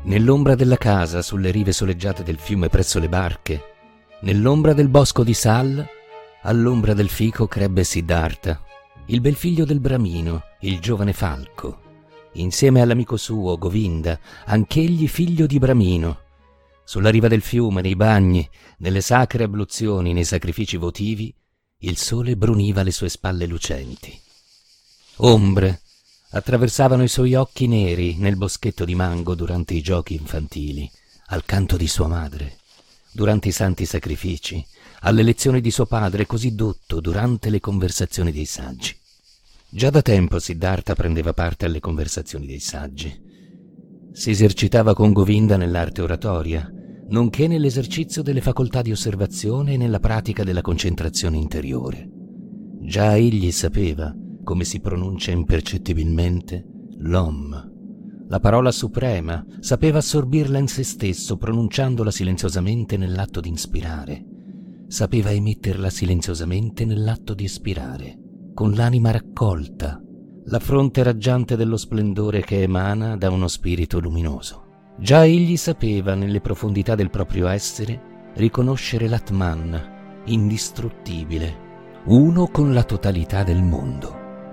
Nell'ombra della casa, sulle rive soleggiate del fiume presso le barche, nell'ombra del bosco di Sal, all'ombra del fico crebbe Siddhartha, il bel figlio del Bramino, il giovane falco, insieme all'amico suo, Govinda, anch'egli figlio di Bramino. Sulla riva del fiume, nei bagni, nelle sacre abluzioni, nei sacrifici votivi, il sole bruniva le sue spalle lucenti. Ombre attraversavano i suoi occhi neri nel boschetto di mango durante i giochi infantili, al canto di sua madre, durante i santi sacrifici, alle lezioni di suo padre, così dotto durante le conversazioni dei saggi. Già da tempo Siddhartha prendeva parte alle conversazioni dei saggi. Si esercitava con Govinda nell'arte oratoria, nonché nell'esercizio delle facoltà di osservazione e nella pratica della concentrazione interiore. Già egli sapeva come si pronuncia impercettibilmente l'Om, la parola suprema, sapeva assorbirla in se stesso pronunciandola silenziosamente nell'atto di inspirare, sapeva emetterla silenziosamente nell'atto di espirare, con l'anima raccolta, la fronte raggiante dello splendore che emana da uno spirito luminoso. Già egli sapeva, nelle profondità del proprio essere, riconoscere l'Atman, indistruttibile, uno con la totalità del mondo.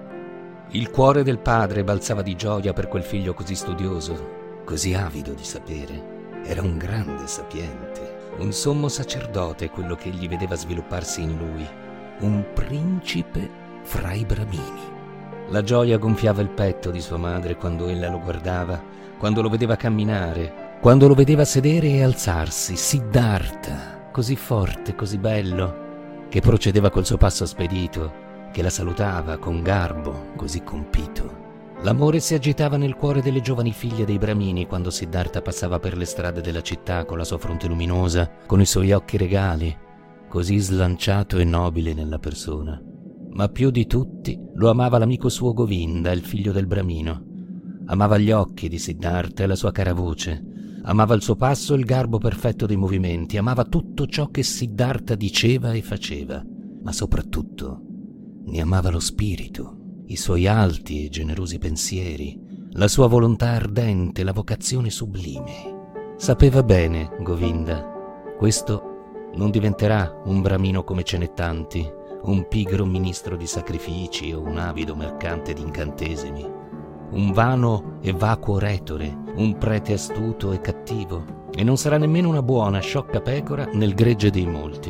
Il cuore del padre balzava di gioia per quel figlio così studioso, così avido di sapere. Era un grande sapiente, un sommo sacerdote quello che egli vedeva svilupparsi in lui, un principe fra i bramini. La gioia gonfiava il petto di sua madre quando ella lo guardava, quando lo vedeva camminare, quando lo vedeva sedere e alzarsi, Siddhartha, così forte, così bello, che procedeva col suo passo spedito, che la salutava con garbo, così compito. L'amore si agitava nel cuore delle giovani figlie dei bramini quando Siddhartha passava per le strade della città con la sua fronte luminosa, con i suoi occhi regali, così slanciato e nobile nella persona. Ma più di tutti lo amava l'amico suo Govinda, il figlio del Bramino. Amava gli occhi di Siddhartha e la sua cara voce, amava il suo passo e il garbo perfetto dei movimenti, amava tutto ciò che Siddhartha diceva e faceva, ma soprattutto ne amava lo spirito, i suoi alti e generosi pensieri, la sua volontà ardente, la vocazione sublime. Sapeva bene, Govinda, questo non diventerà un bramino come ce n'è tanti, un pigro ministro di sacrifici o un avido mercante di incantesimi, un vano e vacuo retore, un prete astuto e cattivo, e non sarà nemmeno una buona, sciocca pecora nel gregge dei molti.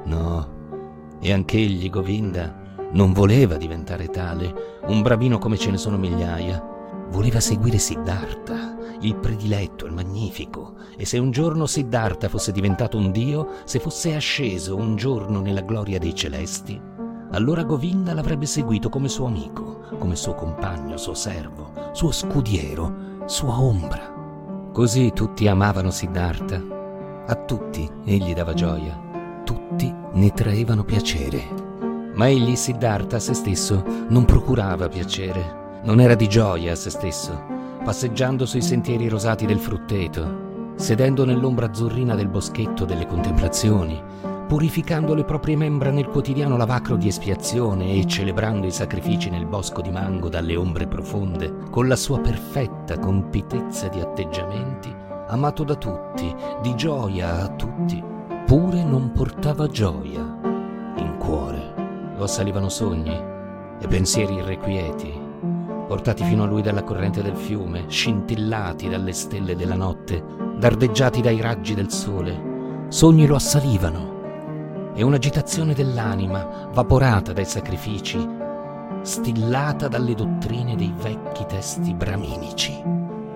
No, e anch'egli, Govinda, non voleva diventare tale, un bramino come ce ne sono migliaia. Voleva seguire Siddhartha, il prediletto, il magnifico, e se un giorno Siddhartha fosse diventato un dio, se fosse asceso un giorno nella gloria dei celesti, allora Govinda l'avrebbe seguito come suo amico, come suo compagno, suo servo, suo scudiero, sua ombra. Così tutti amavano Siddhartha. A tutti egli dava gioia, tutti ne traevano piacere. Ma egli, Siddhartha, a se stesso non procurava piacere, non era di gioia a se stesso, passeggiando sui sentieri rosati del frutteto, sedendo nell'ombra azzurrina del boschetto delle contemplazioni, purificando le proprie membra nel quotidiano lavacro di espiazione e celebrando i sacrifici nel bosco di mango dalle ombre profonde, con la sua perfetta compitezza di atteggiamenti, amato da tutti, di gioia a tutti, pure non portava gioia in cuore. Lo assalivano sogni e pensieri irrequieti, portati fino a lui dalla corrente del fiume, scintillati dalle stelle della notte, dardeggiati dai raggi del sole. Sogni lo assalivano e un'agitazione dell'anima, vaporata dai sacrifici, stillata dalle dottrine dei vecchi testi braminici.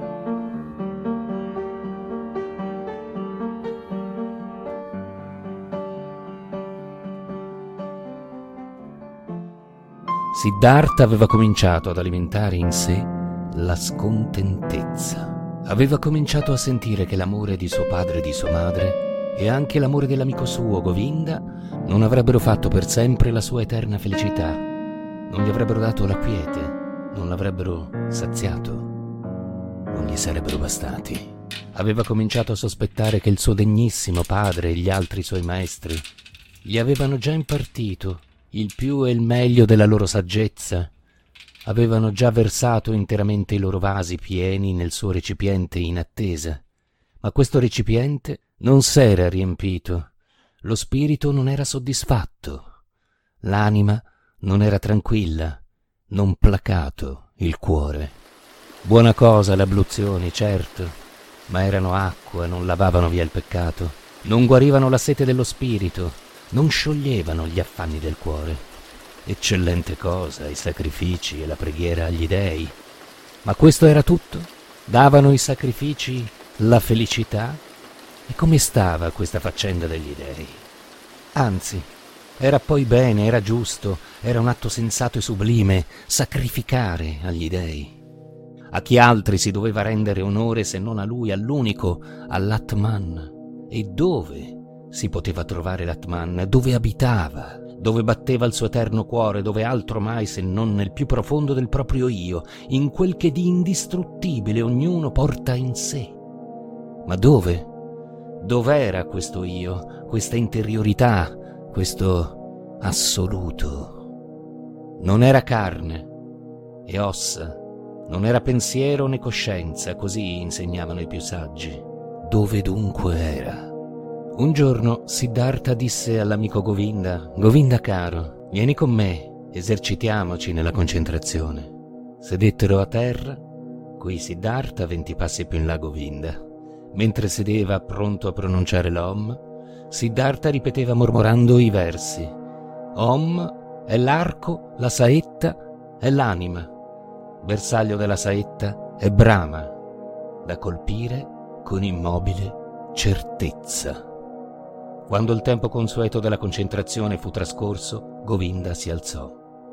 Siddhartha aveva cominciato ad alimentare in sé la scontentezza. Aveva cominciato a sentire che l'amore di suo padre e di sua madre e anche l'amore dell'amico suo Govinda non avrebbero fatto per sempre la sua eterna felicità, non gli avrebbero dato la quiete, non l'avrebbero saziato, non gli sarebbero bastati. Aveva cominciato a sospettare che il suo degnissimo padre e gli altri suoi maestri gli avevano già impartito il più e il meglio della loro saggezza, avevano già versato interamente i loro vasi pieni nel suo recipiente in attesa, Ma questo recipiente non s'era riempito. Lo spirito non era soddisfatto. L'anima non era tranquilla, non placato il cuore. Buona cosa le abluzioni, certo, ma erano acqua, non lavavano via il peccato, non guarivano la sete dello spirito, non scioglievano gli affanni del cuore. Eccellente cosa i sacrifici e la preghiera agli dèi. Ma questo era tutto? Davano i sacrifici la felicità? E come stava questa faccenda degli dèi? Anzi, era poi bene, era giusto, era un atto sensato e sublime sacrificare agli dèi. A chi altri si doveva rendere onore se non a lui, all'unico, all'Atman? E dove si poteva trovare l'Atman? Dove abitava? Dove batteva il suo eterno cuore? Dove altro mai se non nel più profondo del proprio io, in quel che di indistruttibile ognuno porta in sé? Ma dove? Dov'era questo io, questa interiorità, questo assoluto? Non era carne e ossa, non era pensiero né coscienza, così insegnavano i più saggi. Dove dunque era? Un giorno Siddhartha disse all'amico Govinda: Govinda caro, vieni con me, esercitiamoci nella concentrazione. Sedettero a terra, qui Siddhartha, 20 passi più in là Govinda. Mentre sedeva pronto a pronunciare l'Om, Siddhartha ripeteva mormorando i versi. Om è l'arco, la saetta è l'anima. Bersaglio della saetta è Brahma, da colpire con immobile certezza. Quando il tempo consueto della concentrazione fu trascorso, Govinda si alzò.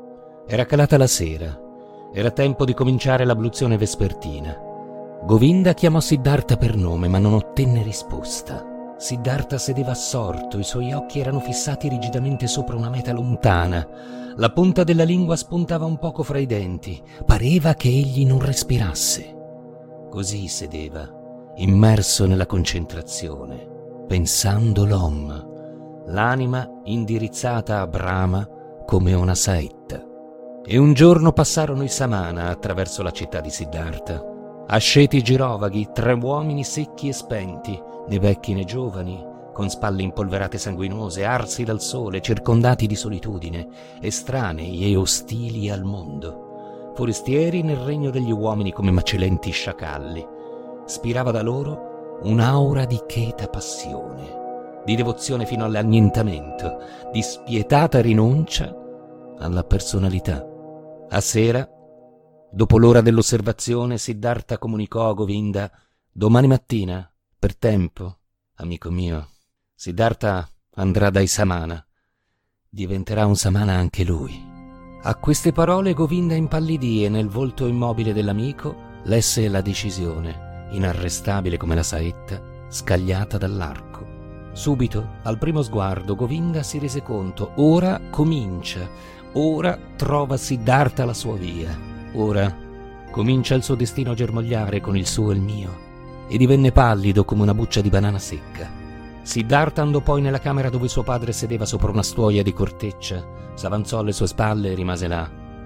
Era calata la sera, era tempo di cominciare l'abluzione vespertina. Govinda chiamò Siddhartha per nome, ma non ottenne risposta. Siddhartha sedeva assorto, i suoi occhi erano fissati rigidamente sopra una meta lontana. La punta della lingua spuntava un poco fra i denti, pareva che egli non respirasse. Così sedeva, immerso nella concentrazione, pensando l'Om, l'anima indirizzata a Brahma come una saetta. E un giorno passarono i Samana attraverso la città di Siddhartha. Asceti girovaghi, 3 uomini secchi e spenti, né vecchi né giovani, con spalle impolverate sanguinose, arsi dal sole, circondati di solitudine, estranei e ostili al mondo, forestieri nel regno degli uomini come macilenti sciacalli. Spirava da loro un'aura di cheta passione, di devozione fino all'annientamento, di spietata rinuncia alla personalità. A sera, dopo l'ora dell'osservazione, Siddhartha comunicò a Govinda: domani mattina, per tempo, amico mio, Siddhartha andrà dai Samana. Diventerà un Samana anche lui. A queste parole Govinda impallidì e nel volto immobile dell'amico lesse la decisione, inarrestabile come la saetta, scagliata dall'arco. Subito, al primo sguardo, Govinda si rese conto: ora comincia, ora trova Siddhartha la sua via, ora comincia il suo destino a germogliare con il suo e il mio, e divenne pallido come una buccia di banana secca. Siddhartha andò poi nella camera dove suo padre sedeva sopra una stuoia di corteccia, s'avanzò alle sue spalle e rimase là,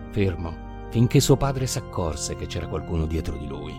fermo, finché suo padre s'accorse che c'era qualcuno dietro di lui.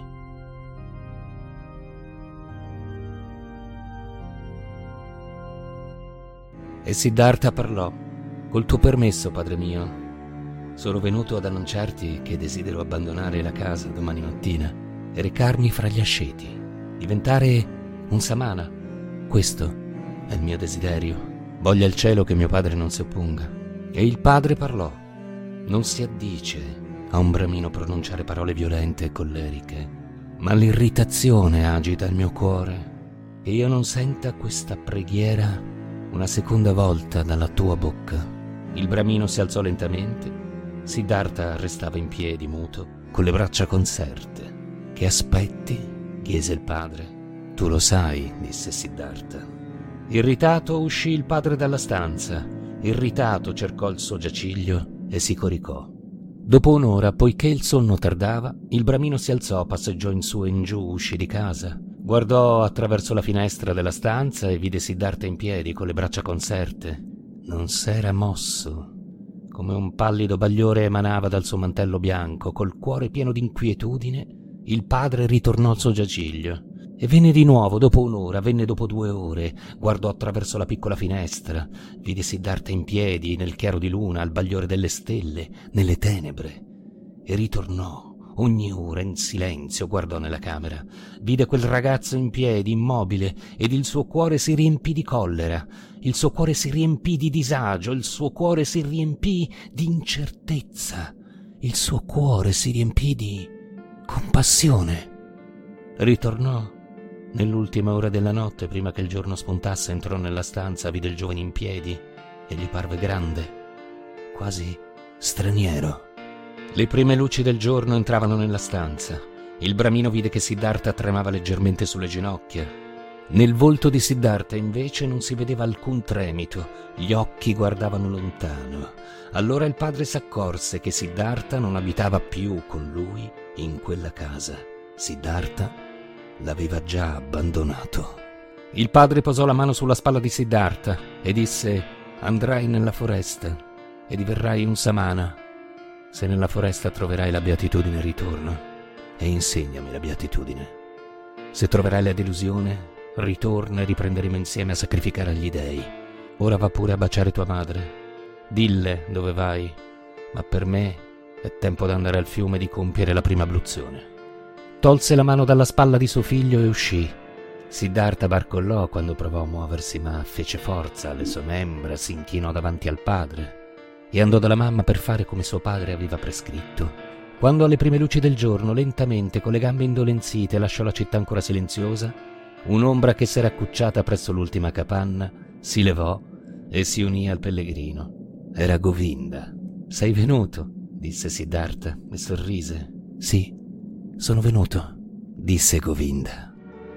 E Siddhartha parlò: col tuo permesso, padre mio, sono venuto ad annunciarti che desidero abbandonare la casa domani mattina e recarmi fra gli asceti, diventare un Samana. Questo è il mio desiderio. Voglia il cielo che mio padre non si opponga. E il padre parlò: non si addice a un bramino pronunciare parole violente e colleriche, ma l'irritazione agita il mio cuore, e io non senta questa preghiera una seconda volta dalla tua bocca. Il bramino si alzò lentamente. Siddhartha restava in piedi, muto, con le braccia conserte. Che aspetti? Chiese il padre. Tu lo sai, disse Siddhartha. Irritato uscì il padre dalla stanza. Irritato cercò il suo giaciglio e si coricò. Dopo un'ora, poiché il sonno tardava, il bramino si alzò, passeggiò in su e in giù, uscì di casa. Guardò attraverso la finestra della stanza e vide Siddhartha in piedi, con le braccia conserte. Non s'era mosso. Come un pallido bagliore emanava dal suo mantello bianco, col cuore pieno d'inquietudine, il padre ritornò al suo giaciglio. E venne di nuovo dopo un'ora, venne dopo 2 ore, guardò attraverso la piccola finestra, vide Siddhartha in piedi, nel chiaro di luna, al bagliore delle stelle, nelle tenebre, e ritornò. Ogni ora, in silenzio, guardò nella camera, vide quel ragazzo in piedi, immobile, ed il suo cuore si riempì di collera, il suo cuore si riempì di disagio, il suo cuore si riempì di incertezza, il suo cuore si riempì di compassione. Ritornò. Nell'ultima ora della notte, prima che il giorno spuntasse, entrò nella stanza, vide il giovane in piedi e gli parve grande, quasi straniero. Le prime luci del giorno entravano nella stanza. Il bramino vide che Siddhartha tremava leggermente sulle ginocchia. Nel volto di Siddhartha invece non si vedeva alcun tremito, gli occhi guardavano lontano. Allora il padre s'accorse che Siddhartha non abitava più con lui in quella casa. Siddhartha l'aveva già abbandonato. Il padre posò la mano sulla spalla di Siddhartha e disse: andrai nella foresta e diverrai un samana. Se nella foresta troverai la beatitudine, ritorna e insegnami la beatitudine. Se troverai la delusione, ritorna e riprenderemo insieme a sacrificare agli dei. Ora va pure a baciare tua madre. Dille dove vai, ma per me è tempo d'andare al fiume e di compiere la prima abluzione. Tolse la mano dalla spalla di suo figlio e uscì. Siddhartha barcollò quando provò a muoversi, ma fece forza alle sue membra, si inchinò davanti al padre e andò dalla mamma per fare come suo padre aveva prescritto. Quando alle prime luci del giorno, lentamente, con le gambe indolenzite, lasciò la città ancora silenziosa, un'ombra che s'era accucciata presso l'ultima capanna si levò e si unì al pellegrino. Era Govinda. Sei venuto? Disse Siddhartha e sorrise. Sì, sono venuto, disse Govinda.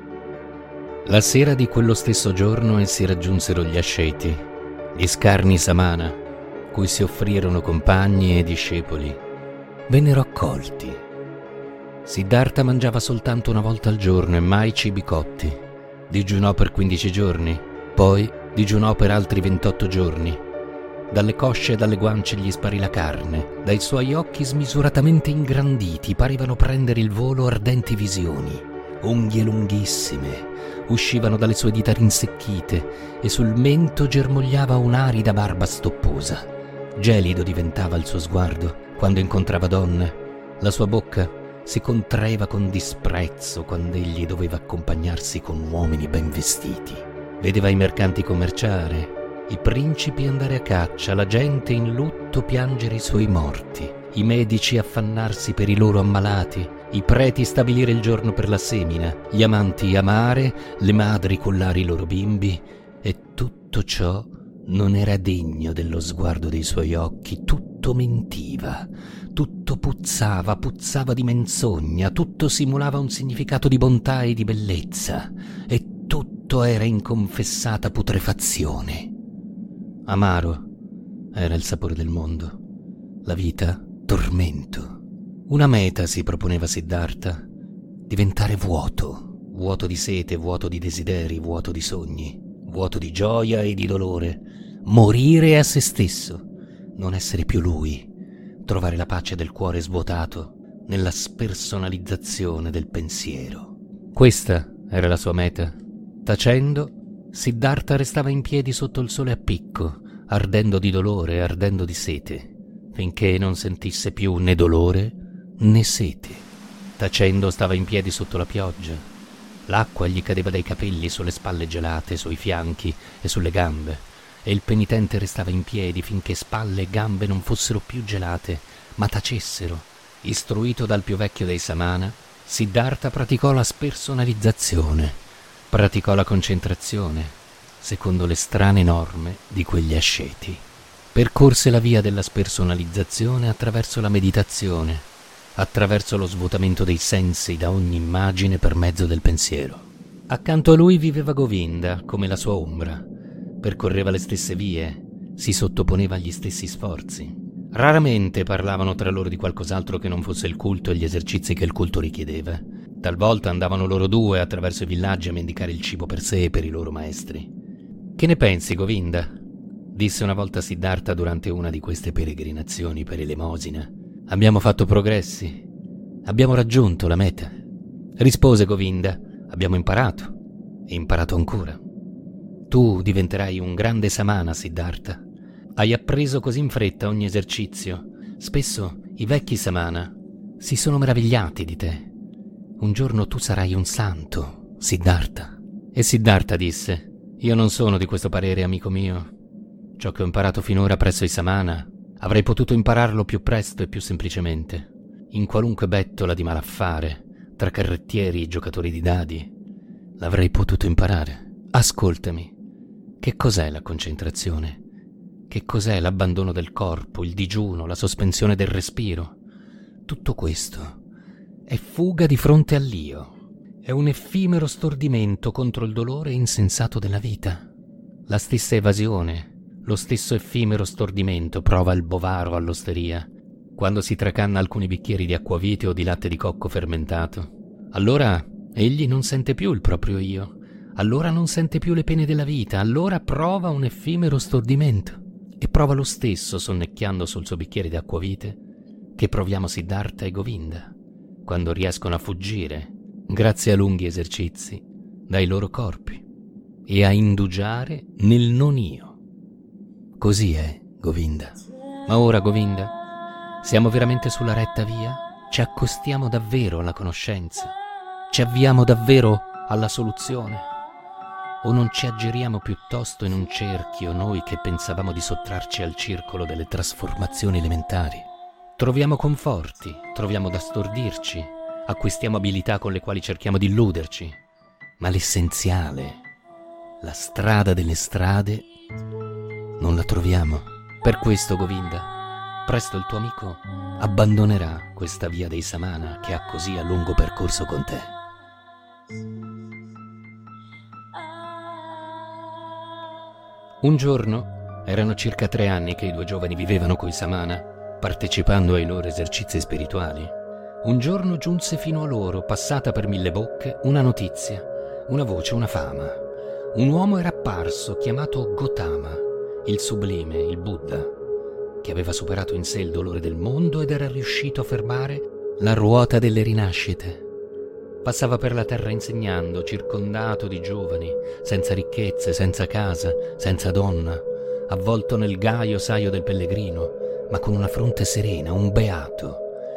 La sera di quello stesso giorno essi raggiunsero gli asceti, gli scarni samana, cui si offrirono compagni e discepoli. Vennero accolti. Siddhartha mangiava soltanto una volta al giorno e mai cibi cotti. Digiunò per 15 giorni, poi digiunò per altri 28 giorni. Dalle cosce e dalle guance gli sparì la carne, dai suoi occhi smisuratamente ingranditi parevano prendere il volo ardenti visioni. Unghie lunghissime uscivano dalle sue dita rinsecchite e sul mento germogliava un'arida barba stopposa. Gelido diventava il suo sguardo quando incontrava donne. La sua bocca si contraeva con disprezzo quando egli doveva accompagnarsi con uomini ben vestiti. Vedeva i mercanti commerciare, i principi andare a caccia, la gente in lutto piangere i suoi morti, i medici affannarsi per i loro ammalati, i preti stabilire il giorno per la semina, gli amanti amare, le madri collare i loro bimbi, e tutto ciò non era degno dello sguardo dei suoi occhi, tutto mentiva, tutto puzzava di menzogna, tutto simulava un significato di bontà e di bellezza, e tutto era inconfessata putrefazione. Amaro era il sapore del mondo, la vita tormento. Una meta si proponeva Siddhartha: diventare vuoto, vuoto di sete, vuoto di desideri, vuoto di sogni, vuoto di gioia e di dolore, morire a se stesso, non essere più lui, trovare la pace del cuore svuotato nella spersonalizzazione del pensiero. Questa era la sua meta. Tacendo, Siddhartha restava in piedi sotto il sole a picco, ardendo di dolore e ardendo di sete, finché non sentisse più né dolore né sete. Tacendo stava in piedi sotto la pioggia. L'acqua gli cadeva dai capelli, sulle spalle gelate, sui fianchi e sulle gambe, e il penitente restava in piedi finché spalle e gambe non fossero più gelate, ma tacessero. Istruito dal più vecchio dei samana, Siddhartha praticò la spersonalizzazione, praticò la concentrazione, secondo le strane norme di quegli asceti. Percorse la via della spersonalizzazione attraverso la meditazione, attraverso lo svuotamento dei sensi da ogni immagine per mezzo del pensiero. Accanto a lui viveva Govinda, come la sua ombra. Percorreva le stesse vie, si sottoponeva agli stessi sforzi. Raramente parlavano tra loro di qualcos'altro che non fosse il culto e gli esercizi che il culto richiedeva. Talvolta andavano loro due attraverso i villaggi a mendicare il cibo per sé e per i loro maestri. «Che ne pensi, Govinda?» disse una volta Siddhartha durante una di queste peregrinazioni per elemosina. «Abbiamo fatto progressi. Abbiamo raggiunto la meta». Rispose Govinda: Abbiamo imparato e imparato ancora. Tu diventerai un grande samana, Siddhartha. Hai appreso così in fretta ogni esercizio. Spesso i vecchi samana si sono meravigliati di te. Un giorno tu sarai un santo, Siddhartha. E Siddhartha disse: io non sono di questo parere, amico mio. Ciò che ho imparato finora presso i samana avrei potuto impararlo più presto e più semplicemente, in qualunque bettola di malaffare, tra carrettieri e giocatori di dadi. L'avrei potuto imparare. Ascoltami. Che cos'è la concentrazione? Che cos'è l'abbandono del corpo, il digiuno, la sospensione del respiro? Tutto questo è fuga di fronte all'io. È un effimero stordimento contro il dolore insensato della vita. La stessa evasione, lo stesso effimero stordimento prova il bovaro all'osteria quando si tracanna alcuni bicchieri di acquavite o di latte di cocco fermentato. Allora egli non sente più il proprio io, allora non sente più le pene della vita, allora prova un effimero stordimento e prova lo stesso sonnecchiando sul suo bicchiere di acquavite che proviamo Siddhartha e Govinda quando riescono a fuggire, grazie a lunghi esercizi, dai loro corpi e a indugiare nel non io. Così è, Govinda. Ma ora, Govinda, siamo veramente sulla retta via? Ci accostiamo davvero alla conoscenza? Ci avviamo davvero alla soluzione? O non ci aggiriamo piuttosto in un cerchio noi che pensavamo di sottrarci al circolo delle trasformazioni elementari? Troviamo conforti, troviamo da stordirci, acquistiamo abilità con le quali cerchiamo di illuderci, ma l'essenziale, la strada delle strade, non la troviamo. Per questo, Govinda, presto il tuo amico abbandonerà questa via dei samana che ha così a lungo percorso con te. Un giorno, erano circa 3 anni che i 2 giovani vivevano coi samana, partecipando ai loro esercizi spirituali. Un giorno giunse fino a loro, passata per 1000 bocche, una notizia, una voce, una fama. Un uomo era apparso, chiamato Gotama, il sublime, il Buddha, che aveva superato in sé il dolore del mondo ed era riuscito a fermare la ruota delle rinascite. Passava per la terra insegnando, circondato di giovani, senza ricchezze, senza casa, senza donna, avvolto nel gaio saio del pellegrino, ma con una fronte serena, un beato.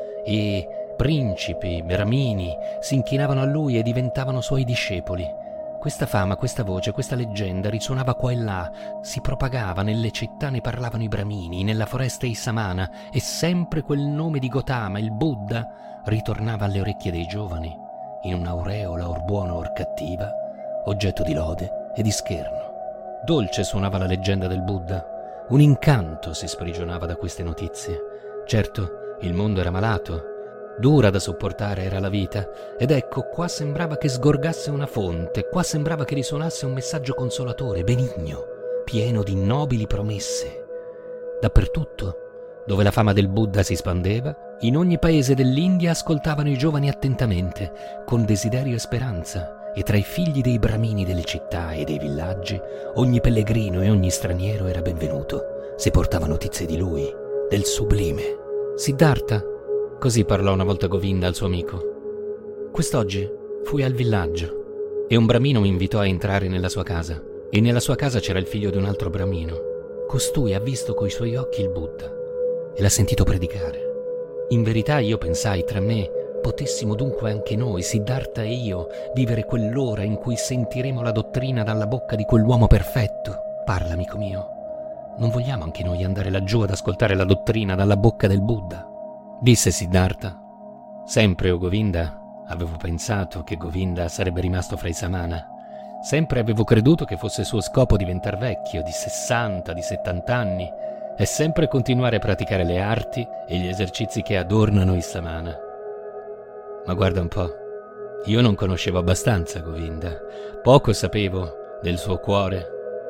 E principi, bramini si inchinavano a lui e diventavano suoi discepoli. Questa fama, questa voce, questa leggenda risuonava qua e là, si propagava nelle città, ne parlavano i bramini, nella foresta i samana, e sempre quel nome di Gotama, il Buddha, ritornava alle orecchie dei giovani, in un'aureola or buona or cattiva, oggetto di lode e di scherno. Dolce suonava la leggenda del Buddha, un incanto si sprigionava da queste notizie. Certo, il mondo era malato, dura da sopportare era la vita, ed ecco, qua sembrava che sgorgasse una fonte, qua sembrava che risuonasse un messaggio consolatore, benigno, pieno di nobili promesse. Dappertutto, dove la fama del Buddha si spandeva, in ogni paese dell'India ascoltavano i giovani attentamente, con desiderio e speranza, e tra i figli dei bramini delle città e dei villaggi, ogni pellegrino e ogni straniero era benvenuto, se portava notizie di lui, del sublime. Siddhartha, così parlò una volta Govinda al suo amico, quest'oggi fui al villaggio e un bramino mi invitò a entrare nella sua casa, e nella sua casa c'era il figlio di un altro bramino. Costui ha visto coi suoi occhi il Buddha e l'ha sentito predicare. In verità io pensai tra me, potessimo dunque anche noi, Siddhartha e io, vivere quell'ora in cui sentiremo la dottrina dalla bocca di quell'uomo perfetto. Parla, amico mio, non vogliamo anche noi andare laggiù ad ascoltare la dottrina dalla bocca del Buddha? Disse Siddhartha. Sempre, o Govinda, avevo pensato che Govinda sarebbe rimasto fra i samana. Sempre avevo creduto che fosse suo scopo diventar vecchio, di 60, di 70 anni, e sempre continuare a praticare le arti e gli esercizi che adornano i samana. Ma guarda un po', io non conoscevo abbastanza Govinda, poco sapevo del suo cuore.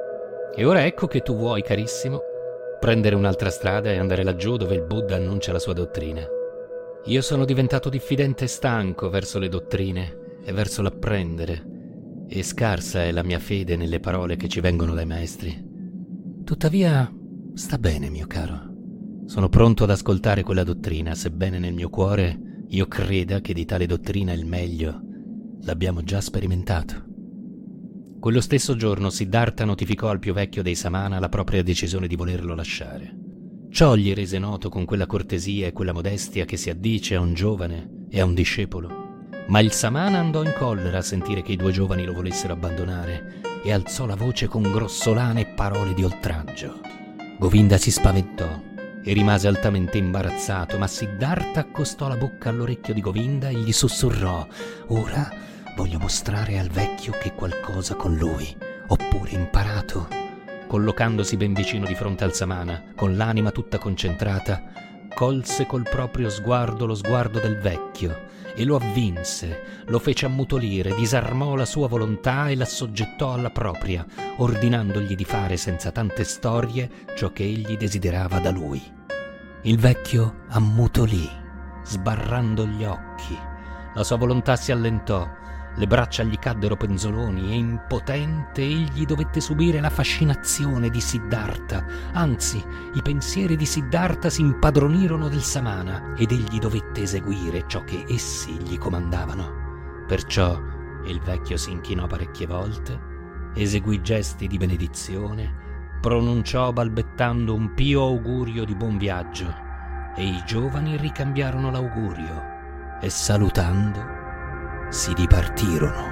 E ora ecco che tu vuoi, carissimo, prendere un'altra strada e andare laggiù dove il Buddha annuncia la sua dottrina. Io sono diventato diffidente e stanco verso le dottrine e verso l'apprendere, e scarsa è la mia fede nelle parole che ci vengono dai maestri. Tuttavia, sta bene, mio caro. Sono pronto ad ascoltare quella dottrina, sebbene nel mio cuore io creda che di tale dottrina il meglio l'abbiamo già sperimentato. Quello stesso giorno Siddhartha notificò al più vecchio dei Samana la propria decisione di volerlo lasciare. Ciò gli rese noto con quella cortesia e quella modestia che si addice a un giovane e a un discepolo. Ma il Samana andò in collera a sentire che i due giovani lo volessero abbandonare e alzò la voce con grossolane parole di oltraggio. Govinda si spaventò e rimase altamente imbarazzato, ma Siddhartha accostò la bocca all'orecchio di Govinda e gli sussurrò: «Ora voglio mostrare al vecchio che qualcosa con lui ho pure imparato». Collocandosi ben vicino di fronte al Samana, con l'anima tutta concentrata, colse col proprio sguardo lo sguardo del vecchio e lo avvinse, lo fece ammutolire, disarmò la sua volontà e l'assoggettò alla propria, ordinandogli di fare senza tante storie ciò che egli desiderava da lui. Il vecchio ammutolì, sbarrando gli occhi. La sua volontà si allentò, le braccia gli caddero penzoloni e impotente egli dovette subire la fascinazione di Siddhartha. Anzi, i pensieri di Siddhartha si impadronirono del Samana ed egli dovette eseguire ciò che essi gli comandavano. Perciò il vecchio si inchinò parecchie volte, eseguì gesti di benedizione, pronunciò balbettando un pio augurio di buon viaggio e i giovani ricambiarono l'augurio e salutando si dipartirono.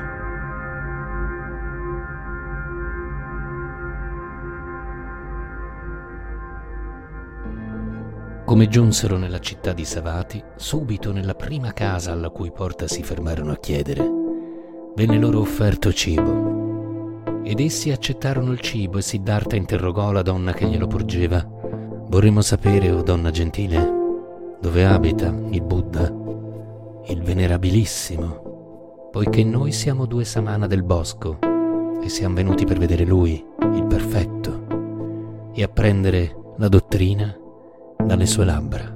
Come giunsero nella città di Savatthi, subito nella prima casa alla cui porta si fermarono a chiedere, venne loro offerto cibo. Ed essi accettarono il cibo e Siddhartha interrogò la donna che glielo porgeva. «Vorremmo sapere, o donna gentile, dove abita il Buddha, il venerabilissimo, poiché noi siamo due Samana del bosco e siamo venuti per vedere lui, il perfetto, e apprendere la dottrina dalle sue labbra».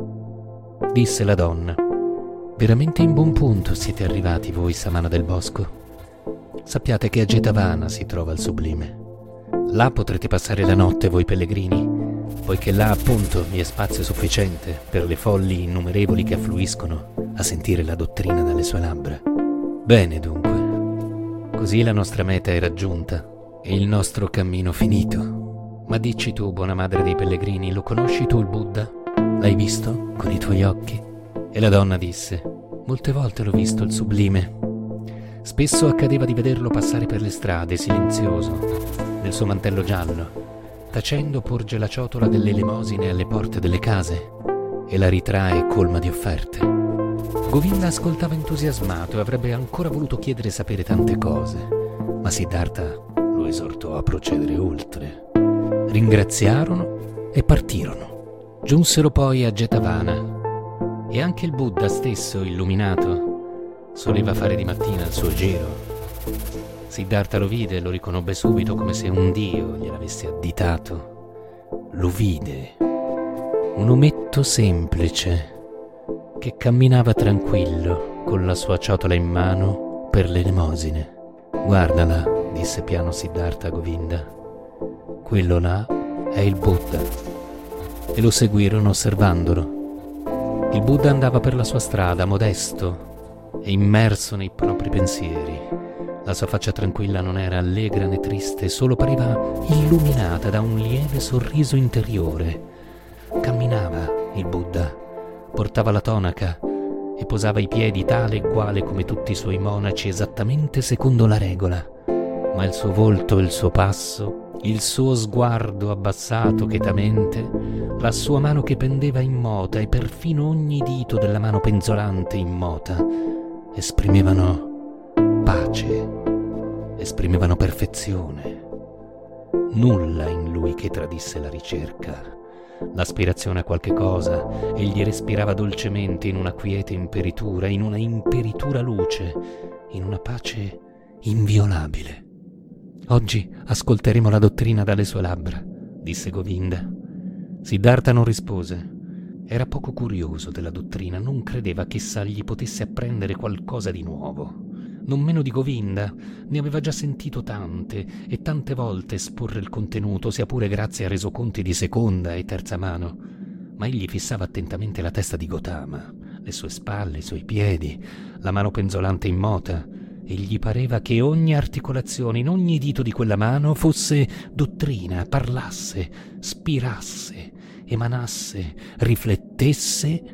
Disse la donna: «Veramente in buon punto siete arrivati voi Samana del bosco. Sappiate che a Jetavana si trova il sublime. Là potrete passare la notte voi pellegrini, poiché là appunto vi è spazio sufficiente per le folli innumerevoli che affluiscono a sentire la dottrina dalle sue labbra. Bene dunque, così la nostra meta è raggiunta e il nostro cammino finito. Ma dici tu, buona madre dei pellegrini, lo conosci tu il Buddha? L'hai visto con i tuoi occhi?» E la donna disse: «Molte volte l'ho visto il sublime. Spesso accadeva di vederlo passare per le strade, silenzioso, nel suo mantello giallo. Tacendo porge la ciotola delle elemosine alle porte delle case e la ritrae colma di offerte». Govinda ascoltava entusiasmato e avrebbe ancora voluto chiedere e sapere tante cose, ma Siddhartha lo esortò a procedere oltre. Ringraziarono e partirono. Giunsero poi a Jetavana e anche il Buddha stesso, illuminato, soleva fare di mattina il suo giro. Siddhartha lo vide e lo riconobbe subito come se un dio gliel'avesse additato. Lo vide, un ometto semplice che camminava tranquillo con la sua ciotola in mano per le elemosine. «Guardala», disse piano Siddhartha a Govinda, «quello là è il Buddha». E lo seguirono osservandolo. Il Buddha andava per la sua strada, modesto e immerso nei propri pensieri. La sua faccia tranquilla non era allegra né triste, solo pareva illuminata da un lieve sorriso interiore. Camminava il Buddha, portava la tonaca e posava i piedi tale e quale come tutti i suoi monaci, esattamente secondo la regola. Ma il suo volto, il suo passo, il suo sguardo abbassato chetamente, la sua mano che pendeva immota e perfino ogni dito della mano penzolante immota esprimevano pace, esprimevano perfezione. Nulla in lui che tradisse la ricerca, l'aspirazione a qualche cosa. Egli respirava dolcemente in una quiete imperitura, in una imperitura luce, in una pace inviolabile. «Oggi ascolteremo la dottrina dalle sue labbra», disse Govinda. Siddhartha non rispose. Era poco curioso della dottrina, non credeva che essa gli potesse apprendere qualcosa di nuovo. Non meno di Govinda, ne aveva già sentito tante e tante volte esporre il contenuto, sia pure grazie a resoconti di seconda e terza mano. Ma egli fissava attentamente la testa di Gotama, le sue spalle, i suoi piedi, la mano penzolante immota, e gli pareva che ogni articolazione in ogni dito di quella mano fosse dottrina, parlasse, spirasse, emanasse, riflettesse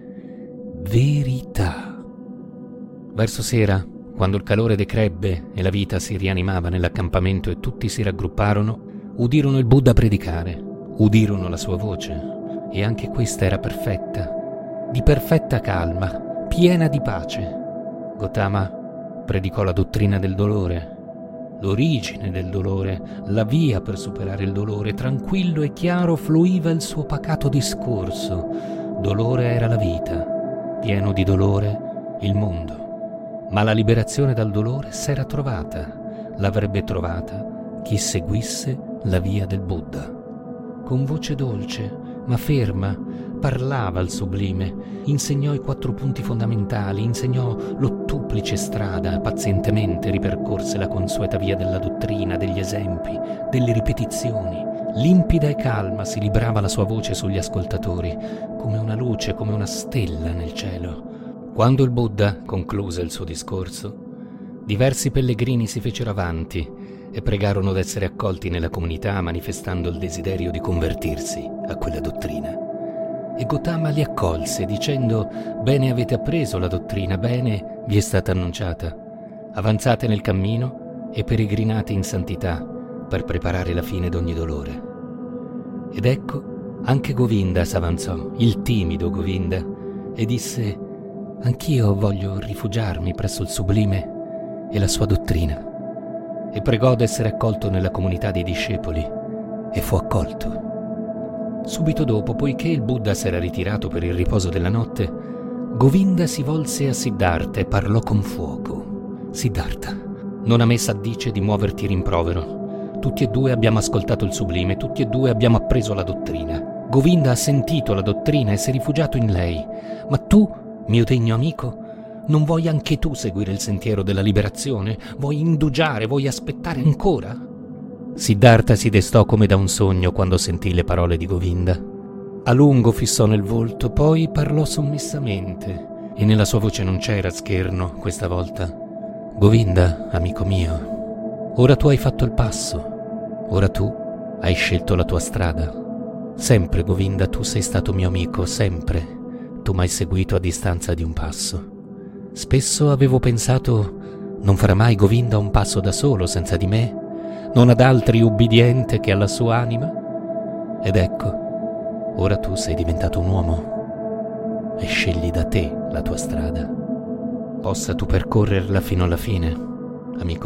verità. Verso sera, quando il calore decrebbe e la vita si rianimava nell'accampamento e tutti si raggrupparono, udirono il Buddha predicare, udirono la sua voce, e anche questa era perfetta, di perfetta calma, piena di pace. Gotama predicò la dottrina del dolore, l'origine del dolore, la via per superare il dolore. Tranquillo e chiaro fluiva il suo pacato discorso. Dolore era la vita, pieno di dolore il mondo. Ma la liberazione dal dolore s'era trovata, l'avrebbe trovata chi seguisse la via del Buddha. Con voce dolce ma ferma parlava il sublime, insegnò i 4 punti fondamentali, insegnò l'ottuplice strada, pazientemente ripercorse la consueta via della dottrina, degli esempi, delle ripetizioni. Limpida e calma si librava la sua voce sugli ascoltatori, come una luce, come una stella nel cielo. Quando il Buddha concluse il suo discorso, diversi pellegrini si fecero avanti e pregarono d'essere accolti nella comunità, manifestando il desiderio di convertirsi a quella dottrina. E Gotama li accolse dicendo: «Bene avete appreso la dottrina, bene vi è stata annunciata. Avanzate nel cammino e peregrinate in santità per preparare la fine d'ogni dolore». Ed ecco, anche Govinda s'avanzò, il timido Govinda, e disse: «Anch'io voglio rifugiarmi presso il sublime e la sua dottrina». E pregò d'essere accolto nella comunità dei discepoli, e fu accolto. Subito dopo, poiché il Buddha s'era ritirato per il riposo della notte, Govinda si volse a Siddhartha e parlò con fuoco. «Siddhartha, non a me s'addice di muoverti rimprovero. Tutti e due abbiamo ascoltato il sublime, tutti e due abbiamo appreso la dottrina. Govinda ha sentito la dottrina e si è rifugiato in lei. Ma tu, mio degno amico, non vuoi anche tu seguire il sentiero della liberazione? Vuoi indugiare? Vuoi aspettare ancora?» Siddhartha si destò come da un sogno quando sentì le parole di Govinda. A lungo fissò nel volto, poi parlò sommessamente, e nella sua voce non c'era scherno questa volta. «Govinda, amico mio, ora tu hai fatto il passo, ora tu hai scelto la tua strada. Sempre, Govinda, tu sei stato mio amico, sempre. Tu m'hai seguito a distanza di un passo. Spesso avevo pensato: non farà mai Govinda un passo da solo senza di me? Non ad altri ubbidiente che alla sua anima? Ed ecco, ora tu sei diventato un uomo e scegli da te la tua strada. Possa tu percorrerla fino alla fine, amico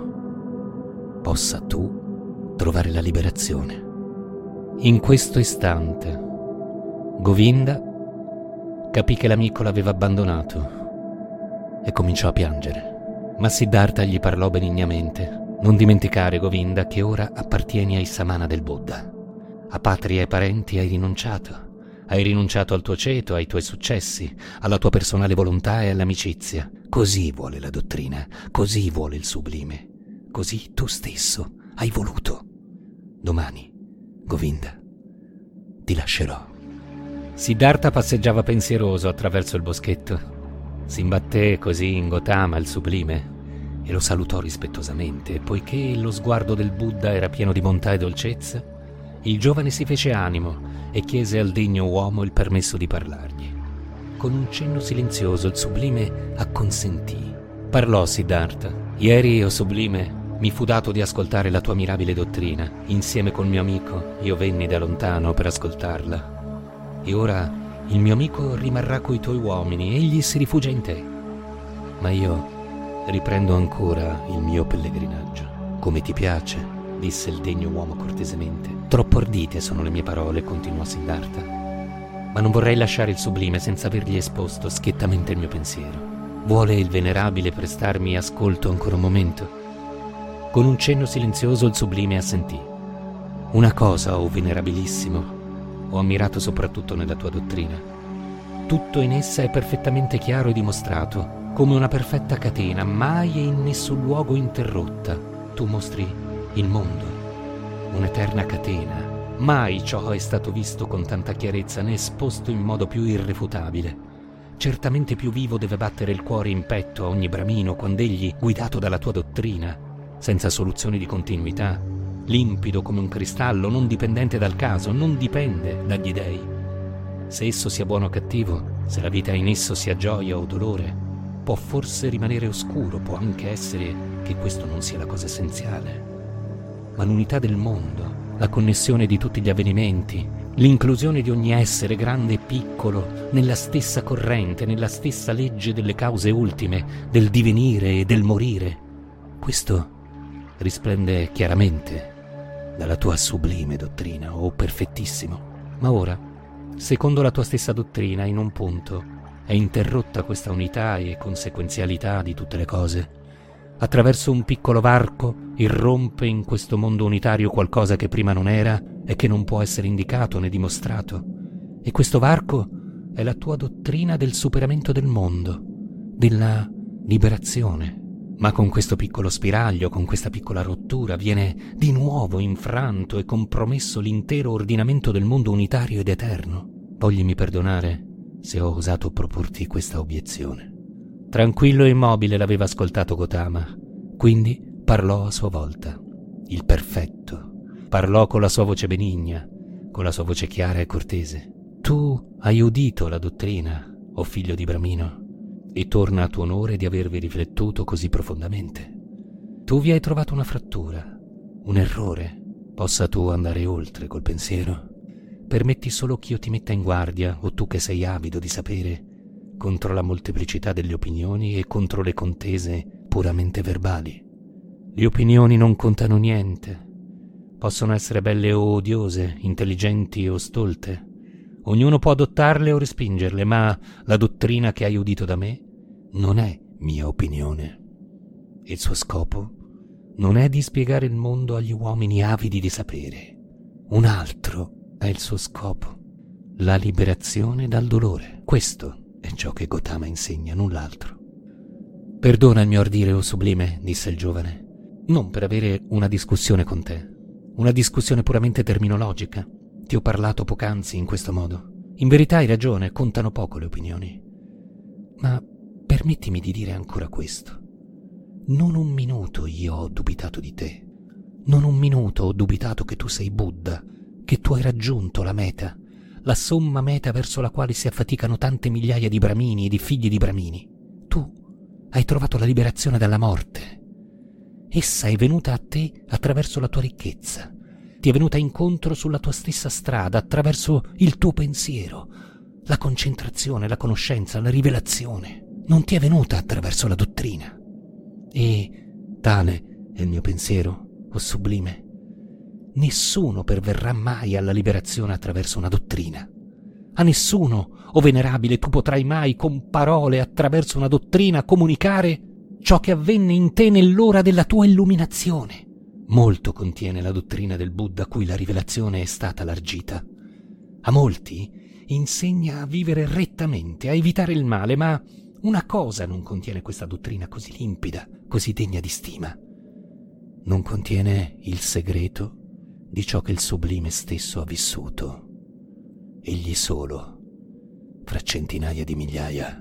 mio. Possa tu trovare la liberazione». In questo istante, Govinda capì che l'amico l'aveva abbandonato e cominciò a piangere. Ma Siddhartha gli parlò benignamente: «Non dimenticare, Govinda, che ora appartieni ai samana del Buddha. A patria e parenti hai rinunciato. Hai rinunciato al tuo ceto, ai tuoi successi, alla tua personale volontà e all'amicizia. Così vuole la dottrina, così vuole il sublime. Così tu stesso hai voluto. Domani, Govinda, ti lascerò». Siddhartha passeggiava pensieroso attraverso il boschetto. Si imbatté così in Gotama, il sublime, e lo salutò rispettosamente, e poiché lo sguardo del Buddha era pieno di bontà e dolcezza, il giovane si fece animo e chiese al degno uomo il permesso di parlargli. Con un cenno silenzioso il sublime acconsentì. Parlò Siddhartha: «Ieri, o sublime, mi fu dato di ascoltare la tua mirabile dottrina. Insieme col mio amico io venni da lontano per ascoltarla. E ora il mio amico rimarrà coi tuoi uomini, egli si rifugia in te. Ma io riprendo ancora il mio pellegrinaggio». «Come ti piace», disse il degno uomo cortesemente. «Troppo ardite sono le mie parole», continuò Siddhartha, «ma non vorrei lasciare il sublime senza avergli esposto schiettamente il mio pensiero. Vuole il venerabile prestarmi ascolto ancora un momento?» Con un cenno silenzioso il sublime assentì. «Una cosa, o venerabilissimo, ho ammirato soprattutto nella tua dottrina. Tutto in essa è perfettamente chiaro e dimostrato, come una perfetta catena, mai e in nessun luogo interrotta. Tu mostri il mondo, un'eterna catena. Mai ciò è stato visto con tanta chiarezza né esposto in modo più irrefutabile. Certamente più vivo deve battere il cuore in petto a ogni bramino quand'egli, guidato dalla tua dottrina, senza soluzioni di continuità, limpido come un cristallo, non dipendente dal caso, non dipende dagli dei. Se esso sia buono o cattivo, se la vita in esso sia gioia o dolore, può forse rimanere oscuro, può anche essere che questo non sia la cosa essenziale. Ma l'unità del mondo, la connessione di tutti gli avvenimenti, l'inclusione di ogni essere grande e piccolo nella stessa corrente, nella stessa legge delle cause ultime, del divenire e del morire, questo risplende chiaramente dalla tua sublime dottrina, o perfettissimo. Ma ora, secondo la tua stessa dottrina, in un punto è interrotta questa unità e conseguenzialità di tutte le cose. Attraverso un piccolo varco irrompe in questo mondo unitario qualcosa che prima non era e che non può essere indicato né dimostrato. E questo varco è la tua dottrina del superamento del mondo, della liberazione. Ma con questo piccolo spiraglio, con questa piccola rottura, viene di nuovo infranto e compromesso l'intero ordinamento del mondo unitario ed eterno. Voglimi perdonare se ho osato proporti questa obiezione. Tranquillo e immobile l'aveva ascoltato Gotama, quindi parlò a sua volta. Il perfetto parlò con la sua voce benigna, con la sua voce chiara e cortese. Tu hai udito la dottrina, o figlio di Bramino, e torna a tuo onore di avervi riflettuto così profondamente. Tu vi hai trovato una frattura, un errore. Possa tu andare oltre col pensiero? Permetti solo che io ti metta in guardia, o tu che sei avido di sapere, contro la molteplicità delle opinioni e contro le contese puramente verbali. Le opinioni non contano niente. Possono essere belle o odiose, intelligenti o stolte. Ognuno può adottarle o respingerle, ma la dottrina che hai udito da me non è mia opinione. Il suo scopo non è di spiegare il mondo agli uomini avidi di sapere. Un altro è il suo scopo: la liberazione dal dolore. Questo è ciò che Gotama insegna, null'altro. Perdona il mio ardire, o sublime, disse il giovane, non per avere una discussione con te, una discussione puramente terminologica. Ti ho parlato poc'anzi in questo modo. In verità hai ragione, contano poco le opinioni. Ma permettimi di dire ancora questo. Non un minuto io ho dubitato di te. Non un minuto ho dubitato che tu sei Buddha, che tu hai raggiunto la meta, la somma meta verso la quale si affaticano tante migliaia di bramini e di figli di bramini. Tu hai trovato la liberazione dalla morte. Essa è venuta a te attraverso la tua ricchezza. Ti è venuta incontro sulla tua stessa strada, attraverso il tuo pensiero, la concentrazione, la conoscenza, la rivelazione. Non ti è venuta attraverso la dottrina. E tale è il mio pensiero, o sublime. Nessuno perverrà mai alla liberazione attraverso una dottrina. A nessuno, o venerabile, tu potrai mai con parole attraverso una dottrina comunicare ciò che avvenne in te nell'ora della tua illuminazione. Molto contiene la dottrina del Buddha a cui la rivelazione è stata largita. A molti insegna a vivere rettamente, a evitare il male, ma una cosa non contiene questa dottrina così limpida, così degna di stima. Non contiene il segreto di ciò che il sublime stesso ha vissuto, egli solo, fra centinaia di migliaia.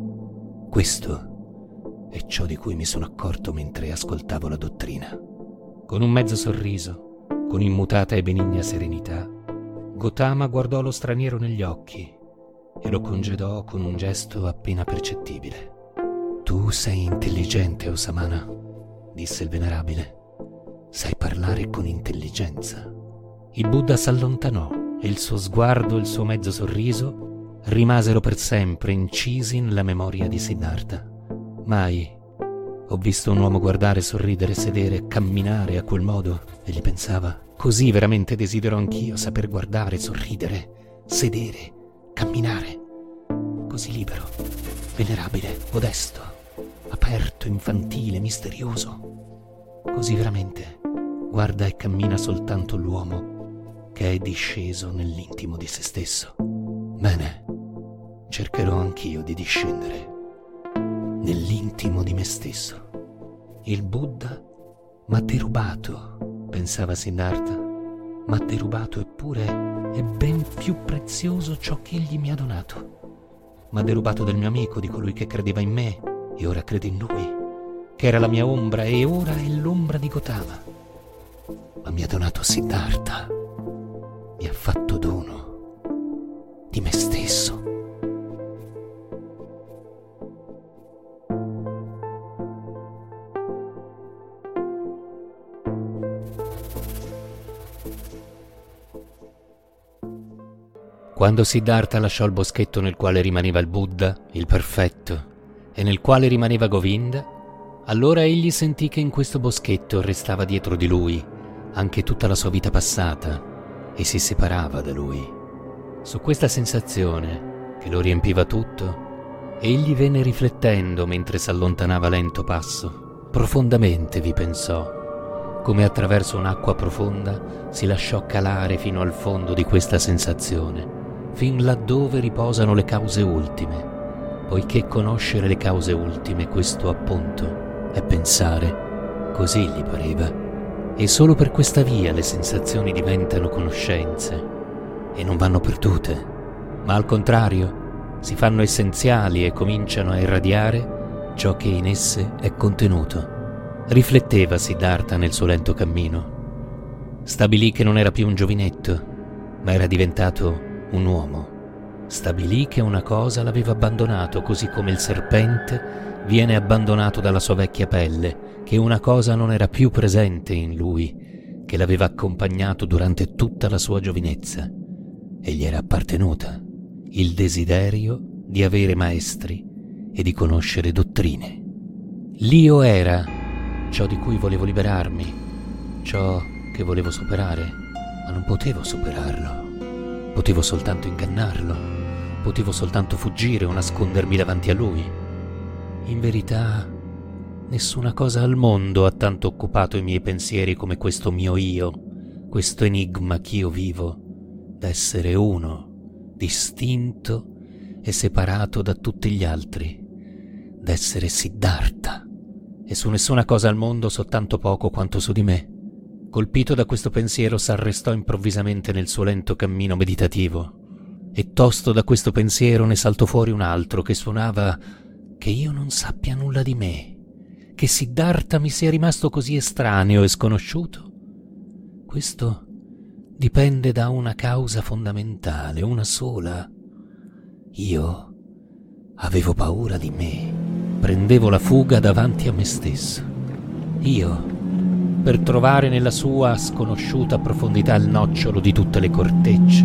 Questo è ciò di cui mi sono accorto mentre ascoltavo la dottrina. Con un mezzo sorriso, con immutata e benigna serenità, Gotama guardò lo straniero negli occhi e lo congedò con un gesto appena percettibile. Tu sei intelligente, o Samana, disse il venerabile. Sai parlare con intelligenza. Il Buddha s'allontanò e il suo sguardo e il suo mezzo sorriso rimasero per sempre incisi nella memoria di Siddhartha. Mai ho visto un uomo guardare, sorridere, sedere, camminare a quel modo, egli pensava. Così veramente desidero anch'io saper guardare, sorridere, sedere, camminare. Così libero, venerabile, modesto, aperto, infantile, misterioso. Così veramente guarda e cammina soltanto l'uomo che è disceso nell'intimo di se stesso. Bene, cercherò anch'io di discendere nell'intimo di me stesso. Il Buddha m'ha derubato, pensava Siddhartha, m'ha derubato, eppure è ben più prezioso ciò che egli mi ha donato. M'ha derubato del mio amico, di colui che credeva in me e ora crede in lui, che era la mia ombra e ora è l'ombra di Gotama. Ma mi ha donato Siddhartha, mi ha fatto dono di me stesso. Quando Siddhartha lasciò il boschetto nel quale rimaneva il Buddha, il perfetto, e nel quale rimaneva Govinda, allora egli sentì che in questo boschetto restava dietro di lui anche tutta la sua vita passata e si separava da lui. Su questa sensazione, che lo riempiva tutto, egli venne riflettendo mentre s'allontanava a lento passo. Profondamente vi pensò, come attraverso un'acqua profonda si lasciò calare fino al fondo di questa sensazione, fin laddove riposano le cause ultime, poiché conoscere le cause ultime, questo appunto, è pensare, così gli pareva, e solo per questa via le sensazioni diventano conoscenze e non vanno perdute, ma al contrario si fanno essenziali e cominciano a irradiare ciò che in esse è contenuto. Rifletteva Siddhartha nel suo lento cammino. Stabilì che non era più un giovinetto, ma era diventato un uomo. Stabilì che una cosa l'aveva abbandonato, così come il serpente viene abbandonato dalla sua vecchia pelle, che una cosa non era più presente in lui, che l'aveva accompagnato durante tutta la sua giovinezza e gli era appartenuta: il desiderio di avere maestri e di conoscere dottrine. L'io era ciò di cui volevo liberarmi, ciò che volevo superare, ma non potevo superarlo. Potevo soltanto ingannarlo, potevo soltanto fuggire o nascondermi davanti a lui. In verità, nessuna cosa al mondo ha tanto occupato i miei pensieri come questo mio io, questo enigma ch'io vivo, d'essere uno, distinto e separato da tutti gli altri, d'essere Siddhartha, e su nessuna cosa al mondo so tanto poco quanto su di me. Colpito da questo pensiero, s'arrestò improvvisamente nel suo lento cammino meditativo, e tosto da questo pensiero ne saltò fuori un altro che suonava che io non sappia nulla di me, che Siddhartha mi sia rimasto così estraneo e sconosciuto. Questo dipende da una causa fondamentale, una sola. Io avevo paura di me, prendevo la fuga davanti a me stesso. Io, per trovare nella sua sconosciuta profondità il nocciolo di tutte le cortecce,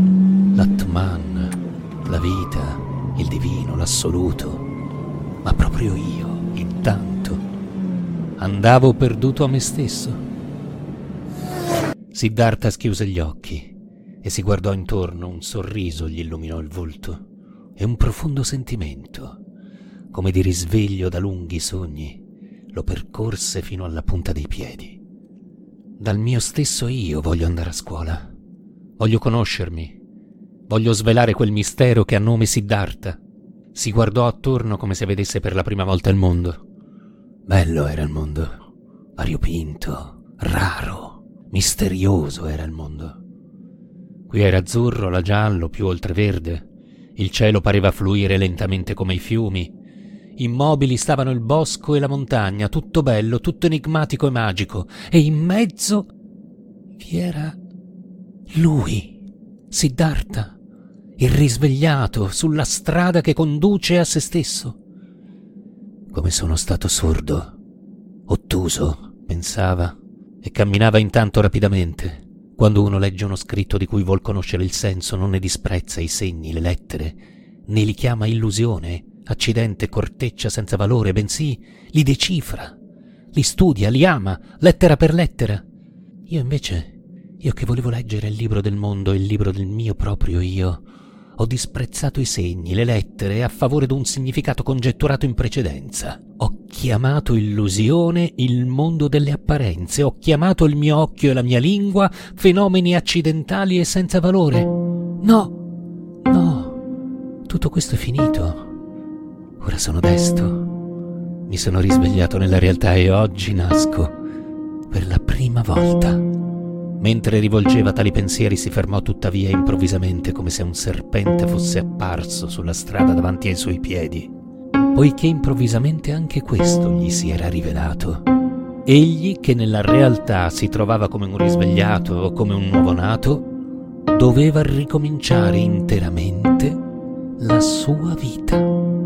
l'Atman, la vita, il divino, l'assoluto. Ma proprio io, intanto, andavo perduto a me stesso. Siddhartha schiuse gli occhi e si guardò intorno. Un sorriso gli illuminò il volto e un profondo sentimento, come di risveglio da lunghi sogni, lo percorse fino alla punta dei piedi. Dal mio stesso io voglio andare a scuola. Voglio conoscermi. Voglio svelare quel mistero che ha nome Siddhartha. Si guardò attorno come se vedesse per la prima volta il mondo. Bello era il mondo. Variopinto, raro, misterioso era il mondo. Qui era azzurro, là giallo, più oltre verde. Il cielo pareva fluire lentamente come i fiumi. Immobili stavano il bosco e la montagna, tutto bello, tutto enigmatico e magico, e in mezzo vi era lui, Siddhartha, il risvegliato sulla strada che conduce a se stesso. Come sono stato sordo, ottuso, pensava, e camminava intanto rapidamente. Quando uno legge uno scritto di cui vuol conoscere il senso, non ne disprezza i segni, le lettere, né li chiama illusione, accidente, corteccia senza valore, bensì li decifra, li studia, li ama, lettera per lettera. Io invece, io che volevo leggere il libro del mondo, il libro del mio proprio io, ho disprezzato i segni, le lettere a favore d'un significato congetturato in precedenza. Ho chiamato illusione il mondo delle apparenze, ho chiamato il mio occhio e la mia lingua fenomeni accidentali e senza valore. No, tutto questo è finito. Ora sono desto, mi sono risvegliato nella realtà e oggi nasco per la prima volta Mentre rivolgeva tali pensieri si fermò tuttavia improvvisamente come se un serpente fosse apparso sulla strada davanti ai suoi piedi, poiché improvvisamente anche questo gli si era rivelato. Egli, che nella realtà si trovava come un risvegliato o come un nuovo nato, doveva ricominciare interamente la sua vita.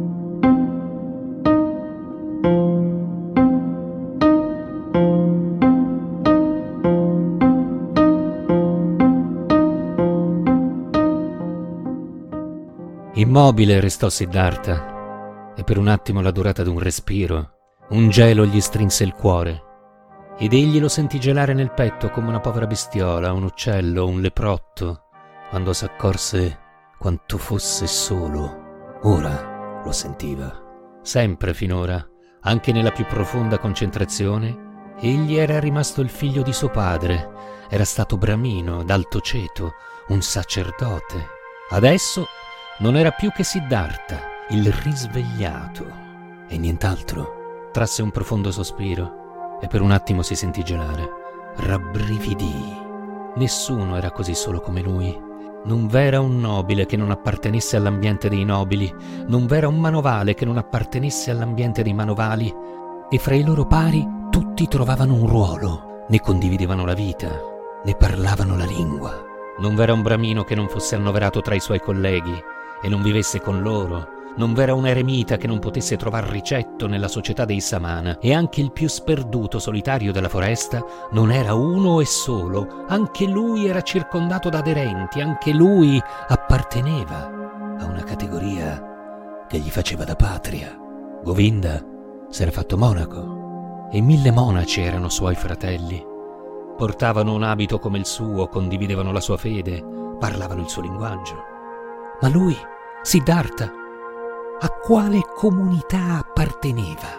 Immobile restò Siddhartha, e per un attimo la durata d'un respiro, un gelo gli strinse il cuore, ed egli lo sentì gelare nel petto come una povera bestiola, un uccello, un leprotto, quando s'accorse quanto fosse solo. Ora lo sentiva. Sempre finora, anche nella più profonda concentrazione, egli era rimasto il figlio di suo padre, era stato bramino, d'alto ceto, un sacerdote. Adesso non era più che Siddhartha, il risvegliato, e nient'altro. Trasse un profondo sospiro e per un attimo si sentì gelare. Rabbrividì. Nessuno era così solo come lui. Non v'era un nobile che non appartenesse all'ambiente dei nobili, non v'era un manovale che non appartenesse all'ambiente dei manovali, e fra i loro pari tutti trovavano un ruolo, ne condividevano la vita, ne parlavano la lingua. Non v'era un bramino che non fosse annoverato tra i suoi colleghi e non vivesse con loro. Non v'era un eremita che non potesse trovar ricetto nella società dei samana, e anche il più sperduto solitario della foresta non era uno e solo. Anche lui era circondato da aderenti, anche lui apparteneva a una categoria che gli faceva da patria. Govinda s'era fatto monaco e 1000 monaci erano suoi fratelli. Portavano un abito come il suo, condividevano la sua fede, parlavano il suo linguaggio. Ma lui, Siddhartha, a quale comunità apparteneva?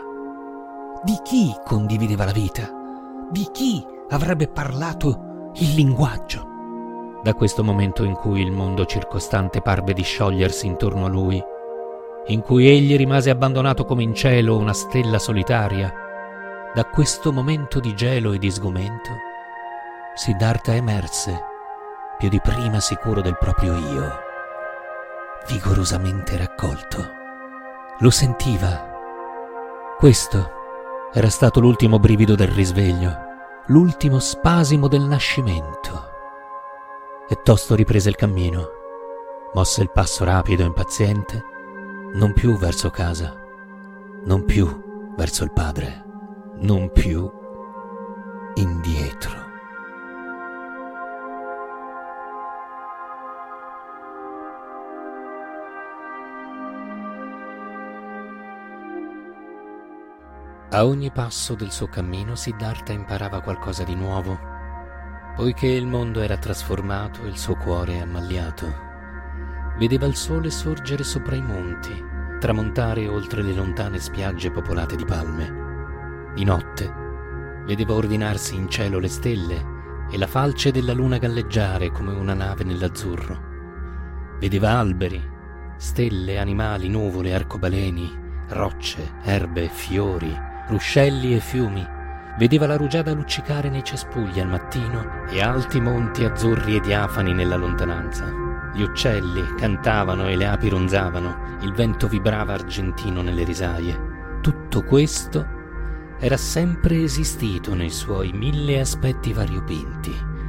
Di chi condivideva la vita? Di chi avrebbe parlato il linguaggio? Da questo momento in cui il mondo circostante parve di sciogliersi intorno a lui, in cui egli rimase abbandonato come in cielo una stella solitaria, da questo momento di gelo e di sgomento, Siddhartha emerse, più di prima sicuro del proprio io, vigorosamente raccolto. Lo sentiva. Questo era stato l'ultimo brivido del risveglio, l'ultimo spasimo del nascimento. E tosto riprese il cammino, mosse il passo rapido e impaziente, non più verso casa, non più verso il padre, non più indietro. A ogni passo del suo cammino Siddhartha imparava qualcosa di nuovo, poiché il mondo era trasformato e il suo cuore ammalliato. Vedeva il sole sorgere sopra i monti, tramontare oltre le lontane spiagge popolate di palme. Di notte vedeva ordinarsi in cielo le stelle e la falce della luna galleggiare come una nave nell'azzurro. Vedeva alberi, stelle, animali, nuvole, arcobaleni, rocce, erbe, fiori, ruscelli e fiumi. Vedeva la rugiada luccicare nei cespugli al mattino e alti monti azzurri e diafani nella lontananza. Gli uccelli cantavano e le api ronzavano, il vento vibrava argentino nelle risaie. Tutto questo era sempre esistito nei suoi 1000 aspetti variopinti.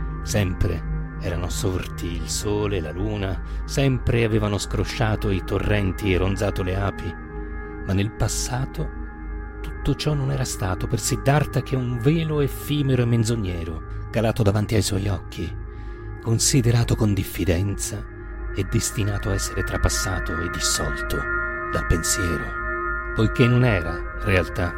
Sempre erano sorti il sole e la luna, sempre avevano scrosciato i torrenti e ronzato le api, ma nel passato tutto ciò non era stato per Siddhartha che un velo effimero e menzognero calato davanti ai suoi occhi, considerato con diffidenza e destinato a essere trapassato e dissolto dal pensiero, poiché non era realtà.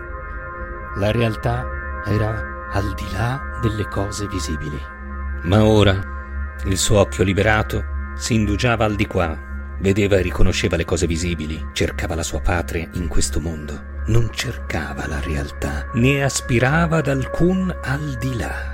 La realtà era al di là delle cose visibili. Ma ora il suo occhio liberato si indugiava al di qua, vedeva e riconosceva le cose visibili, cercava la sua patria in questo mondo. Non cercava la realtà, né aspirava ad alcun al di là.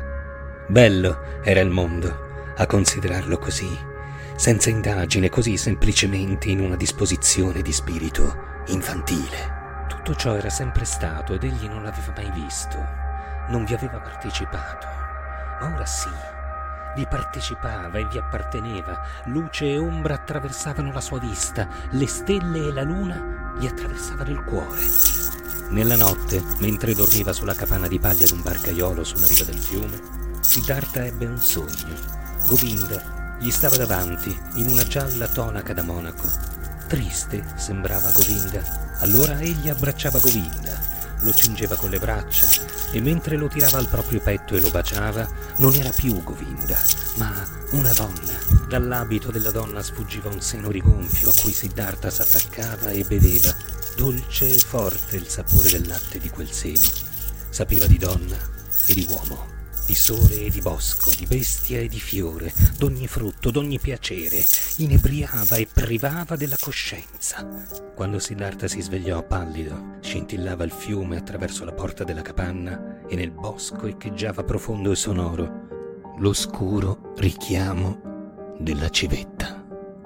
Bello era il mondo, a considerarlo così, senza indagine, così semplicemente in una disposizione di spirito infantile. Tutto ciò era sempre stato ed egli non l'aveva mai visto, non vi aveva partecipato. Ma ora sì, vi partecipava e vi apparteneva. Luce e ombra attraversavano la sua vista, le stelle e la luna gli attraversavano il cuore. Nella notte, mentre dormiva sulla capanna di paglia d'un barcaiolo sulla riva del fiume, Siddhartha ebbe un sogno. Govinda gli stava davanti in una gialla tonaca da monaco. Triste sembrava Govinda. Allora egli abbracciava Govinda, lo cingeva con le braccia e mentre lo tirava al proprio petto e lo baciava, non era più Govinda, ma una donna. Dall'abito della donna sfuggiva un seno rigonfio a cui Siddhartha s'attaccava e beveva. Dolce e forte il sapore del latte di quel seno. Sapeva di donna e di uomo, di sole e di bosco, di bestia e di fiore, d'ogni frutto, d'ogni piacere. Inebriava e privava della coscienza. Quando Siddhartha si svegliò pallido, scintillava il fiume attraverso la porta della capanna e nel bosco echeggiava profondo e sonoro l'oscuro richiamo della civetta.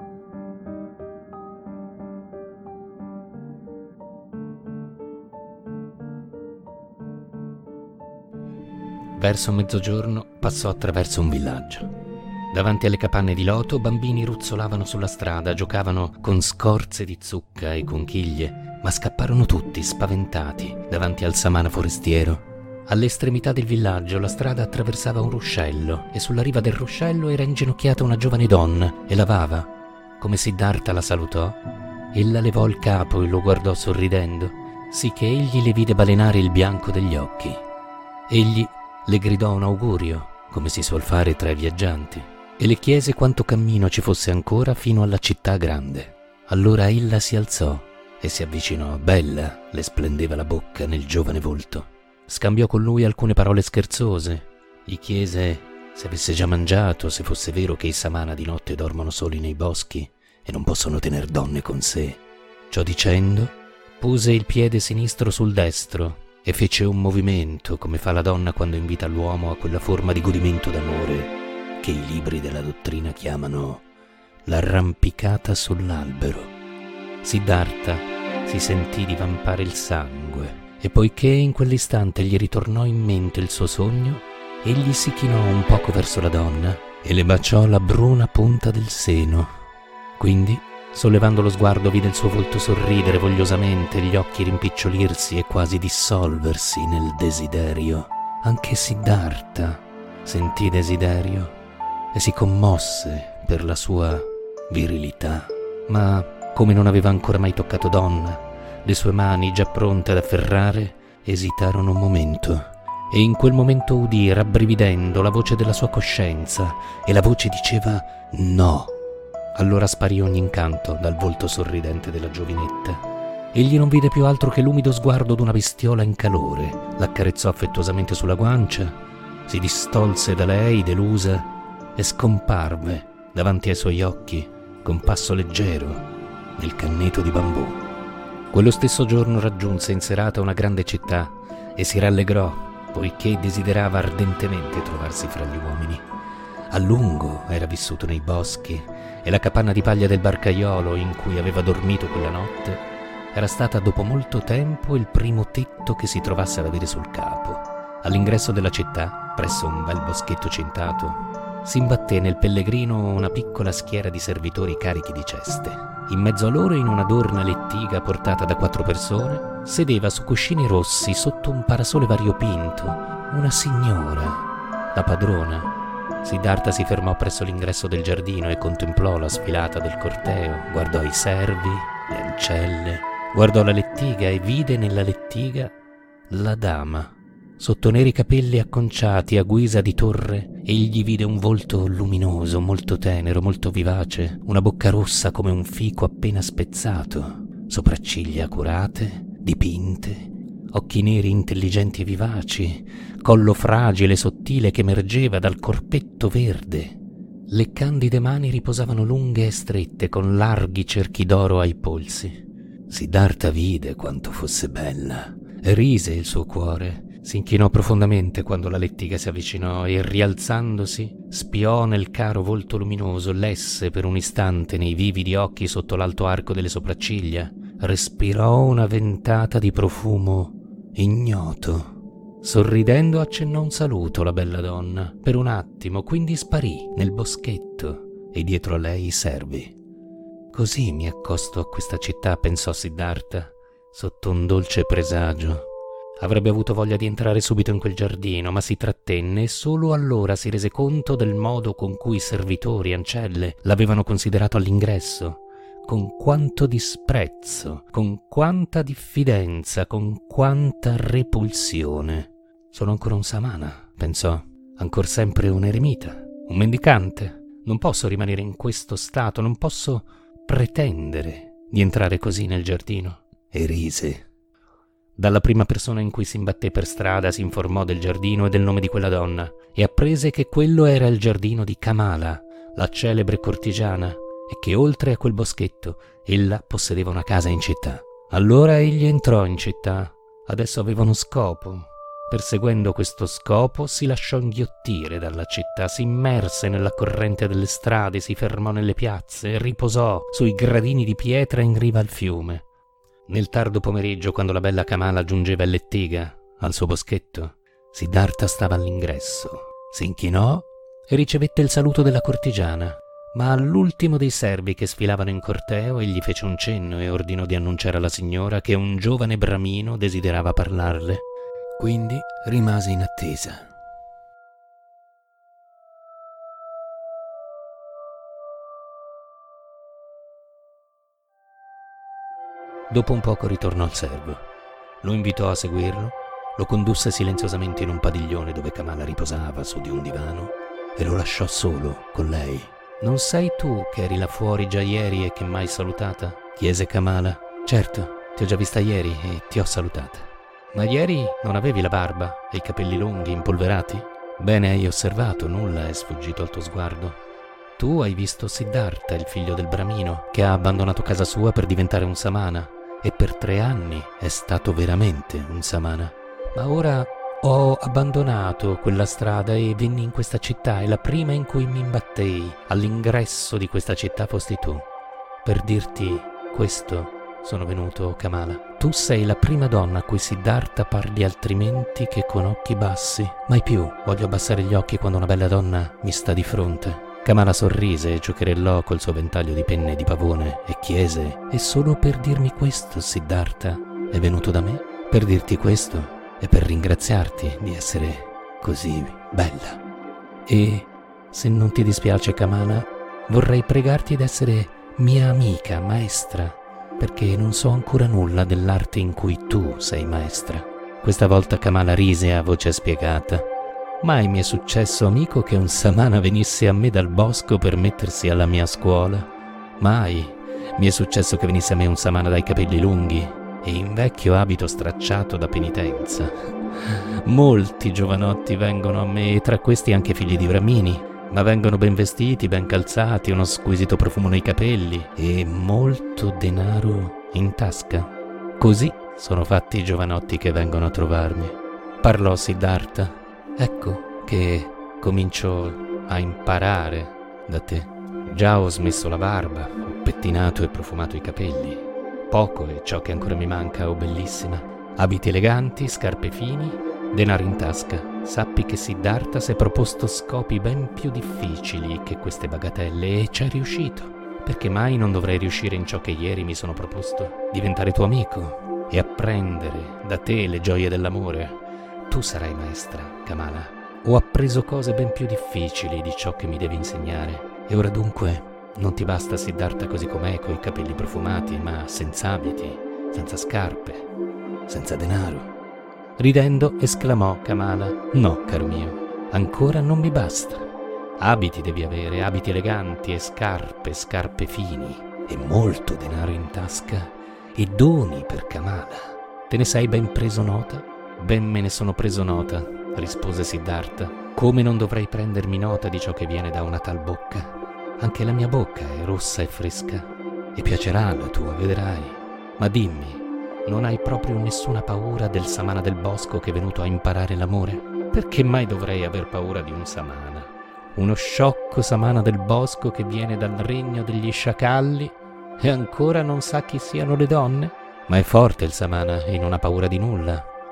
Verso mezzogiorno passò attraverso un villaggio. Davanti alle capanne di loto bambini ruzzolavano sulla strada, giocavano con scorze di zucca e conchiglie, ma scapparono tutti spaventati davanti al samana forestiero. All'estremità del villaggio la strada attraversava un ruscello e sulla riva del ruscello era inginocchiata una giovane donna e lavava. Come Siddhartha la salutò, ella levò il capo e lo guardò sorridendo, sicché egli le vide balenare il bianco degli occhi. Egli le gridò un augurio, come si suol fare tra i viaggianti, e le chiese quanto cammino ci fosse ancora fino alla città grande. Allora ella si alzò e si avvicinò. Bella le splendeva la bocca nel giovane volto. Scambiò con lui alcune parole scherzose. Gli chiese se avesse già mangiato, se fosse vero che i samana di notte dormono soli nei boschi e non possono tener donne con sé. Ciò dicendo, pose il piede sinistro sul destro e fece un movimento come fa la donna quando invita l'uomo a quella forma di godimento d'amore che i libri della dottrina chiamano l'arrampicata sull'albero. Siddhartha si sentì divampare il sangue e poiché in quell'istante gli ritornò in mente il suo sogno, egli si chinò un poco verso la donna e le baciò la bruna punta del seno. Quindi, sollevando lo sguardo, vide il suo volto sorridere vogliosamente, gli occhi rimpicciolirsi e quasi dissolversi nel desiderio. Anche Siddhartha sentì desiderio e si commosse per la sua virilità. Ma, come non aveva ancora mai toccato donna, le sue mani, già pronte ad afferrare, esitarono un momento. E in quel momento udì, rabbrividendo, la voce della sua coscienza, e la voce diceva no. Allora sparì ogni incanto dal volto sorridente della giovinetta. Egli non vide più altro che l'umido sguardo d'una bestiola in calore. L'accarezzò affettuosamente sulla guancia, si distolse da lei, delusa, e scomparve davanti ai suoi occhi con passo leggero nel canneto di bambù. Quello stesso giorno raggiunse in serata una grande città e si rallegrò, poiché desiderava ardentemente trovarsi fra gli uomini. A lungo era vissuto nei boschi e la capanna di paglia del barcaiolo in cui aveva dormito quella notte era stata dopo molto tempo il primo tetto che si trovasse ad avere sul capo. All'ingresso della città, presso un bel boschetto cintato, si imbatté nel pellegrino una piccola schiera di servitori carichi di ceste. In mezzo a loro, in una adorna lettiga portata da 4 persone, sedeva su cuscini rossi sotto un parasole variopinto una signora, la padrona. Siddhartha si fermò presso l'ingresso del giardino e contemplò la sfilata del corteo, guardò i servi, le ancelle, guardò la lettiga e vide nella lettiga la dama. Sotto neri capelli acconciati a guisa di torre, egli vide un volto luminoso, molto tenero, molto vivace, una bocca rossa come un fico appena spezzato, sopracciglia curate, dipinte, occhi neri intelligenti e vivaci, collo fragile e sottile che emergeva dal corpetto verde. Le candide mani riposavano lunghe e strette, con larghi cerchi d'oro ai polsi. Siddhartha vide quanto fosse bella e rise il suo cuore. Si inchinò profondamente quando la lettiga si avvicinò e, rialzandosi, spiò nel caro volto luminoso, lesse per un istante nei vividi occhi sotto l'alto arco delle sopracciglia, respirò una ventata di profumo ignoto Sorridendo accennò un saluto la bella donna per un attimo, quindi sparì nel boschetto e dietro a lei i servi. Così mi accosto a questa città, pensò Siddhartha, sotto un dolce presagio. Avrebbe avuto voglia di entrare subito in quel giardino, ma si trattenne e solo allora si rese conto del modo con cui i servitori e ancelle l'avevano considerato all'ingresso. Con quanto disprezzo, con quanta diffidenza, con quanta repulsione. Sono ancora un samana, pensò, ancor sempre un eremita, un mendicante. Non posso rimanere in questo stato, non posso pretendere di entrare così nel giardino. E rise. Dalla prima persona in cui si imbatté per strada si informò del giardino e del nome di quella donna e apprese che quello era il giardino di Kamala, la celebre cortigiana, e che oltre a quel boschetto ella possedeva una casa in città. Allora egli entrò in città. Adesso aveva uno scopo. Perseguendo questo scopo si lasciò inghiottire dalla città, si immerse nella corrente delle strade, si fermò nelle piazze, riposò sui gradini di pietra in riva al fiume. Nel tardo pomeriggio, quando la bella Kamala giungeva in lettiga al suo boschetto, Siddhartha stava all'ingresso. Si inchinò e ricevette il saluto della cortigiana, ma all'ultimo dei servi che sfilavano in corteo egli fece un cenno e ordinò di annunciare alla signora che un giovane bramino desiderava parlarle. Quindi rimase in attesa. Dopo un poco ritornò al servo. Lo invitò a seguirlo, lo condusse silenziosamente in un padiglione dove Kamala riposava su di un divano e lo lasciò solo con lei. «Non sei tu che eri là fuori già ieri e che m'hai salutata?» chiese Kamala. «Certo, ti ho già vista ieri e ti ho salutata. Ma ieri non avevi la barba e i capelli lunghi, impolverati? Bene hai osservato, nulla è sfuggito al tuo sguardo. Tu hai visto Siddhartha, il figlio del bramino, che ha abbandonato casa sua per diventare un samana, e per 3 anni è stato veramente un samana. Ma ora ho abbandonato quella strada e venni in questa città, e la prima in cui mi imbattei all'ingresso di questa città fosti tu. Per dirti questo sono venuto, Kamala. Tu sei la prima donna a cui Siddhartha parli altrimenti che con occhi bassi. Mai più voglio abbassare gli occhi quando una bella donna mi sta di fronte». Kamala sorrise e giocherellò col suo ventaglio di penne di pavone e chiese: «E solo per dirmi questo, Siddhartha, è venuto da me? Per dirti questo e per ringraziarti di essere così bella. E se non ti dispiace, Kamala, vorrei pregarti d'essere mia amica, maestra, perché non so ancora nulla dell'arte in cui tu sei maestra». Questa volta Kamala rise a voce spiegata. «Mai mi è successo, amico, che un samana venisse a me dal bosco per mettersi alla mia scuola. Mai mi è successo che venisse a me un samana dai capelli lunghi e in vecchio abito stracciato da penitenza. Molti giovanotti vengono a me, e tra questi anche figli di bramini, ma vengono ben vestiti, ben calzati, uno squisito profumo nei capelli e molto denaro in tasca. Così sono fatti i giovanotti che vengono a trovarmi». Parlò Siddhartha. «Ecco che comincio a imparare da te. Già ho smesso la barba, ho pettinato e profumato i capelli. Poco è ciò che ancora mi manca, oh bellissima. Abiti eleganti, scarpe fini, denaro in tasca. Sappi che Siddhartha si è proposto scopi ben più difficili che queste bagatelle e ci è riuscito. Perché mai non dovrei riuscire in ciò che ieri mi sono proposto? Diventare tuo amico e apprendere da te le gioie dell'amore. Tu sarai maestra, Kamala. Ho appreso cose ben più difficili di ciò che mi devi insegnare. E ora dunque non ti basta Siddhartha così com'è, coi capelli profumati, ma senza abiti, senza scarpe, senza denaro». Ridendo esclamò Kamala: «No, caro mio, ancora non mi basta. Abiti devi avere, abiti eleganti e scarpe fini, e molto denaro in tasca, e doni per Kamala. Te ne sei ben preso nota?» «Ben me ne sono preso nota», rispose Siddhartha. «Come non dovrei prendermi nota di ciò che viene da una tal bocca? Anche la mia bocca è rossa e fresca, e piacerà la tua, vedrai. Ma dimmi, non hai proprio nessuna paura del samana del bosco che è venuto a imparare l'amore? Perché mai dovrei aver paura di un samana? Uno sciocco samana del bosco che viene dal regno degli sciacalli e ancora non sa chi siano le donne? Ma è forte il samana e non ha paura di nulla.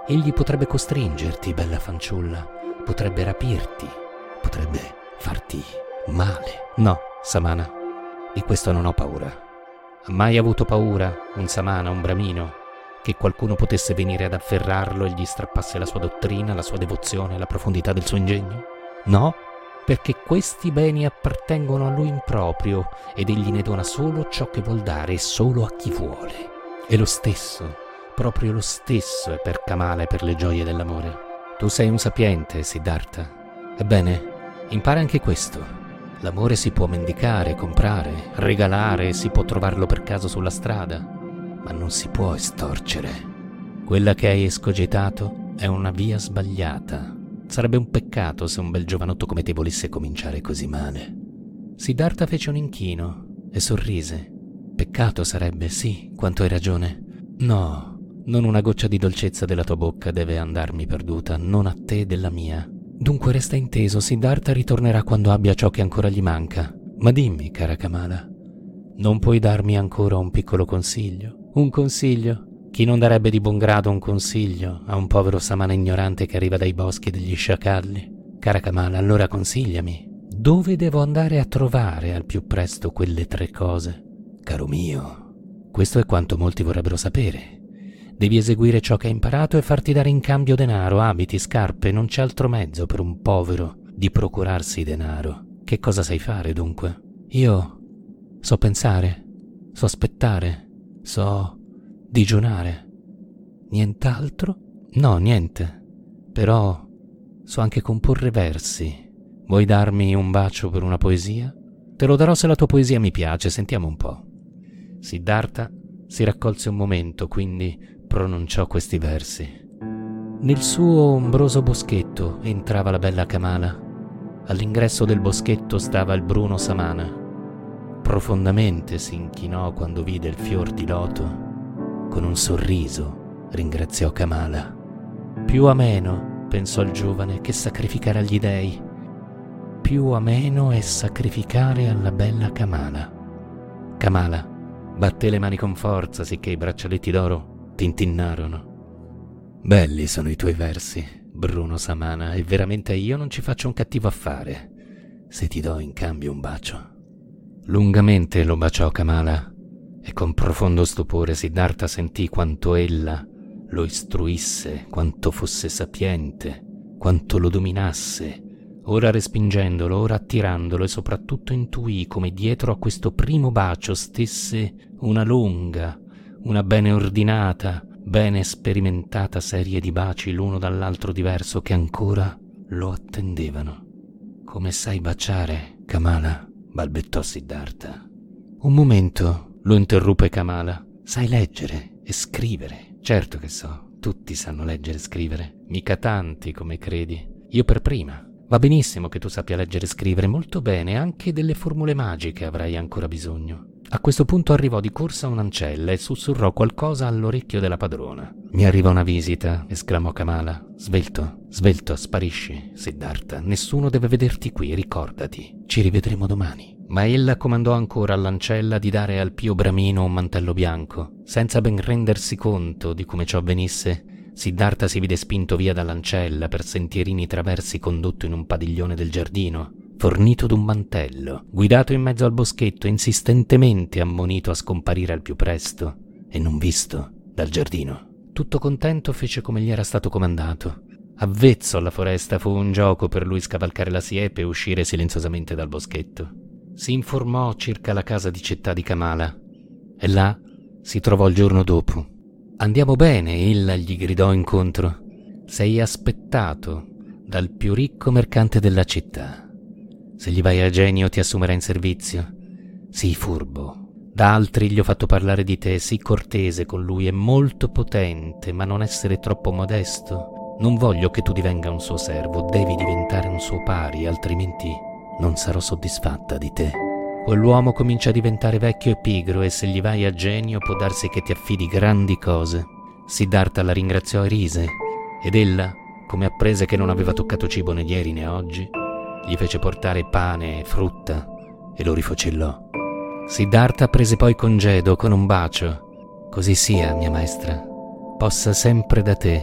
Egli potrebbe costringerti, bella fanciulla, potrebbe rapirti, potrebbe farti male. No, Samana, di questo non ho paura. Ha mai avuto paura un Samana, un bramino, che qualcuno potesse venire ad afferrarlo e gli strappasse la sua dottrina, la sua devozione, la profondità del suo ingegno? No, perché questi beni appartengono a lui in proprio ed egli ne dona solo ciò che vuol dare e solo a chi vuole. E lo stesso, proprio lo stesso è per Kamala e per le gioie dell'amore. Tu sei un sapiente, Siddhartha. Ebbene, impara anche questo. L'amore si può mendicare, comprare, regalare, si può trovarlo per caso sulla strada, ma non si può estorcere. Quella che hai escogitato è una via sbagliata. Sarebbe un peccato se un bel giovanotto come te volesse cominciare così male. Siddhartha fece un inchino e sorrise. Peccato sarebbe, sì, quanto hai ragione. No, non una goccia di dolcezza della tua bocca deve andarmi perduta, non a te della mia. Dunque resta inteso, Siddhartha ritornerà quando abbia ciò che ancora gli manca. Ma dimmi, cara Kamala, non puoi darmi ancora un piccolo consiglio? Un consiglio? Chi non darebbe di buon grado un consiglio a un povero Samana ignorante che arriva dai boschi degli sciacalli? Cara Kamala, allora consigliami. Dove devo andare a trovare al più presto quelle 3 cose? Caro mio, questo è quanto molti vorrebbero sapere. Devi eseguire ciò che hai imparato e farti dare in cambio denaro, abiti, scarpe. Non c'è altro mezzo per un povero di procurarsi denaro. Che cosa sai fare, dunque? Io so pensare, so aspettare, so digiunare. Nient'altro? No, niente. Però so anche comporre versi. Vuoi darmi un bacio per una poesia? Te lo darò se la tua poesia mi piace, sentiamo un po'. Siddhartha si raccolse un momento, quindi pronunciò questi versi. Nel suo ombroso boschetto entrava la bella Kamala. All'ingresso del boschetto stava il bruno Samana. Profondamente si inchinò quando vide il fior di loto. Con un sorriso ringraziò Kamala. Più ameno, pensò il giovane, che sacrificare agli dei. Più ameno è sacrificare alla bella Kamala. Kamala batté le mani con forza sicché i braccialetti d'oro tintinnarono. Belli sono i tuoi versi, Bruno Samana, e veramente io non ci faccio un cattivo affare se ti do in cambio un bacio. Lungamente lo baciò Kamala e con profondo stupore Siddhartha sentì quanto ella lo istruisse, quanto fosse sapiente, quanto lo dominasse, ora respingendolo, ora attirandolo, e soprattutto intuì come dietro a questo primo bacio stesse una lunga, una bene ordinata, bene sperimentata serie di baci l'uno dall'altro diverso che ancora lo attendevano. Come sai baciare, Kamala? Balbettò Siddhartha. Un momento, lo interruppe Kamala. Sai leggere e scrivere? Certo che so, tutti sanno leggere e scrivere, mica tanti come credi. Io per prima. Va benissimo che tu sappia leggere e scrivere, molto bene, anche delle formule magiche avrai ancora bisogno. A questo punto arrivò di corsa un'ancella e sussurrò qualcosa all'orecchio della padrona. Mi arriva una visita, esclamò Kamala. Svelto, svelto, sparisci, Siddhartha. Nessuno deve vederti qui, ricordati. Ci rivedremo domani. Ma ella comandò ancora all'ancella di dare al pio bramino un mantello bianco. Senza ben rendersi conto di come ciò avvenisse, Siddhartha si vide spinto via dall'ancella per sentierini traversi condotto in un padiglione del giardino, fornito d'un mantello, guidato in mezzo al boschetto, insistentemente ammonito a scomparire al più presto e non visto dal giardino. Tutto contento fece come gli era stato comandato. Avvezzo alla foresta, fu un gioco per lui scavalcare la siepe e uscire silenziosamente dal boschetto. Si informò circa la casa di città di Kamala e là si trovò il giorno dopo. Andiamo bene, ella gli gridò incontro. Sei aspettato dal più ricco mercante della città. Se gli vai a genio ti assumerà in servizio. Sii furbo. Da altri gli ho fatto parlare di te, sii cortese con lui, è molto potente, ma non essere troppo modesto. Non voglio che tu divenga un suo servo, devi diventare un suo pari, altrimenti non sarò soddisfatta di te. Quell'uomo comincia a diventare vecchio e pigro e se gli vai a genio può darsi che ti affidi grandi cose. Siddhartha la ringraziò e rise, ed ella, come apprese che non aveva toccato cibo né ieri né oggi, gli fece portare pane e frutta e lo rifocillò. Siddhartha prese poi congedo con un bacio. Così sia, mia maestra, possa sempre da te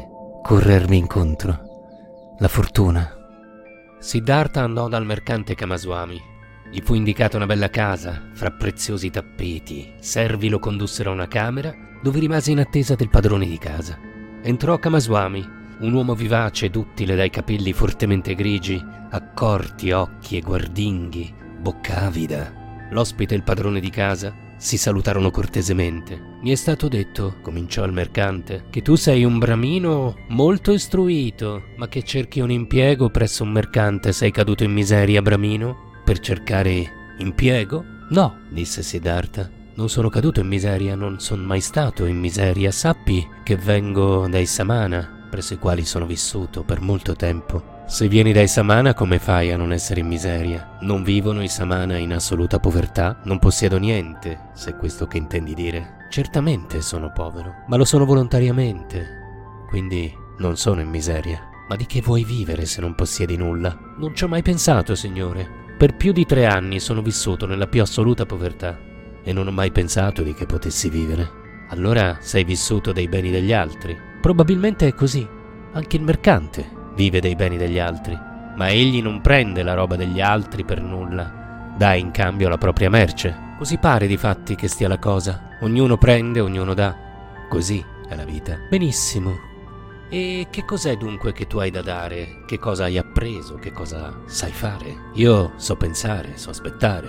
corrermi incontro. La fortuna. Siddhartha andò dal mercante Kamaswami. Gli fu indicata una bella casa, fra preziosi tappeti. Servi lo condussero a una camera, dove rimase in attesa del padrone di casa. Entrò Kamaswami, un uomo vivace, duttile, dai capelli fortemente grigi, accorti occhi e guardinghi, bocca avida. L'ospite e il padrone di casa si salutarono cortesemente. Mi è stato detto, cominciò il mercante, che tu sei un bramino molto istruito, ma che cerchi un impiego presso un mercante. Sei caduto in miseria, bramino, per cercare impiego? No, disse Siddhartha, non sono caduto in miseria, non sono mai stato in miseria. Sappi che vengo dai Samana, presso i quali sono vissuto per molto tempo. Se vieni dai Samana, come fai a non essere in miseria? Non vivono i Samana in assoluta povertà? Non possiedo niente, se è questo che intendi dire. Certamente sono povero, ma lo sono volontariamente, quindi non sono in miseria. Ma di che vuoi vivere se non possiedi nulla? Non ci ho mai pensato, signore. Per più di 3 anni sono vissuto nella più assoluta povertà e non ho mai pensato di che potessi vivere. Allora sei vissuto dei beni degli altri. Probabilmente è così. Anche il mercante vive dei beni degli altri, ma egli non prende la roba degli altri per nulla, dà in cambio la propria merce. Così pare difatti che stia la cosa. Ognuno prende, ognuno dà. Così è la vita. Benissimo. E che cos'è dunque che tu hai da dare? Che cosa hai appreso? Che cosa sai fare? Io so pensare, so aspettare,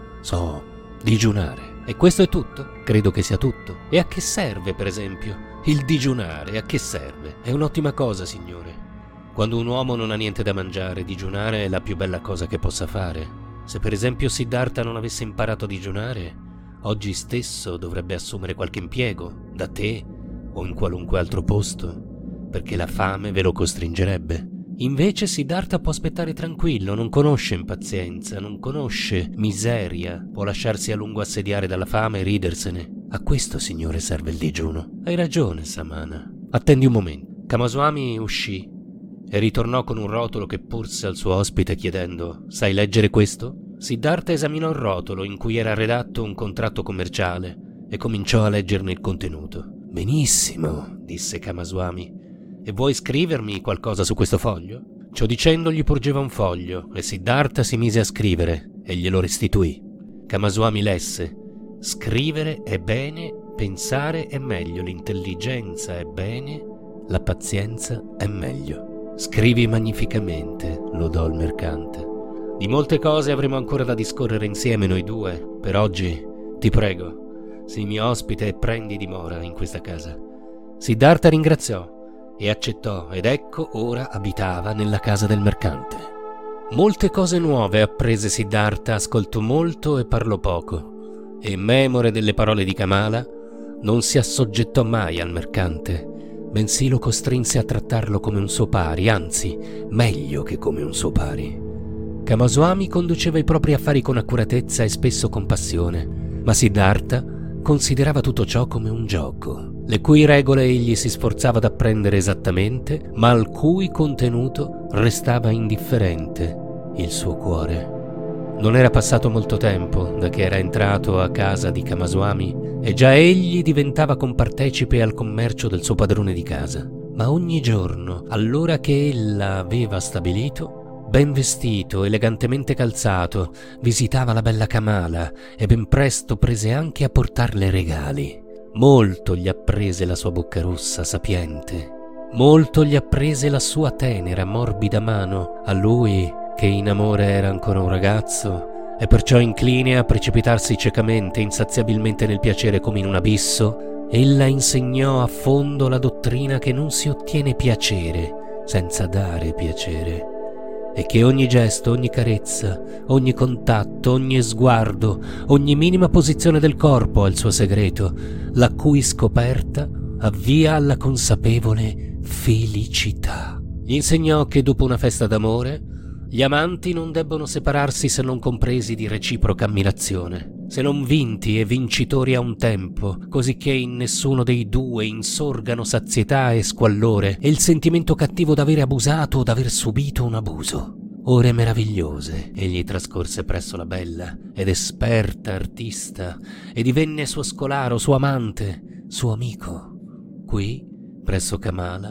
so digiunare. E questo è tutto? Credo che sia tutto. E a che serve, per esempio, il digiunare? A che serve? È un'ottima cosa, signore. Quando un uomo non ha niente da mangiare, digiunare è la più bella cosa che possa fare. Se per esempio Siddhartha non avesse imparato a digiunare, oggi stesso dovrebbe assumere qualche impiego, da te o in qualunque altro posto, perché la fame ve lo costringerebbe. Invece Siddhartha può aspettare tranquillo, non conosce impazienza, non conosce miseria, può lasciarsi a lungo assediare dalla fame e ridersene. A questo, signore, serve il digiuno. Hai ragione, Samana. Attendi un momento. Kamaswami uscì e ritornò con un rotolo che porse al suo ospite chiedendo: sai leggere questo? Siddhartha esaminò il rotolo in cui era redatto un contratto commerciale e cominciò a leggerne il contenuto. Benissimo, disse Kamaswami. E vuoi scrivermi qualcosa su questo foglio? Ciò dicendo gli porgeva un foglio e Siddhartha si mise a scrivere e glielo restituì. Kamaswami lesse: scrivere è bene, pensare è meglio, l'intelligenza è bene, la pazienza è meglio. Scrivi magnificamente, lodò il mercante. Di molte cose avremo ancora da discorrere insieme noi due. Per oggi, ti prego, sii mio ospite e prendi dimora in questa casa. Siddhartha ringraziò e accettò, ed ecco ora abitava nella casa del mercante. Molte cose nuove apprese Siddhartha, ascoltò molto e parlò poco, e memore delle parole di Kamala, non si assoggettò mai al mercante, bensì lo costrinse a trattarlo come un suo pari, anzi, meglio che come un suo pari. Kamaswami conduceva i propri affari con accuratezza e spesso con passione, ma Siddhartha considerava tutto ciò come un gioco, le cui regole egli si sforzava d'apprendere esattamente, ma al cui contenuto restava indifferente il suo cuore. Non era passato molto tempo da che era entrato a casa di Kamaswami e già egli diventava compartecipe al commercio del suo padrone di casa. Ma ogni giorno, all'ora che ella aveva stabilito, ben vestito, elegantemente calzato, visitava la bella Kamala e ben presto prese anche a portarle regali. Molto gli apprese la sua bocca rossa, sapiente. Molto gli apprese la sua tenera, morbida mano, a lui che in amore era ancora un ragazzo e perciò incline a precipitarsi ciecamente, insaziabilmente nel piacere come in un abisso. Ella insegnò a fondo la dottrina che non si ottiene piacere senza dare piacere, e che ogni gesto, ogni carezza, ogni contatto, ogni sguardo, ogni minima posizione del corpo ha il suo segreto, la cui scoperta avvia alla consapevole felicità. Gli insegnò che dopo una festa d'amore gli amanti non debbono separarsi se non compresi di reciproca ammirazione, se non vinti e vincitori a un tempo, così che in nessuno dei due insorgano sazietà e squallore e il sentimento cattivo d'avere abusato o d'aver subito un abuso. Ore meravigliose egli trascorse presso la bella ed esperta artista e divenne suo scolaro, suo amante, suo amico. Qui, presso Kamala,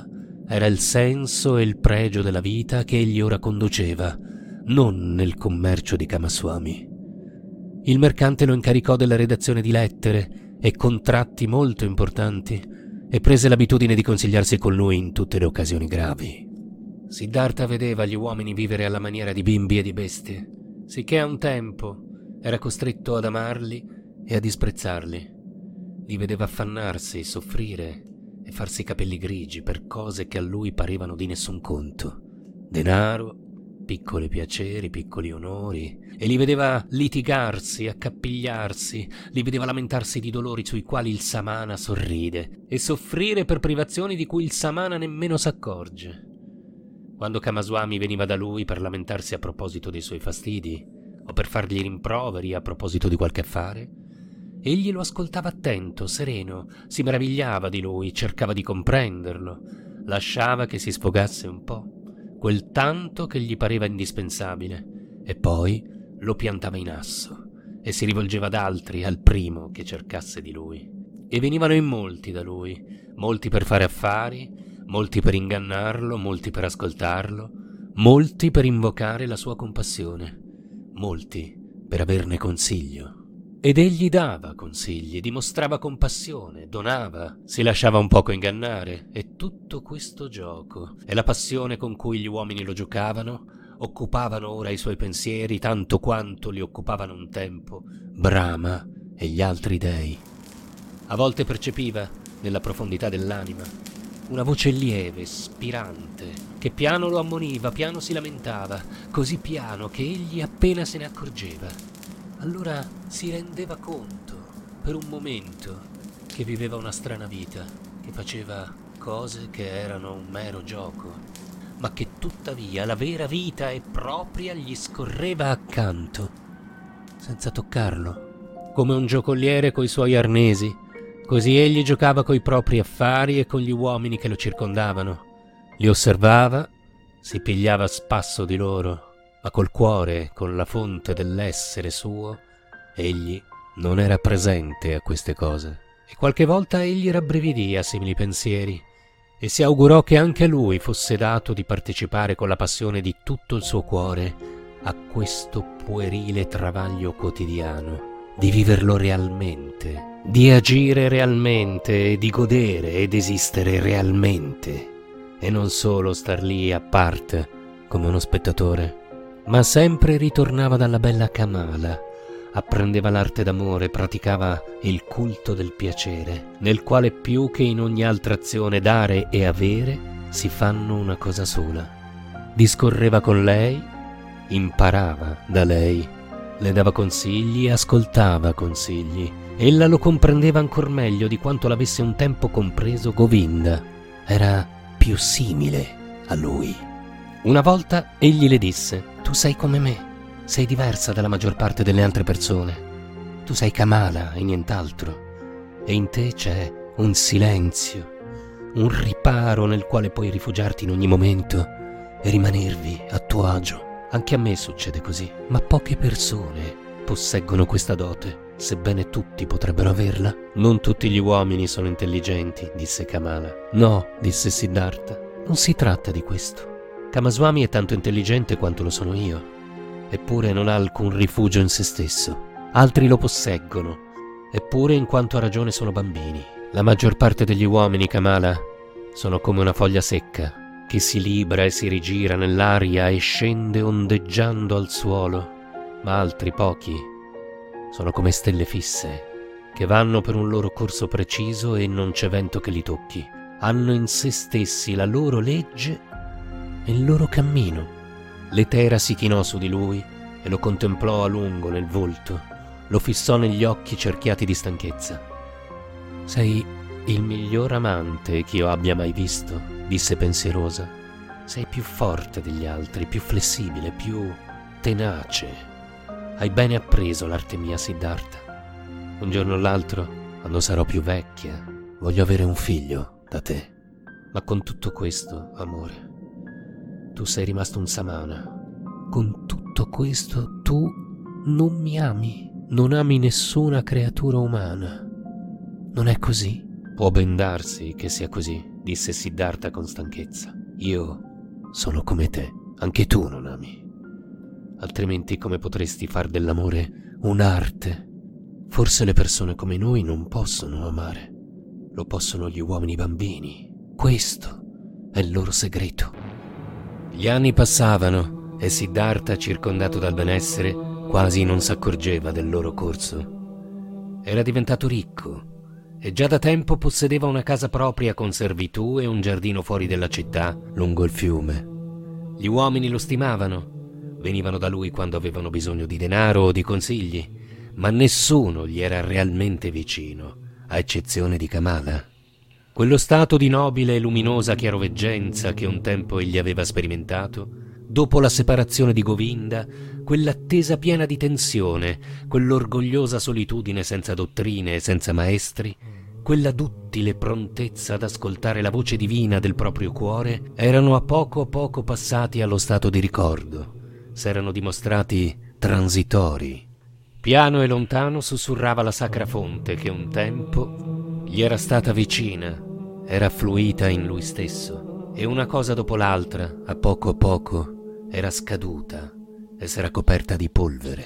Era il senso e il pregio della vita che egli ora conduceva, non nel commercio di Kamaswami. Il mercante lo incaricò della redazione di lettere e contratti molto importanti e prese l'abitudine di consigliarsi con lui in tutte le occasioni gravi. Siddhartha vedeva gli uomini vivere alla maniera di bimbi e di bestie, sicché a un tempo era costretto ad amarli e a disprezzarli. Li vedeva affannarsi, soffrire e farsi i capelli grigi per cose che a lui parevano di nessun conto. Denaro, piccoli piaceri, piccoli onori, e li vedeva litigarsi, accappigliarsi, li vedeva lamentarsi di dolori sui quali il samana sorride e soffrire per privazioni di cui il samana nemmeno s'accorge. Quando Kamaswami veniva da lui per lamentarsi a proposito dei suoi fastidi o per fargli rimproveri a proposito di qualche affare, egli lo ascoltava attento, sereno, si meravigliava di lui, cercava di comprenderlo, lasciava che si sfogasse un po', quel tanto che gli pareva indispensabile, e poi lo piantava in asso e si rivolgeva ad altri, al primo che cercasse di lui. E venivano in molti da lui, molti per fare affari, molti per ingannarlo, molti per ascoltarlo, molti per invocare la sua compassione, molti per averne consiglio. Ed egli dava consigli, dimostrava compassione, donava, si lasciava un poco ingannare, e tutto questo gioco e la passione con cui gli uomini lo giocavano occupavano ora i suoi pensieri tanto quanto li occupavano un tempo Brahma e gli altri dei. A volte percepiva, nella profondità dell'anima, una voce lieve, spirante, che piano lo ammoniva, piano si lamentava, così piano che egli appena se ne accorgeva. Allora si rendeva conto, per un momento, che viveva una strana vita, che faceva cose che erano un mero gioco, ma che tuttavia la vera vita e propria gli scorreva accanto, senza toccarlo, come un giocoliere coi suoi arnesi. Così egli giocava coi propri affari e con gli uomini che lo circondavano. Li osservava, si pigliava a spasso di loro, ma col cuore, con la fonte dell'essere suo, egli non era presente a queste cose. E qualche volta egli rabbrividì a simili pensieri e si augurò che anche a lui fosse dato di partecipare con la passione di tutto il suo cuore a questo puerile travaglio quotidiano, di viverlo realmente, di agire realmente e di godere ed esistere realmente, e non solo star lì a parte come uno spettatore. Ma sempre ritornava dalla bella Kamala, apprendeva l'arte d'amore, praticava il culto del piacere, nel quale più che in ogni altra azione dare e avere si fanno una cosa sola. Discorreva con lei, imparava da lei, le dava consigli e ascoltava consigli. Ella lo comprendeva ancor meglio di quanto l'avesse un tempo compreso Govinda. Era più simile a lui. Una volta egli le disse: «Tu sei come me, sei diversa dalla maggior parte delle altre persone. Tu sei Kamala e nient'altro, e in te c'è un silenzio, un riparo nel quale puoi rifugiarti in ogni momento e rimanervi a tuo agio. Anche a me succede così, ma poche persone posseggono questa dote, sebbene tutti potrebbero averla». «Non tutti gli uomini sono intelligenti», disse Kamala. «No», disse Siddhartha, «non si tratta di questo. Kamaswami è tanto intelligente quanto lo sono io, eppure non ha alcun rifugio in se stesso. Altri lo posseggono, eppure in quanto a ragione sono bambini. La maggior parte degli uomini, Kamala, sono come una foglia secca, che si libra e si rigira nell'aria e scende ondeggiando al suolo, ma altri pochi sono come stelle fisse, che vanno per un loro corso preciso e non c'è vento che li tocchi. Hanno in se stessi la loro legge e il loro cammino». L'Etera si chinò su di lui e lo contemplò a lungo nel volto, lo fissò negli occhi cerchiati di stanchezza. «Sei il miglior amante che io abbia mai visto», disse pensierosa. «Sei più forte degli altri, più flessibile, più tenace. Hai bene appreso l'arte mia, Siddhartha. Un giorno o l'altro, quando sarò più vecchia, voglio avere un figlio da te. Ma con tutto questo, amore, tu sei rimasto un samana. Con tutto questo tu non mi ami, non ami nessuna creatura umana. Non è così?» «Può ben darsi che sia così», disse Siddhartha con stanchezza. Io sono come te, anche tu non ami. Altrimenti come potresti far dell'amore un'arte? Forse le persone come noi non possono amare. Lo possono gli uomini bambini. Questo è il loro segreto. Gli anni passavano e Siddhartha, circondato dal benessere, quasi non s'accorgeva del loro corso. Era diventato ricco e già da tempo possedeva una casa propria con servitù e un giardino fuori della città, lungo il fiume. Gli uomini lo stimavano, venivano da lui quando avevano bisogno di denaro o di consigli, ma nessuno gli era realmente vicino, a eccezione di Kamala. Quello stato di nobile e luminosa chiaroveggenza che un tempo egli aveva sperimentato, dopo la separazione di Govinda, quell'attesa piena di tensione, quell'orgogliosa solitudine senza dottrine e senza maestri, quella duttile prontezza ad ascoltare la voce divina del proprio cuore, erano a poco passati allo stato di ricordo, s'erano dimostrati transitori. Piano e lontano sussurrava la sacra fonte che un tempo gli era stata vicina, era affluita in lui stesso, e una cosa dopo l'altra, a poco, era scaduta e s'era coperta di polvere.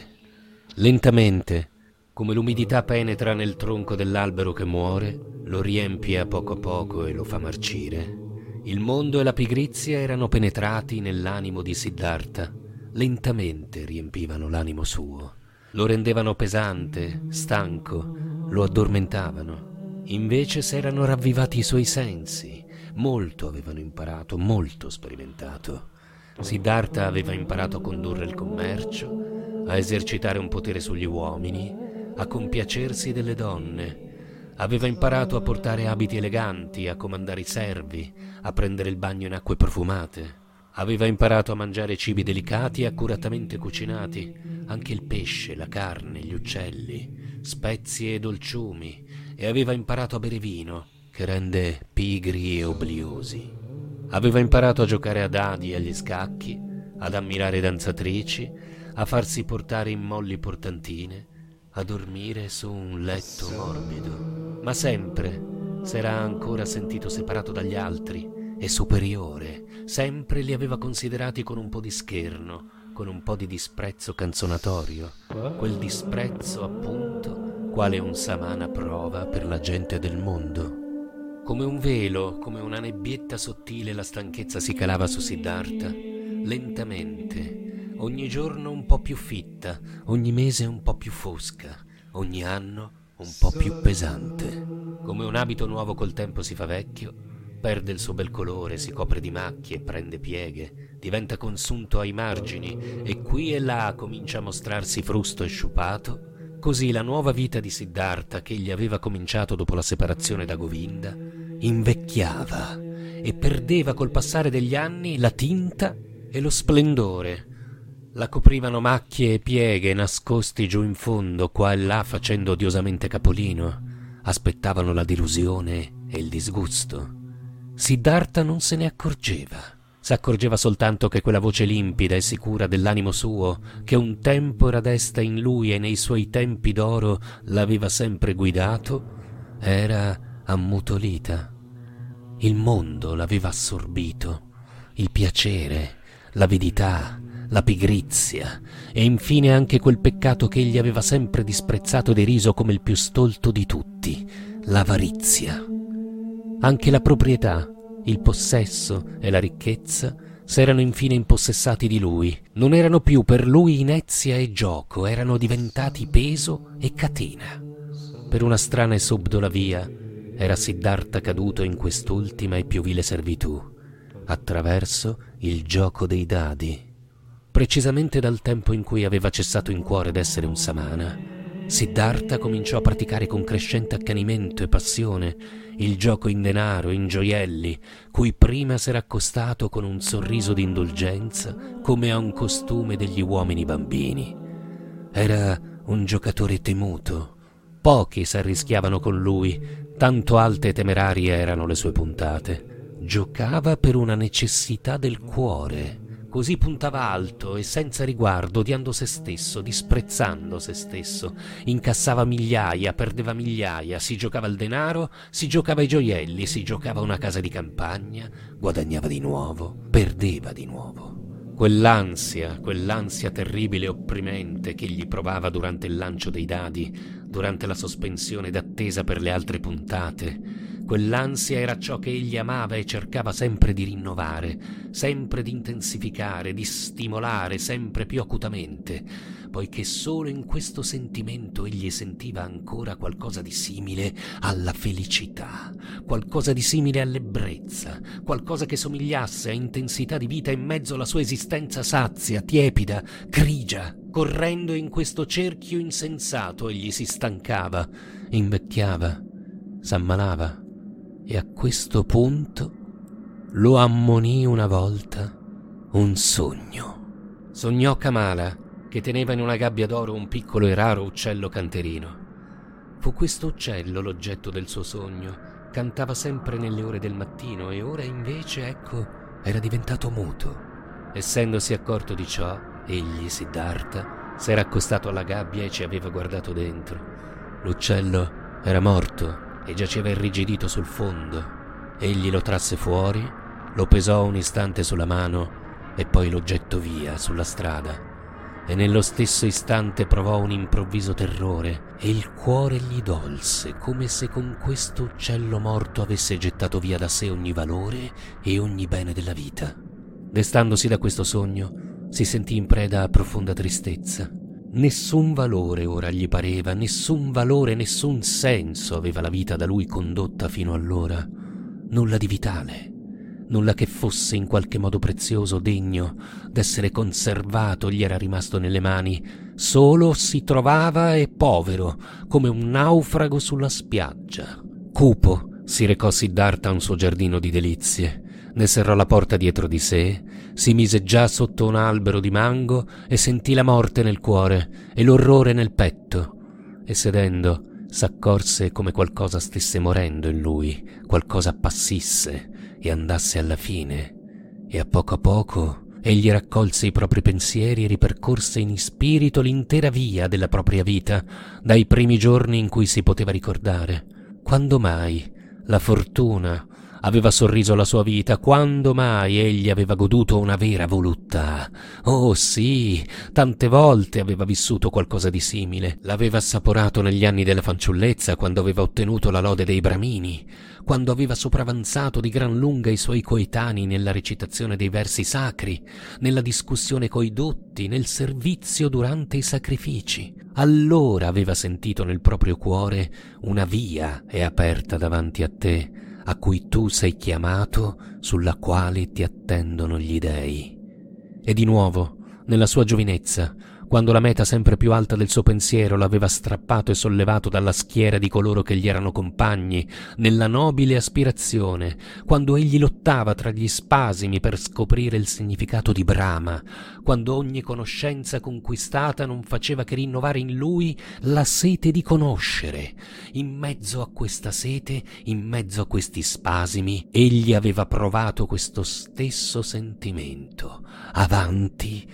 Lentamente, come l'umidità penetra nel tronco dell'albero che muore, lo riempie a poco e lo fa marcire, il mondo e la pigrizia erano penetrati nell'animo di Siddhartha, lentamente riempivano l'animo suo, lo rendevano pesante, stanco, lo addormentavano. Invece s'erano ravvivati i suoi sensi, molto avevano imparato, molto sperimentato. Siddhartha aveva imparato a condurre il commercio, a esercitare un potere sugli uomini, a compiacersi delle donne. Aveva imparato a portare abiti eleganti, a comandare i servi, a prendere il bagno in acque profumate. Aveva imparato a mangiare cibi delicati e accuratamente cucinati, anche il pesce, la carne, gli uccelli, spezie e dolciumi, e aveva imparato a bere vino, che rende pigri e obliosi. Aveva imparato a giocare a dadi e agli scacchi, ad ammirare danzatrici, a farsi portare in molli portantine, a dormire su un letto morbido. Ma sempre s'era ancora sentito separato dagli altri e superiore, sempre li aveva considerati con un po' di scherno, con un po' di disprezzo canzonatorio, quel disprezzo appunto quale un samana prova per la gente del mondo. Come un velo, come una nebbietta sottile, la stanchezza si calava su Siddhartha, lentamente, ogni giorno un po' più fitta, ogni mese un po' più fosca, ogni anno un po' più pesante. Come un abito nuovo col tempo si fa vecchio, perde il suo bel colore, si copre di macchie, prende pieghe, diventa consunto ai margini e qui e là comincia a mostrarsi frusto e sciupato. Così la nuova vita di Siddhartha, che egli aveva cominciato dopo la separazione da Govinda, invecchiava e perdeva col passare degli anni la tinta e lo splendore. La coprivano macchie e pieghe nascosti giù in fondo, qua e là facendo odiosamente capolino. Aspettavano la delusione e il disgusto. Siddhartha non se ne accorgeva. S'accorgeva soltanto che quella voce limpida e sicura dell'animo suo, che un tempo era desta in lui e nei suoi tempi d'oro l'aveva sempre guidato, era ammutolita. Il mondo l'aveva assorbito, il piacere, l'avidità, la pigrizia e infine anche quel peccato che egli aveva sempre disprezzato e deriso come il più stolto di tutti, l'avarizia. Anche la proprietà, il possesso e la ricchezza s'erano infine impossessati di lui. Non erano più per lui inezia e gioco, erano diventati peso e catena. Per una strana e subdola via era Siddhartha caduto in quest'ultima e più vile servitù, attraverso il gioco dei dadi. Precisamente dal tempo in cui aveva cessato in cuore d'essere un samana, Siddhartha cominciò a praticare con crescente accanimento e passione il gioco in denaro, in gioielli, cui prima s'era accostato con un sorriso di indulgenza come a un costume degli uomini bambini. Era un giocatore temuto. Pochi s'arrischiavano con lui, tanto alte e temerarie erano le sue puntate. Giocava per una necessità del cuore, Così puntava alto e senza riguardo, odiando se stesso, disprezzando se stesso. Incassava migliaia, perdeva migliaia, si giocava il denaro, si giocava i gioielli, si giocava una casa di campagna, guadagnava di nuovo, perdeva di nuovo. Quell'ansia terribile e opprimente che egli provava durante il lancio dei dadi, durante la sospensione d'attesa per le altre puntate, quell'ansia era ciò che egli amava e cercava sempre di rinnovare, sempre di intensificare, di stimolare sempre più acutamente, poiché solo in questo sentimento egli sentiva ancora qualcosa di simile alla felicità, qualcosa di simile all'ebbrezza, qualcosa che somigliasse a intensità di vita in mezzo alla sua esistenza sazia, tiepida, grigia. Correndo in questo cerchio insensato egli si stancava, invecchiava, s'ammalava. E a questo punto lo ammonì una volta un sogno. Sognò Kamala, che teneva in una gabbia d'oro un piccolo e raro uccello canterino. Fu questo uccello l'oggetto del suo sogno. Cantava sempre nelle ore del mattino e ora invece, ecco, era diventato muto. Essendosi accorto di ciò, egli, Siddhartha, s'era accostato alla gabbia e ci aveva guardato dentro. L'uccello era morto e giaceva irrigidito sul fondo. Egli lo trasse fuori, lo pesò un istante sulla mano e poi lo gettò via sulla strada. E nello stesso istante provò un improvviso terrore e il cuore gli dolse, come se con questo uccello morto avesse gettato via da sé ogni valore e ogni bene della vita. Destandosi da questo sogno, si sentì in preda a profonda tristezza. Nessun valore ora gli pareva, nessun valore, nessun senso aveva la vita da lui condotta fino allora. Nulla di vitale, nulla che fosse in qualche modo prezioso, degno d'essere conservato gli era rimasto nelle mani. Solo si trovava e povero, come un naufrago sulla spiaggia. Cupo si recò Siddhartha a un suo giardino di delizie. Ne serrò la porta dietro di sé, si mise già sotto un albero di mango e sentì la morte nel cuore e l'orrore nel petto. E sedendo s'accorse come qualcosa stesse morendo in lui, qualcosa appassisse e andasse alla fine. E a poco egli raccolse i propri pensieri e ripercorse in spirito l'intera via della propria vita, dai primi giorni in cui si poteva ricordare. Quando mai la fortuna aveva sorriso alla sua vita? Quando mai egli aveva goduto una vera voluttà? Oh sì, tante volte aveva vissuto qualcosa di simile. L'aveva assaporato negli anni della fanciullezza, quando aveva ottenuto la lode dei bramini, quando aveva sopravanzato di gran lunga i suoi coetanei nella recitazione dei versi sacri, nella discussione coi dotti, nel servizio durante i sacrifici. Allora aveva sentito nel proprio cuore: una via è aperta davanti a te, a cui tu sei chiamato, sulla quale ti attendono gli dei. E di nuovo, nella sua giovinezza, quando la meta sempre più alta del suo pensiero l'aveva strappato e sollevato dalla schiera di coloro che gli erano compagni, nella nobile aspirazione, quando egli lottava tra gli spasimi per scoprire il significato di Brahma, quando ogni conoscenza conquistata non faceva che rinnovare in lui la sete di conoscere. In mezzo a questa sete, in mezzo a questi spasimi, egli aveva provato questo stesso sentimento. Avanti,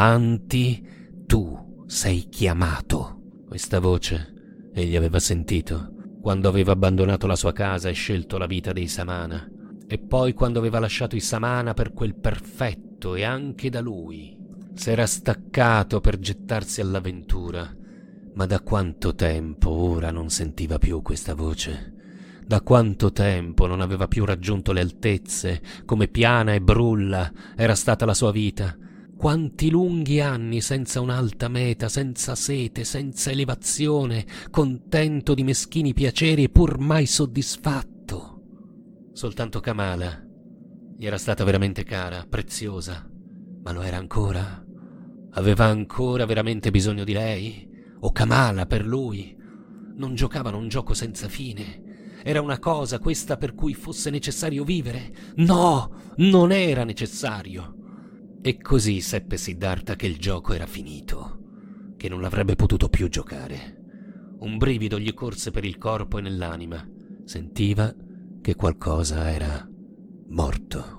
avanti, tu sei chiamato. Questa voce egli aveva sentito quando aveva abbandonato la sua casa e scelto la vita dei Samana, e poi quando aveva lasciato i Samana per quel perfetto e anche da lui s'era staccato per gettarsi all'avventura. Ma da quanto tempo ora non sentiva più questa voce? Da quanto tempo non aveva più raggiunto le altezze, come piana e brulla era stata la sua vita? Quanti lunghi anni senza un'alta meta, senza sete, senza elevazione, contento di meschini piaceri e pur mai soddisfatto. Soltanto Kamala gli era stata veramente cara, preziosa, ma lo era ancora? Aveva ancora veramente bisogno di lei? O Kamala per lui? Non giocavano un gioco senza fine? Era una cosa questa per cui fosse necessario vivere? No, non era necessario. E così seppe Siddhartha che il gioco era finito, che non l'avrebbe potuto più giocare. Un brivido gli corse per il corpo e nell'anima. Sentiva che qualcosa era morto.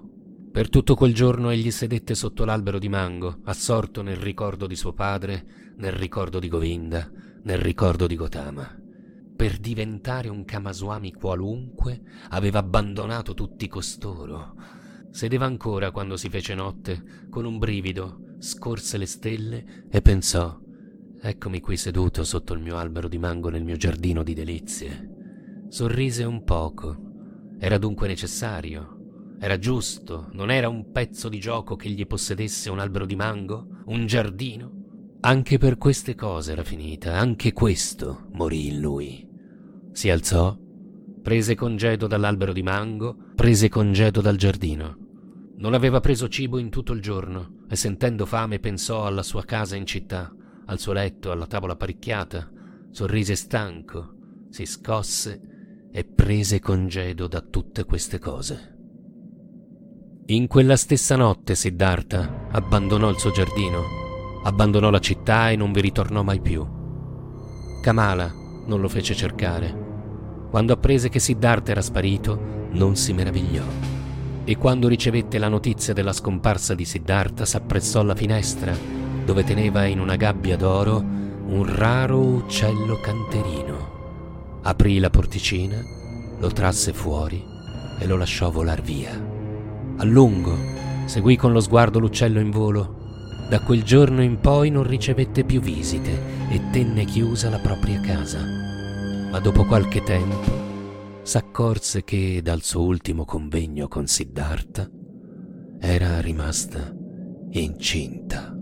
Per tutto quel giorno egli sedette sotto l'albero di mango, assorto nel ricordo di suo padre, nel ricordo di Govinda, nel ricordo di Gotama. Per diventare un Kamaswami qualunque aveva abbandonato tutti costoro. Sedeva ancora quando si fece notte, con un brivido, scorse le stelle e pensò: eccomi qui seduto sotto il mio albero di mango nel mio giardino di delizie. Sorrise un poco. Era dunque necessario? Era giusto? Non era un pezzo di gioco che gli possedesse un albero di mango? Un giardino? Anche per queste cose era finita, anche questo morì in lui. Si alzò, prese congedo dall'albero di mango, prese congedo dal giardino. Non aveva preso cibo in tutto il giorno e sentendo fame pensò alla sua casa in città, al suo letto, alla tavola apparecchiata. Sorrise stanco, si scosse e prese congedo da tutte queste cose. In quella stessa notte Siddhartha abbandonò il suo giardino, abbandonò la città e non vi ritornò mai più. Kamala non lo fece cercare. Quando apprese che Siddhartha era sparito, non si meravigliò. E quando ricevette la notizia della scomparsa di Siddhartha, s'appressò alla finestra, dove teneva in una gabbia d'oro un raro uccello canterino. Aprì la porticina, lo trasse fuori e lo lasciò volar via. A lungo seguì con lo sguardo l'uccello in volo. Da quel giorno in poi non ricevette più visite e tenne chiusa la propria casa. Ma dopo qualche tempo s'accorse che dal suo ultimo convegno con Siddhartha era rimasta incinta.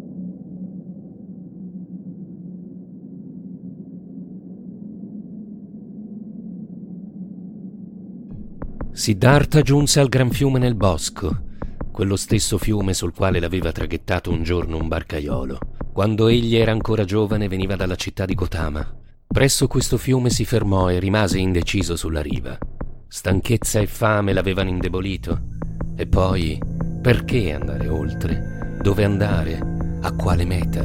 Siddhartha giunse al gran fiume nel bosco, quello stesso fiume sul quale l'aveva traghettato un giorno un barcaiolo. Quando egli era ancora giovane veniva dalla città di Gotama. Presso questo fiume si fermò e rimase indeciso sulla riva. Stanchezza e fame l'avevano indebolito. E poi, perché andare oltre? Dove andare? A quale meta?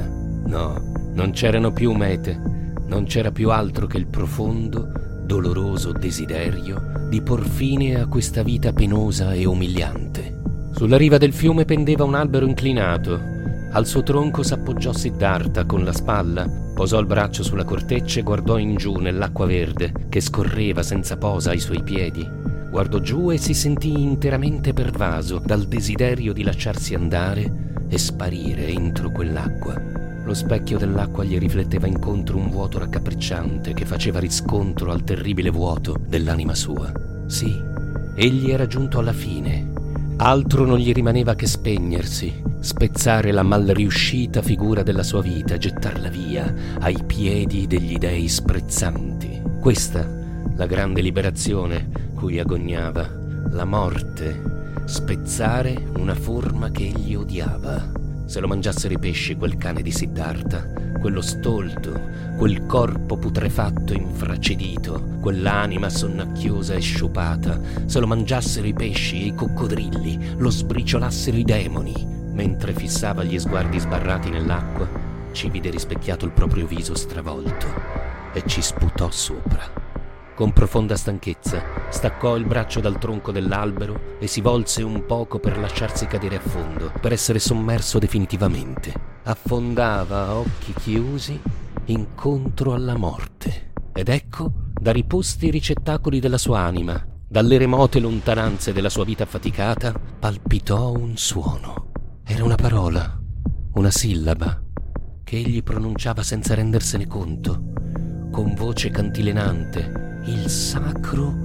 No, non c'erano più mete. Non c'era più altro che il profondo, doloroso desiderio di por fine a questa vita penosa e umiliante. Sulla riva del fiume pendeva un albero inclinato. Al suo tronco s'appoggiò Siddhartha con la spalla, posò il braccio sulla corteccia e guardò in giù nell'acqua verde che scorreva senza posa ai suoi piedi. Guardò giù e si sentì interamente pervaso dal desiderio di lasciarsi andare e sparire entro quell'acqua. Lo specchio dell'acqua gli rifletteva incontro un vuoto raccapricciante che faceva riscontro al terribile vuoto dell'anima sua. Sì, egli era giunto alla fine. Altro non gli rimaneva che spegnersi, spezzare la malriuscita figura della sua vita, gettarla via ai piedi degli dei sprezzanti. Questa, la grande liberazione cui agognava, la morte, spezzare una forma che egli odiava. Se lo mangiassero i pesci quel cane di Siddhartha, quello stolto, quel corpo putrefatto infracidito, quell'anima sonnacchiosa e sciupata, se lo mangiassero i pesci e i coccodrilli, lo sbriciolassero i demoni, mentre fissava gli sguardi sbarrati nell'acqua, ci vide rispecchiato il proprio viso stravolto e ci sputò sopra. Con profonda stanchezza staccò il braccio dal tronco dell'albero e si volse un poco per lasciarsi cadere a fondo, per essere sommerso definitivamente. Affondava a occhi chiusi incontro alla morte. Ed ecco, da riposti ricettacoli della sua anima, dalle remote lontananze della sua vita affaticata, palpitò un suono. Era una parola, una sillaba, che egli pronunciava senza rendersene conto, con voce cantilenante, il sacro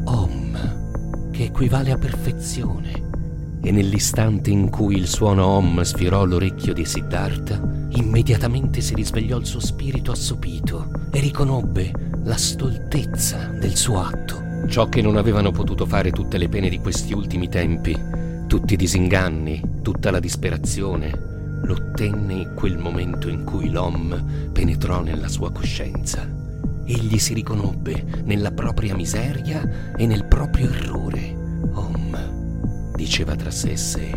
Om, che equivale a perfezione. E nell'istante in cui il suono Om sfiorò l'orecchio di Siddhartha, immediatamente si risvegliò il suo spirito assopito e riconobbe la stoltezza del suo atto. Ciò che non avevano potuto fare tutte le pene di questi ultimi tempi, tutti i disinganni, tutta la disperazione, lo ottenne in quel momento in cui l'Om penetrò nella sua coscienza. Egli si riconobbe nella propria miseria e nel proprio errore. Om, diceva tra sé e sé.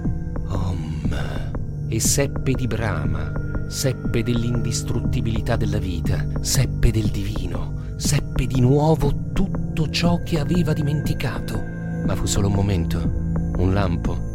Om. E seppe di Brahma, seppe dell'indistruttibilità della vita, seppe del divino, seppe di nuovo tutto ciò che aveva dimenticato. Ma fu solo un momento, un lampo,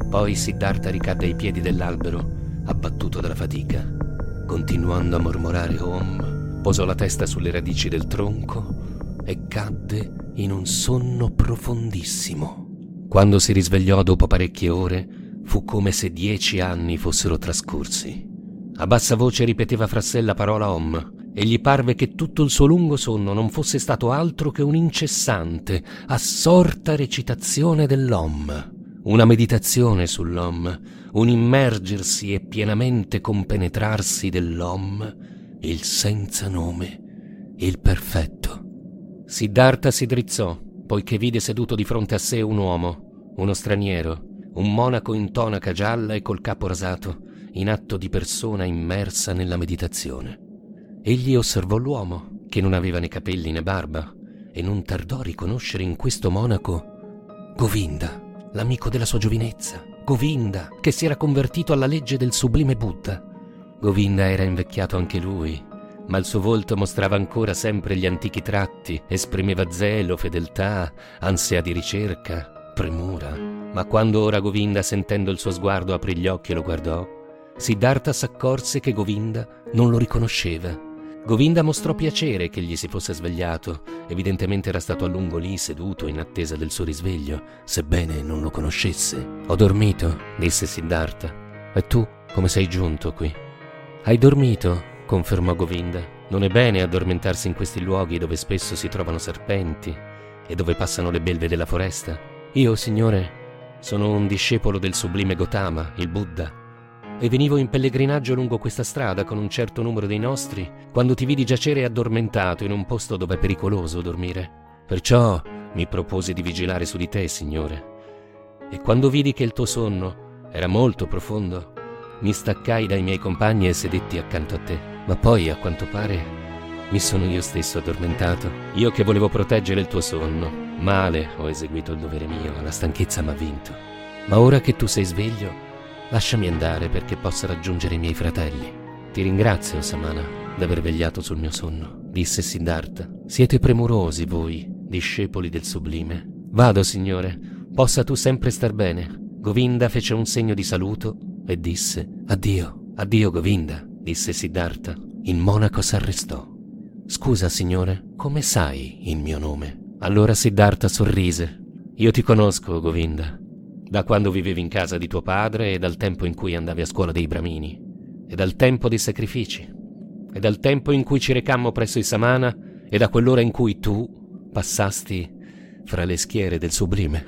Poi Siddhartha ricadde ai piedi dell'albero, abbattuto dalla fatica. Continuando a mormorare Om, posò la testa sulle radici del tronco e cadde in un sonno profondissimo. Quando si risvegliò dopo parecchie ore, fu come se 10 anni fossero trascorsi. A bassa voce ripeteva fra sé la parola Om, e gli parve che tutto il suo lungo sonno non fosse stato altro che un'incessante, assorta recitazione dell'Om, una meditazione sull'Om, un immergersi e pienamente compenetrarsi dell'Om, il senza nome, il perfetto. Siddhartha si drizzò, poiché vide seduto di fronte a sé un uomo, uno straniero, un monaco in tonaca gialla e col capo rasato, in atto di persona immersa nella meditazione. Egli osservò l'uomo, che non aveva né capelli né barba, e non tardò a riconoscere in questo monaco Govinda, l'amico della sua giovinezza, Govinda, che si era convertito alla legge del sublime Buddha. Govinda era invecchiato anche lui, ma il suo volto mostrava ancora sempre gli antichi tratti, esprimeva zelo, fedeltà, ansia di ricerca, premura. Ma quando ora Govinda, sentendo il suo sguardo, aprì gli occhi e lo guardò, Siddhartha s'accorse che Govinda non lo riconosceva. Govinda mostrò piacere che gli si fosse svegliato, evidentemente era stato a lungo lì seduto in attesa del suo risveglio, sebbene non lo conoscesse. «Ho dormito», disse Siddhartha. «E tu, come sei giunto qui?» «Hai dormito», confermò Govinda. «Non è bene addormentarsi in questi luoghi dove spesso si trovano serpenti e dove passano le belve della foresta. Io, signore, sono un discepolo del sublime Gotama, il Buddha, e venivo in pellegrinaggio lungo questa strada con un certo numero dei nostri quando ti vidi giacere addormentato in un posto dove è pericoloso dormire. Perciò mi proposi di vigilare su di te, signore. E quando vidi che il tuo sonno era molto profondo, mi staccai dai miei compagni e sedetti accanto a te. Ma poi, a quanto pare, mi sono io stesso addormentato. Io che volevo proteggere il tuo sonno. Male ho eseguito il dovere mio, la stanchezza m'ha vinto. Ma ora che tu sei sveglio, lasciami andare perché possa raggiungere i miei fratelli. Ti ringrazio, Samana, d'aver vegliato sul mio sonno, disse Siddhartha. Siete premurosi voi, discepoli del sublime. Vado, signore, possa tu sempre star bene. Govinda fece un segno di saluto e disse addio. Addio, Govinda, disse Siddhartha. Il monaco s'arrestò. Scusa, signore, come sai il mio nome? Allora Siddhartha sorrise. Io ti conosco, Govinda, da quando vivevi in casa di tuo padre e dal tempo in cui andavi a scuola dei Bramini, e dal tempo dei sacrifici, e dal tempo in cui ci recammo presso i Samana, e da quell'ora in cui tu passasti fra le schiere del sublime.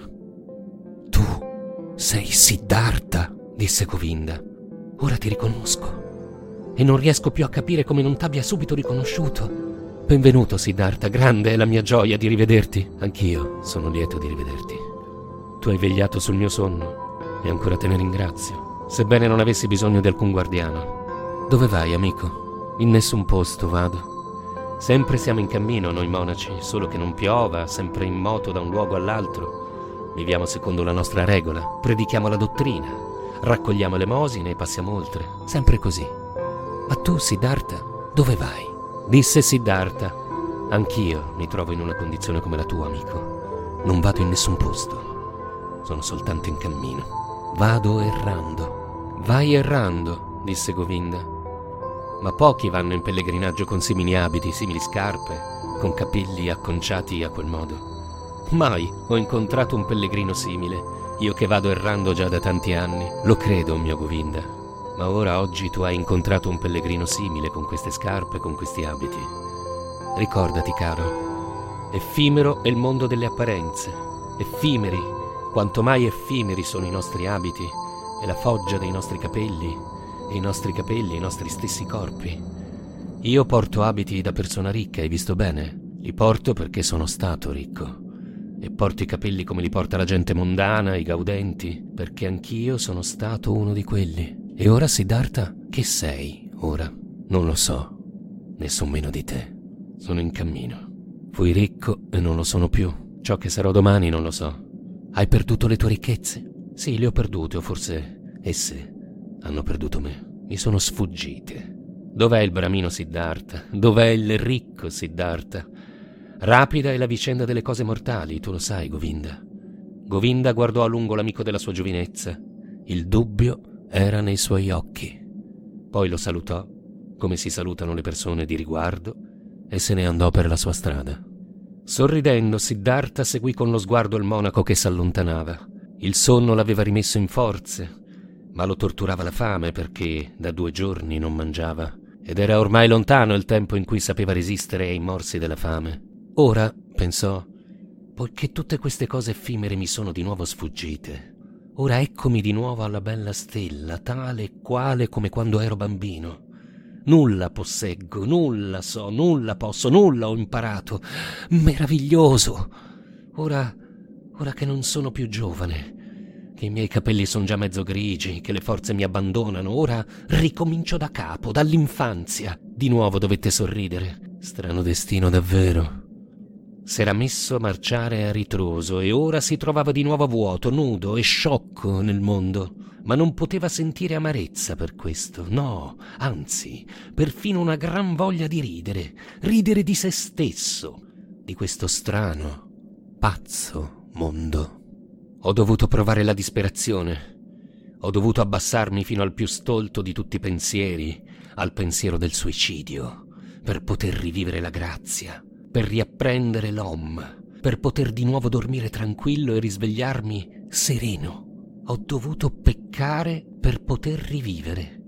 Tu sei Siddhartha, disse Govinda. Ora ti riconosco, e non riesco più a capire come non t'abbia subito riconosciuto. Benvenuto, Siddhartha, grande è la mia gioia di rivederti. Anch'io sono lieto di rivederti. Tu hai vegliato sul mio sonno e ancora te ne ringrazio, sebbene non avessi bisogno di alcun guardiano. Dove vai, amico? In nessun posto vado. Sempre siamo in cammino noi monaci, solo che non piova, sempre in moto da un luogo all'altro. Viviamo secondo la nostra regola, predichiamo la dottrina, raccogliamo elemosine e passiamo oltre, sempre così. Ma tu, Siddhartha, dove vai? Disse Siddhartha. Anch'io mi trovo in una condizione come la tua, amico. Non vado in nessun posto. Sono soltanto in cammino. Vado errando. Vai errando, disse Govinda. Ma pochi vanno in pellegrinaggio con simili abiti, simili scarpe, con capelli acconciati a quel modo. Mai ho incontrato un pellegrino simile, io che vado errando già da tanti anni. Lo credo, mio Govinda. Ma ora oggi tu hai incontrato un pellegrino simile con queste scarpe, con questi abiti. Ricordati, caro, effimero è il mondo delle apparenze. Effimeri, quanto mai effimeri sono i nostri abiti e la foggia dei nostri capelli, e i nostri capelli, i nostri stessi corpi. Io porto abiti da persona ricca, hai visto bene? Li porto perché sono stato ricco. E porto i capelli come li porta la gente mondana, i gaudenti, perché anch'io sono stato uno di quelli. E ora, Siddhartha, che sei ora? Non lo so, nessun meno di te. Sono in cammino. Fui ricco e non lo sono più. Ciò che sarò domani non lo so. Hai perduto le tue ricchezze? Sì, le ho perdute, o forse esse hanno perduto me. Mi sono sfuggite. Dov'è il bramino Siddhartha? Dov'è il ricco Siddhartha? Rapida è la vicenda delle cose mortali, tu lo sai, Govinda. Govinda guardò a lungo l'amico della sua giovinezza Il dubbio era nei suoi occhi. Poi lo salutò, come si salutano le persone di riguardo, e se ne andò per la sua strada. Sorridendo, Siddhartha seguì con lo sguardo il monaco che s'allontanava. Il sonno l'aveva rimesso in forze, ma lo torturava la fame perché da 2 giorni non mangiava, ed era ormai lontano il tempo in cui sapeva resistere ai morsi della fame. Ora, pensò, poiché tutte queste cose effimere mi sono di nuovo sfuggite, ora eccomi di nuovo alla bella stella, tale e quale come quando ero bambino. Nulla posseggo, nulla so, nulla posso, nulla ho imparato. Meraviglioso! Ora che non sono più giovane, che i miei capelli sono già mezzo grigi, che le forze mi abbandonano, ora ricomincio da capo, dall'infanzia. Di nuovo dovette sorridere. Strano destino davvero. S'era messo a marciare a ritroso e ora si trovava di nuovo vuoto, nudo e sciocco nel mondo. Ma non poteva sentire amarezza per questo, no, anzi, perfino una gran voglia di ridere di se stesso, di questo strano, pazzo mondo. Ho dovuto provare la disperazione, ho dovuto abbassarmi fino al più stolto di tutti i pensieri, al pensiero del suicidio, per poter rivivere la grazia, per riapprendere l'Om, per poter di nuovo dormire tranquillo e risvegliarmi sereno. Ho dovuto peccare per poter rivivere.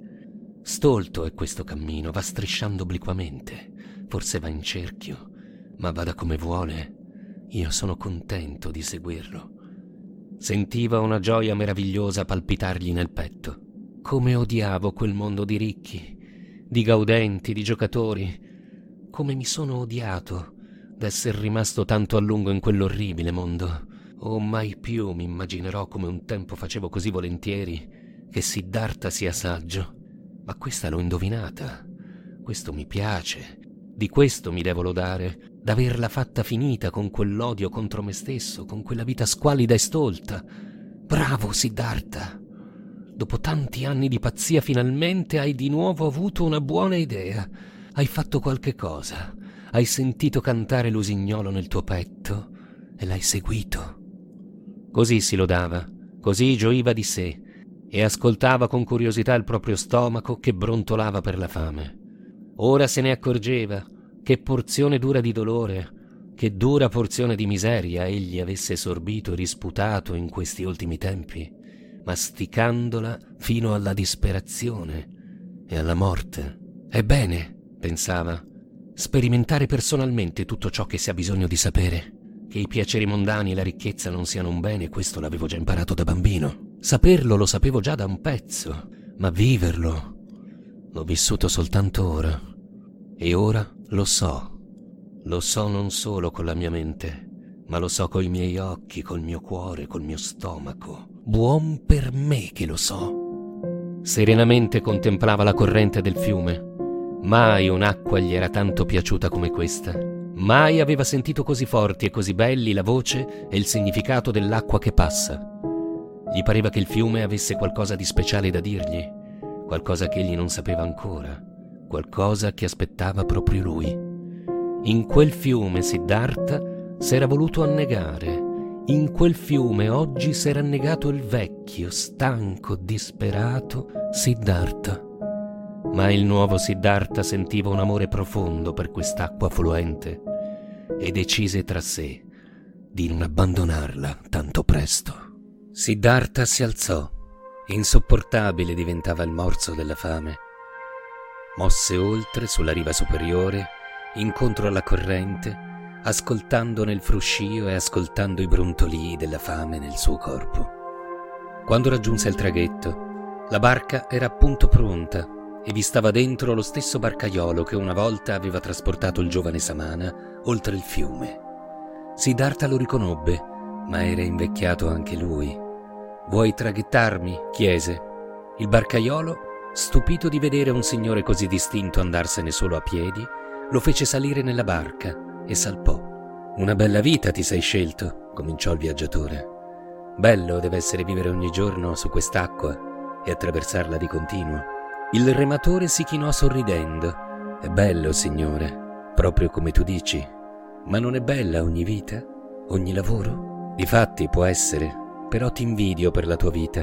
Stolto è questo cammino, va strisciando obliquamente, forse va in cerchio, ma vada come vuole, io sono contento di seguirlo. Sentiva una gioia meravigliosa palpitargli nel petto. Come odiavo quel mondo di ricchi, di gaudenti, di giocatori. Come mi sono odiato d'essere rimasto tanto a lungo in quell'orribile mondo. Oh, mai più mi immaginerò come un tempo facevo così volentieri che Siddhartha sia saggio. Ma questa l'ho indovinata. Questo mi piace. Di questo mi devo lodare, d'averla fatta finita con quell'odio contro me stesso, con quella vita squalida e stolta. Bravo Siddhartha! Dopo tanti anni di pazzia finalmente hai di nuovo avuto una buona idea. Hai fatto qualche cosa. Hai sentito cantare l'usignolo nel tuo petto e l'hai seguito. Così si lodava, così gioiva di sé e ascoltava con curiosità il proprio stomaco che brontolava per la fame. Ora se ne accorgeva che porzione dura di dolore, che dura porzione di miseria egli avesse sorbito e risputato in questi ultimi tempi, masticandola fino alla disperazione e alla morte. Ebbene, pensava, sperimentare personalmente tutto ciò che si ha bisogno di sapere. Che i piaceri mondani e la ricchezza non siano un bene, questo l'avevo già imparato da bambino. Saperlo lo sapevo già da un pezzo, ma viverlo l'ho vissuto soltanto ora. E ora lo so. Lo so non solo con la mia mente, ma lo so coi miei occhi, col mio cuore, col mio stomaco. Buon per me che lo so. Serenamente contemplava la corrente del fiume. Mai un'acqua gli era tanto piaciuta come questa. Mai aveva sentito così forti e così belli la voce e il significato dell'acqua che passa. Gli pareva che il fiume avesse qualcosa di speciale da dirgli, qualcosa che egli non sapeva ancora, qualcosa che aspettava proprio lui. In quel fiume Siddhartha s'era voluto annegare. In quel fiume oggi s'era annegato il vecchio, stanco, disperato Siddhartha. Ma il nuovo Siddhartha sentiva un amore profondo per quest'acqua fluente e decise tra sé di non abbandonarla tanto presto. Siddhartha si alzò. Insopportabile diventava il morso della fame. Mosse oltre sulla riva superiore, incontro alla corrente, ascoltandone il fruscio e ascoltando i brontolii della fame nel suo corpo. Quando raggiunse il traghetto, la barca era appunto pronta e vi stava dentro lo stesso barcaiolo che una volta aveva trasportato il giovane Samana oltre il fiume. Siddhartha lo riconobbe, ma era invecchiato anche lui. «Vuoi traghettarmi?» chiese. Il barcaiolo, stupito di vedere un signore così distinto andarsene solo a piedi, lo fece salire nella barca e salpò. «Una bella vita ti sei scelto», cominciò il viaggiatore. «Bello deve essere vivere ogni giorno su quest'acqua e attraversarla di continuo». Il rematore si chinò sorridendo. «È bello, signore, proprio come tu dici. Ma non è bella ogni vita? Ogni lavoro? Difatti può essere, però ti invidio per la tua vita.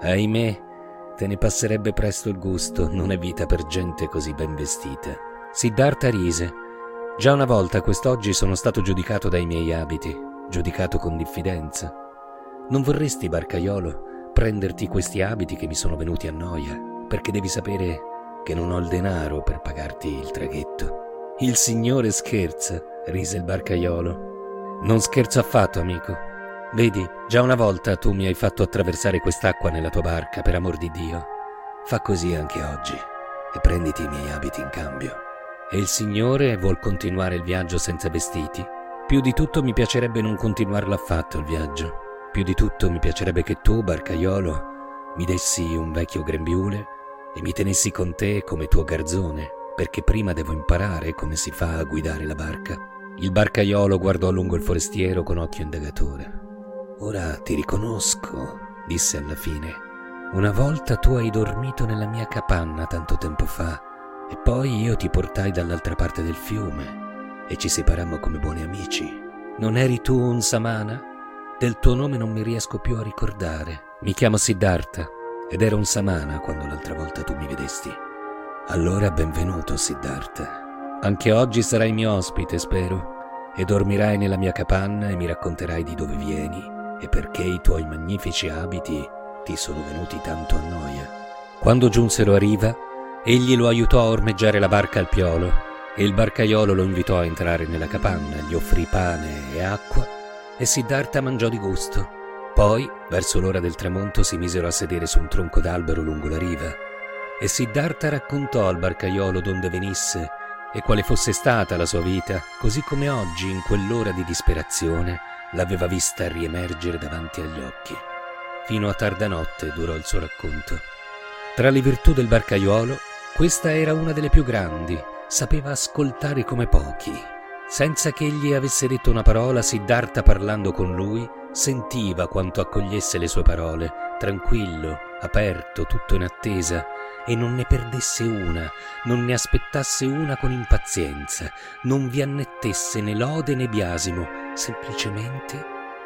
Ahimè, te ne passerebbe presto il gusto, non è vita per gente così ben vestita. Siddhartha rise. Già una volta quest'oggi sono stato giudicato dai miei abiti, giudicato con diffidenza. Non vorresti, barcaiolo, prenderti questi abiti che mi sono venuti a noia, perché devi sapere che non ho il denaro per pagarti il traghetto. Il signore scherza, rise il barcaiolo. Non scherzo affatto, amico. Vedi, già una volta tu mi hai fatto attraversare quest'acqua nella tua barca, per amor di Dio. Fa così anche oggi e prenditi i miei abiti in cambio. E il signore vuol continuare il viaggio senza vestiti? Più di tutto mi piacerebbe non continuarlo affatto il viaggio. Più di tutto mi piacerebbe che tu, barcaiolo, mi dessi un vecchio grembiule e mi tenessi con te come tuo garzone, perché prima devo imparare come si fa a guidare la barca. Il barcaiolo guardò a lungo il forestiero con occhio indagatore. Ora ti riconosco, disse alla fine. Una volta tu hai dormito nella mia capanna tanto tempo fa e poi io ti portai dall'altra parte del fiume e ci separammo come buoni amici. Non eri tu un samana? Del tuo nome non mi riesco più a ricordare. Mi chiamo Siddhartha ed ero un samana quando l'altra volta tu mi vedesti. Allora benvenuto, Siddhartha. Anche oggi sarai mio ospite, spero, e dormirai nella mia capanna e mi racconterai di dove vieni e perché i tuoi magnifici abiti ti sono venuti tanto a noia. Quando giunsero a riva, egli lo aiutò a ormeggiare la barca al piolo e il barcaiolo lo invitò a entrare nella capanna, gli offrì pane e acqua e Siddhartha mangiò di gusto. Poi, verso l'ora del tramonto, si misero a sedere su un tronco d'albero lungo la riva e Siddhartha raccontò al barcaiolo d'onde venisse e quale fosse stata la sua vita, così come oggi, in quell'ora di disperazione, l'aveva vista riemergere davanti agli occhi. Fino a tarda notte durò il suo racconto. Tra le virtù del barcaiolo, questa era una delle più grandi. Sapeva ascoltare come pochi. Senza che egli avesse detto una parola, Siddhartha, parlando con lui, sentiva quanto accogliesse le sue parole, tranquillo, aperto, tutto in attesa, e non ne perdesse una, non ne aspettasse una con impazienza, non vi annettesse né lode né biasimo, semplicemente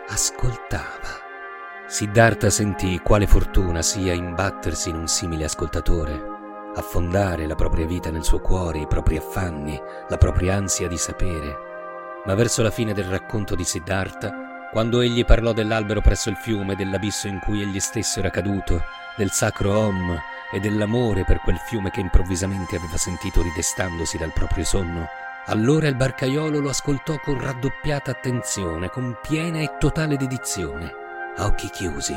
ascoltava. Siddhartha sentì quale fortuna sia imbattersi in un simile ascoltatore, affondare la propria vita nel suo cuore, i propri affanni, la propria ansia di sapere. Ma verso la fine del racconto di Siddhartha, quando egli parlò dell'albero presso il fiume, dell'abisso in cui egli stesso era caduto, del sacro Om e dell'amore per quel fiume che improvvisamente aveva sentito ridestandosi dal proprio sonno, allora il barcaiolo lo ascoltò con raddoppiata attenzione, con piena e totale dedizione, a occhi chiusi.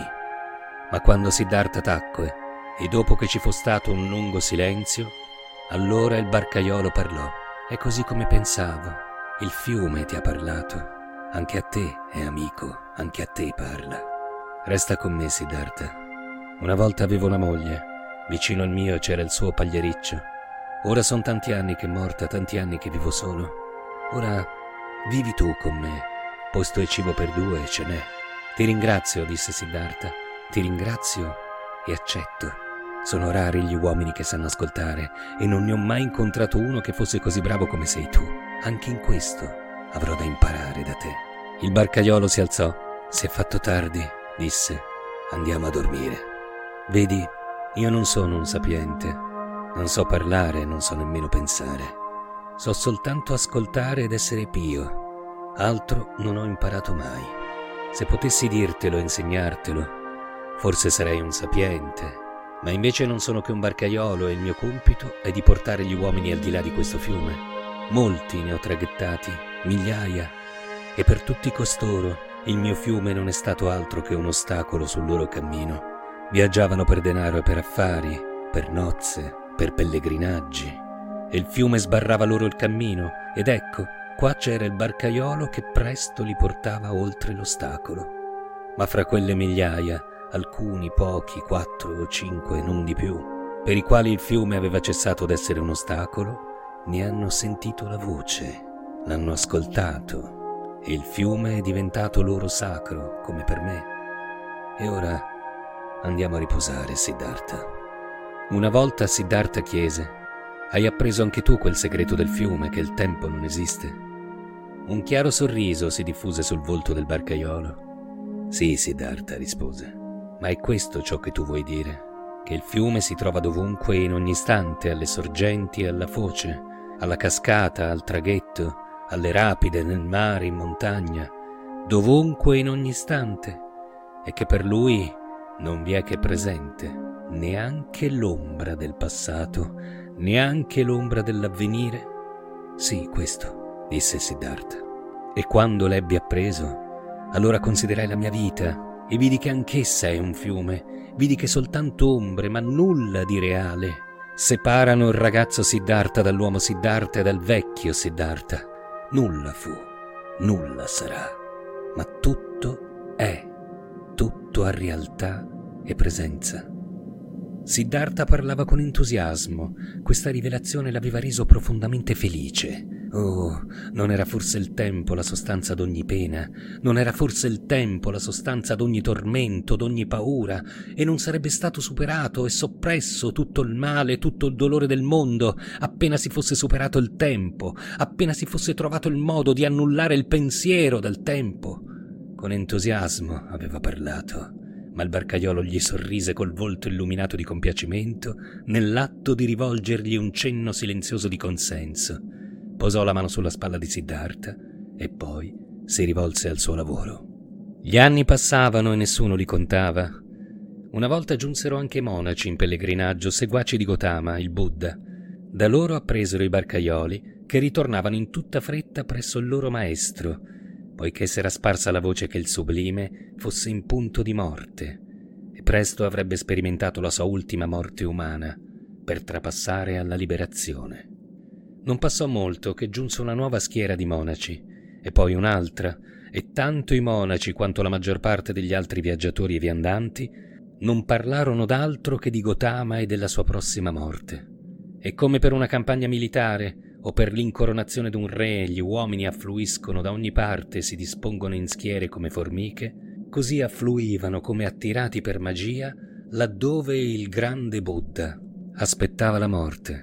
Ma quando Siddhartha tacque, e dopo che ci fu stato un lungo silenzio, allora il barcaiolo parlò. È così come pensavo, il fiume ti ha parlato, anche a te è amico, anche a te parla. Resta con me, Siddhartha. Una volta avevo una moglie, vicino al mio c'era il suo pagliericcio. Ora son tanti anni che è morta, tanti anni che vivo solo. Ora vivi tu con me, posto e cibo per due ce n'è. Ti ringrazio, disse Siddhartha, ti ringrazio e accetto. Sono rari gli uomini che sanno ascoltare e non ne ho mai incontrato uno che fosse così bravo come sei tu. Anche in questo avrò da imparare da te. Il barcaiolo si alzò. Si è fatto tardi, disse. Andiamo a dormire. Vedi, io non sono un sapiente. Non so parlare, non so nemmeno pensare. So soltanto ascoltare ed essere pio. Altro non ho imparato mai. Se potessi dirtelo e insegnartelo, forse sarei un sapiente. Ma invece non sono che un barcaiolo e il mio compito è di portare gli uomini al di là di questo fiume. Molti ne ho traghettati, migliaia, e per tutti costoro il mio fiume non è stato altro che un ostacolo sul loro cammino. Viaggiavano per denaro e per affari, per nozze, per pellegrinaggi, e il fiume sbarrava loro il cammino, ed ecco, qua c'era il barcaiolo che presto li portava oltre l'ostacolo. Ma fra quelle migliaia, alcuni, pochi, 4 o 5, non di più, per i quali il fiume aveva cessato d'essere un ostacolo, ne hanno sentito la voce, l'hanno ascoltato, e il fiume è diventato loro sacro, come per me. E ora andiamo a riposare, Siddhartha. Una volta Siddhartha chiese: hai appreso anche tu quel segreto del fiume, che il tempo non esiste? Un chiaro sorriso si diffuse sul volto del barcaiolo. Sì, Siddhartha, rispose. Ma è questo ciò che tu vuoi dire? Che il fiume si trova dovunque e in ogni istante, alle sorgenti e alla foce, alla cascata, al traghetto, alle rapide, nel mare, in montagna, dovunque e in ogni istante, e che per lui non vi è che presente, neanche l'ombra del passato, neanche l'ombra dell'avvenire? Sì, questo, disse Siddhartha. E quando l'ebbi appreso, allora considerai la mia vita e vidi che anch'essa è un fiume, vidi che soltanto ombre, ma nulla di reale, separano il ragazzo Siddhartha dall'uomo Siddhartha e dal vecchio Siddhartha. Nulla fu, nulla sarà, ma tutto è, tutto ha realtà e presenza. Siddhartha parlava con entusiasmo. Questa rivelazione l'aveva reso profondamente felice. Oh, non era forse il tempo la sostanza d'ogni pena? Non era forse il tempo la sostanza d'ogni tormento, d'ogni paura? E non sarebbe stato superato e soppresso tutto il male, tutto il dolore del mondo, appena si fosse superato il tempo, appena si fosse trovato il modo di annullare il pensiero del tempo? Con entusiasmo aveva parlato, ma il barcaiolo gli sorrise col volto illuminato di compiacimento nell'atto di rivolgergli un cenno silenzioso di consenso. Posò la mano sulla spalla di Siddhartha e poi si rivolse al suo lavoro. Gli anni passavano e nessuno li contava. Una volta giunsero anche monaci in pellegrinaggio, seguaci di Gotama, il Buddha. Da loro appresero i barcaioli che ritornavano in tutta fretta presso il loro maestro, poiché s'era sparsa la voce che il sublime fosse in punto di morte e presto avrebbe sperimentato la sua ultima morte umana per trapassare alla liberazione. Non passò molto che giunse una nuova schiera di monaci, e poi un'altra, e tanto i monaci quanto la maggior parte degli altri viaggiatori e viandanti non parlarono d'altro che di Gotama e della sua prossima morte. E come per una campagna militare o per l'incoronazione d'un re gli uomini affluiscono da ogni parte e si dispongono in schiere come formiche, così affluivano come attirati per magia laddove il grande Buddha aspettava la morte.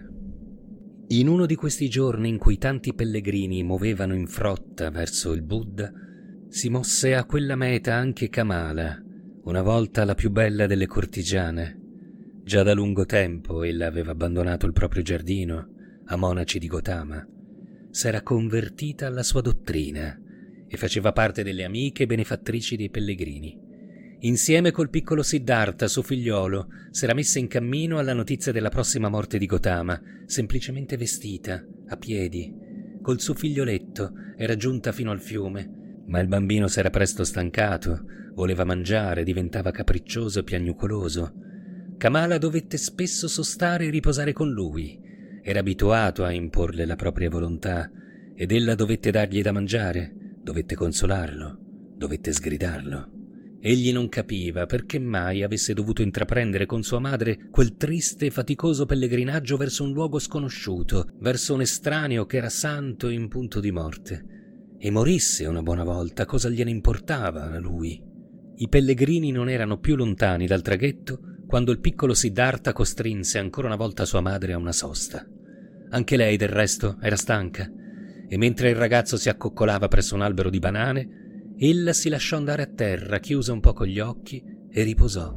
In uno di questi giorni in cui tanti pellegrini muovevano in frotta verso il Buddha, si mosse a quella meta anche Kamala, una volta la più bella delle cortigiane. Già da lungo tempo ella aveva abbandonato il proprio giardino a monaci di Gotama. S'era convertita alla sua dottrina e faceva parte delle amiche benefattrici dei pellegrini. Insieme col piccolo Siddhartha, suo figliolo, s'era messa in cammino alla notizia della prossima morte di Gotama, semplicemente vestita, a piedi. Col suo figlioletto era giunta fino al fiume, ma il bambino s'era presto stancato, voleva mangiare, diventava capriccioso e piagnucoloso. Kamala dovette spesso sostare e riposare con lui. Era abituato a imporle la propria volontà, ed ella dovette dargli da mangiare, dovette consolarlo, dovette sgridarlo. Egli non capiva perché mai avesse dovuto intraprendere con sua madre quel triste e faticoso pellegrinaggio verso un luogo sconosciuto, verso un estraneo che era santo e in punto di morte. E morisse una buona volta, cosa gliene importava a lui? I pellegrini non erano più lontani dal traghetto quando il piccolo Siddhartha costrinse ancora una volta sua madre a una sosta. Anche lei, del resto, era stanca, e mentre il ragazzo si accoccolava presso un albero di banane, ella si lasciò andare a terra, chiuse un poco gli occhi e riposò.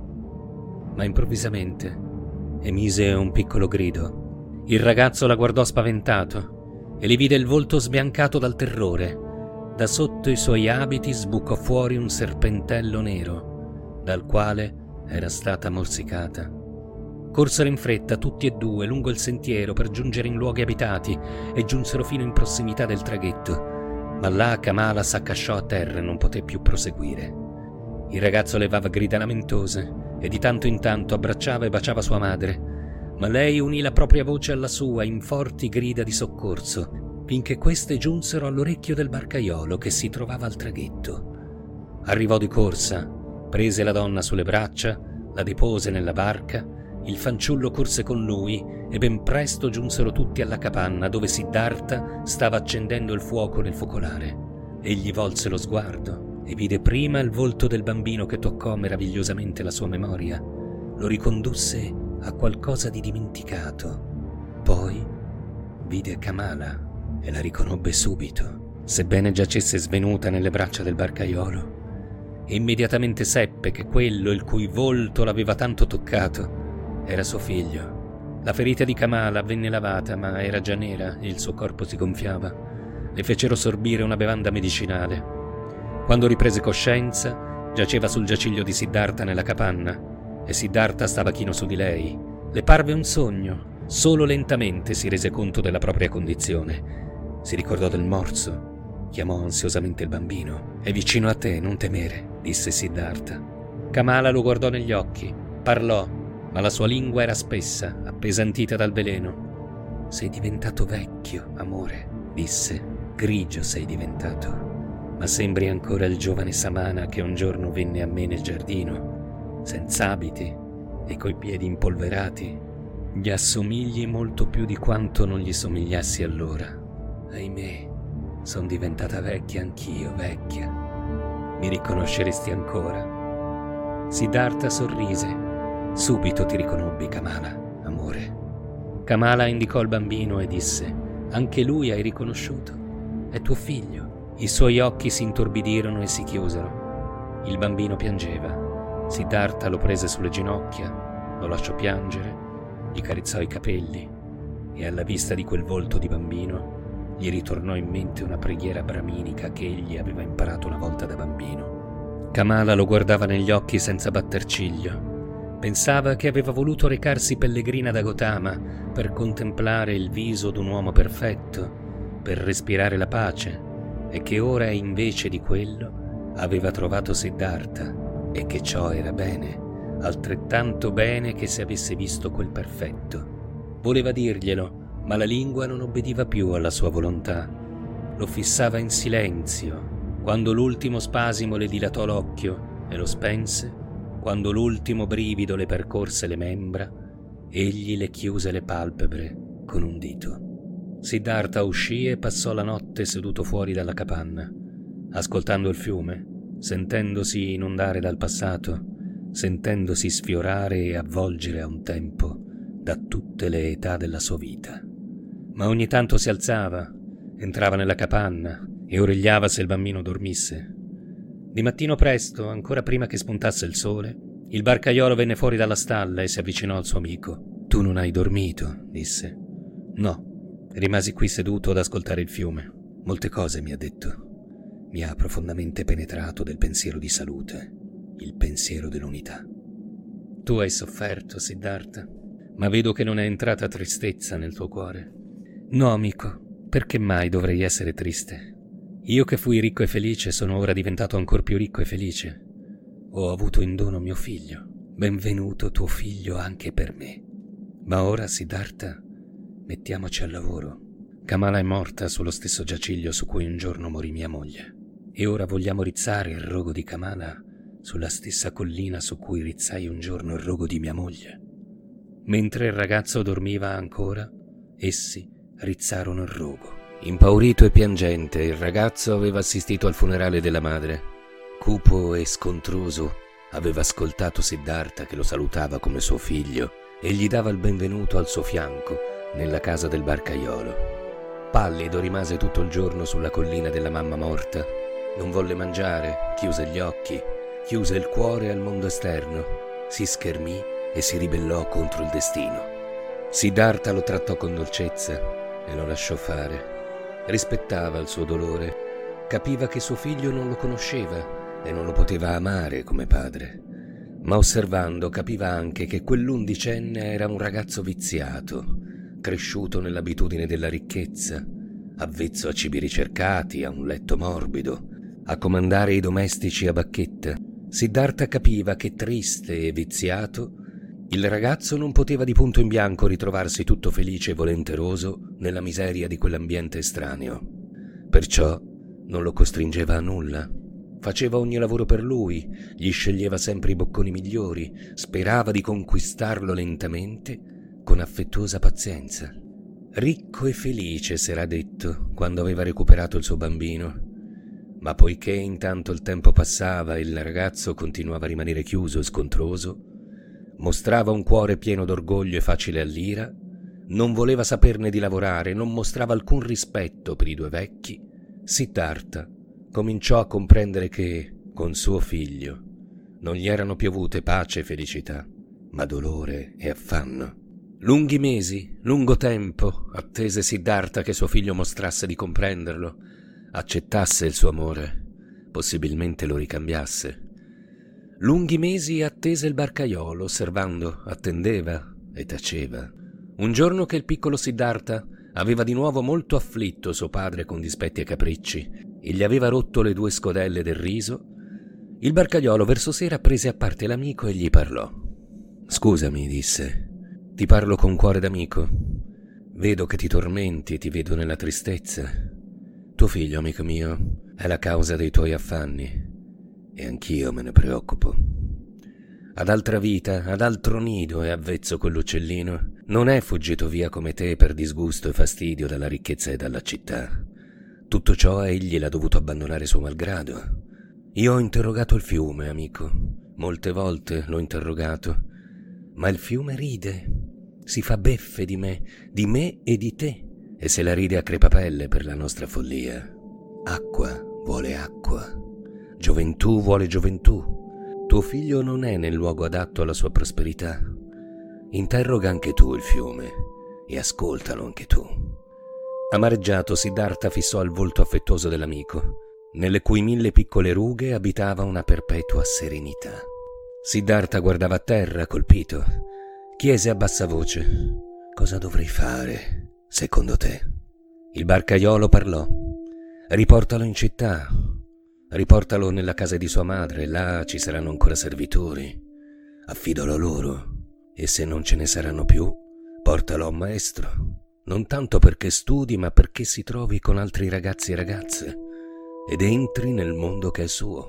Ma improvvisamente emise un piccolo grido. Il ragazzo la guardò spaventato e le vide il volto sbiancato dal terrore. Da sotto i suoi abiti sbucò fuori un serpentello nero, dal quale era stata morsicata. Corsero in fretta tutti e due lungo il sentiero per giungere in luoghi abitati e giunsero fino in prossimità del traghetto. Ma là Kamala s'accasciò a terra e non poté più proseguire. Il ragazzo levava grida lamentose e di tanto in tanto abbracciava e baciava sua madre, ma lei unì la propria voce alla sua in forti grida di soccorso, finché queste giunsero all'orecchio del barcaiolo che si trovava al traghetto. Arrivò di corsa, prese la donna sulle braccia, la depose nella barca, il fanciullo corse con lui e ben presto giunsero tutti alla capanna dove Siddhartha stava accendendo il fuoco nel focolare. Egli volse lo sguardo e vide prima il volto del bambino che toccò meravigliosamente la sua memoria, lo ricondusse a qualcosa di dimenticato. Poi vide Kamala e la riconobbe subito, sebbene giacesse svenuta nelle braccia del barcaiolo. e immediatamente seppe che quello il cui volto l'aveva tanto toccato era suo figlio. La ferita di Kamala venne lavata, ma era già nera e il suo corpo si gonfiava. Le fecero sorbire una bevanda medicinale. Quando riprese coscienza, giaceva sul giaciglio di Siddhartha nella capanna e Siddhartha stava chino su di lei. Le parve un sogno. Solo lentamente si rese conto della propria condizione. Si ricordò del morso. Chiamò ansiosamente il bambino. «È vicino a te, non temere», disse Siddhartha. Kamala lo guardò negli occhi. Parlò, ma la sua lingua era spessa, appesantita dal veleno. «Sei diventato vecchio, amore», disse. «Grigio sei diventato, ma sembri ancora il giovane Samana che un giorno venne a me nel giardino, senza abiti e coi piedi impolverati. Gli assomigli molto più di quanto non gli somigliassi allora. Ahimè, son diventata vecchia anch'io, vecchia. Mi riconosceresti ancora?» Siddhartha sorrise. «Subito ti riconobbi, Kamala, amore». Kamala indicò il bambino e disse: «Anche lui hai riconosciuto? È tuo figlio». I suoi occhi si intorbidirono e si chiusero. Il bambino piangeva. Siddhartha lo prese sulle ginocchia, lo lasciò piangere, gli carezzò i capelli e alla vista di quel volto di bambino gli ritornò in mente una preghiera brahminica che egli aveva imparato una volta da bambino. Kamala lo guardava negli occhi senza batter ciglio. Pensava che aveva voluto recarsi pellegrina da Gotama per contemplare il viso d'un uomo perfetto, per respirare la pace, e che ora invece di quello aveva trovato Siddhartha e che ciò era bene, altrettanto bene che se avesse visto quel perfetto. Voleva dirglielo, ma la lingua non obbediva più alla sua volontà. Lo fissava in silenzio. Quando l'ultimo spasimo le dilatò l'occhio e lo spense, quando l'ultimo brivido le percorse le membra, egli le chiuse le palpebre con un dito. Siddhartha uscì e passò la notte seduto fuori dalla capanna, ascoltando il fiume, sentendosi inondare dal passato, sentendosi sfiorare e avvolgere a un tempo da tutte le età della sua vita. Ma ogni tanto si alzava, entrava nella capanna e origliava se il bambino dormisse. Di mattino presto, ancora prima che spuntasse il sole, il barcaiolo venne fuori dalla stalla e si avvicinò al suo amico. «Tu non hai dormito?» disse. «No, rimasi qui seduto ad ascoltare il fiume. Molte cose mi ha detto. Mi ha profondamente penetrato del pensiero di salute, il pensiero dell'unità». «Tu hai sofferto, Siddhartha, ma vedo che non è entrata tristezza nel tuo cuore». «No, amico, perché mai dovrei essere triste? Io che fui ricco e felice sono ora diventato ancor più ricco e felice. Ho avuto in dono mio figlio. Benvenuto tuo figlio anche per me. Ma ora, Siddhartha, mettiamoci al lavoro. Kamala è morta sullo stesso giaciglio su cui un giorno morì mia moglie. E ora vogliamo rizzare il rogo di Kamala sulla stessa collina su cui rizzai un giorno il rogo di mia moglie». Mentre il ragazzo dormiva ancora, essi rizzarono il rogo. Impaurito e piangente, il ragazzo aveva assistito al funerale della madre. Cupo e scontroso, aveva ascoltato Siddhartha che lo salutava come suo figlio e gli dava il benvenuto al suo fianco nella casa del barcaiolo. Pallido rimase tutto il giorno sulla collina della mamma morta. Non volle mangiare, chiuse gli occhi, chiuse il cuore al mondo esterno, si schermì e si ribellò contro il destino. Siddhartha lo trattò con dolcezza e lo lasciò fare. Rispettava il suo dolore, capiva che suo figlio non lo conosceva e non lo poteva amare come padre, ma osservando capiva anche che quell'undicenne era un ragazzo viziato, cresciuto nell'abitudine della ricchezza, avvezzo a cibi ricercati, a un letto morbido, a comandare i domestici a bacchetta. Siddhartha capiva che triste e viziato il ragazzo non poteva di punto in bianco ritrovarsi tutto felice e volenteroso nella miseria di quell'ambiente estraneo. Perciò non lo costringeva a nulla. Faceva ogni lavoro per lui, gli sceglieva sempre i bocconi migliori, sperava di conquistarlo lentamente, con affettuosa pazienza. Ricco e felice, s'era detto, quando aveva recuperato il suo bambino. Ma poiché intanto il tempo passava e il ragazzo continuava a rimanere chiuso e scontroso, mostrava un cuore pieno d'orgoglio e facile all'ira, non voleva saperne di lavorare, non mostrava alcun rispetto per i due vecchi, Siddhartha cominciò a comprendere che, con suo figlio non gli erano piovute pace e felicità, ma dolore e affanno. Lunghi mesi, lungo tempo, attese Siddhartha che suo figlio mostrasse di comprenderlo, accettasse il suo amore, possibilmente lo ricambiasse. Lunghi mesi attese il barcaiolo, osservando, attendeva e taceva. Un giorno che il piccolo Siddhartha aveva di nuovo molto afflitto suo padre con dispetti e capricci e gli aveva rotto le 2 scodelle del riso, il barcaiolo verso sera prese a parte l'amico e gli parlò. «Scusami», disse, «ti parlo con cuore d'amico. Vedo che ti tormenti e ti vedo nella tristezza. Tuo figlio, amico mio, è la causa dei tuoi affanni e anch'io me ne preoccupo. Ad altra vita, ad altro nido è avvezzo quell'uccellino. Non è fuggito via come te per disgusto e fastidio dalla ricchezza e dalla città. Tutto ciò egli l'ha dovuto abbandonare suo malgrado. Io ho interrogato il fiume, amico. Molte volte l'ho interrogato. Ma il fiume ride, si fa beffe di me e di te, e se la ride a crepapelle per la nostra follia. Acqua vuole acqua, gioventù vuole gioventù. Tuo figlio non è nel luogo adatto alla sua prosperità. Interroga anche tu il fiume e ascoltalo anche tu». Amareggiato, Siddhartha fissò il volto affettuoso dell'amico, nelle cui 1000 piccole rughe abitava una perpetua serenità. Siddhartha guardava a terra, colpito. Chiese a bassa voce: «Cosa dovrei fare, secondo te?» Il barcaiolo parlò: «Riportalo in città. Riportalo nella casa di sua madre, là ci saranno ancora servitori. Affidalo a loro, e se non ce ne saranno più, portalo a un maestro, non tanto perché studi, ma perché si trovi con altri ragazzi e ragazze, ed entri nel mondo che è suo.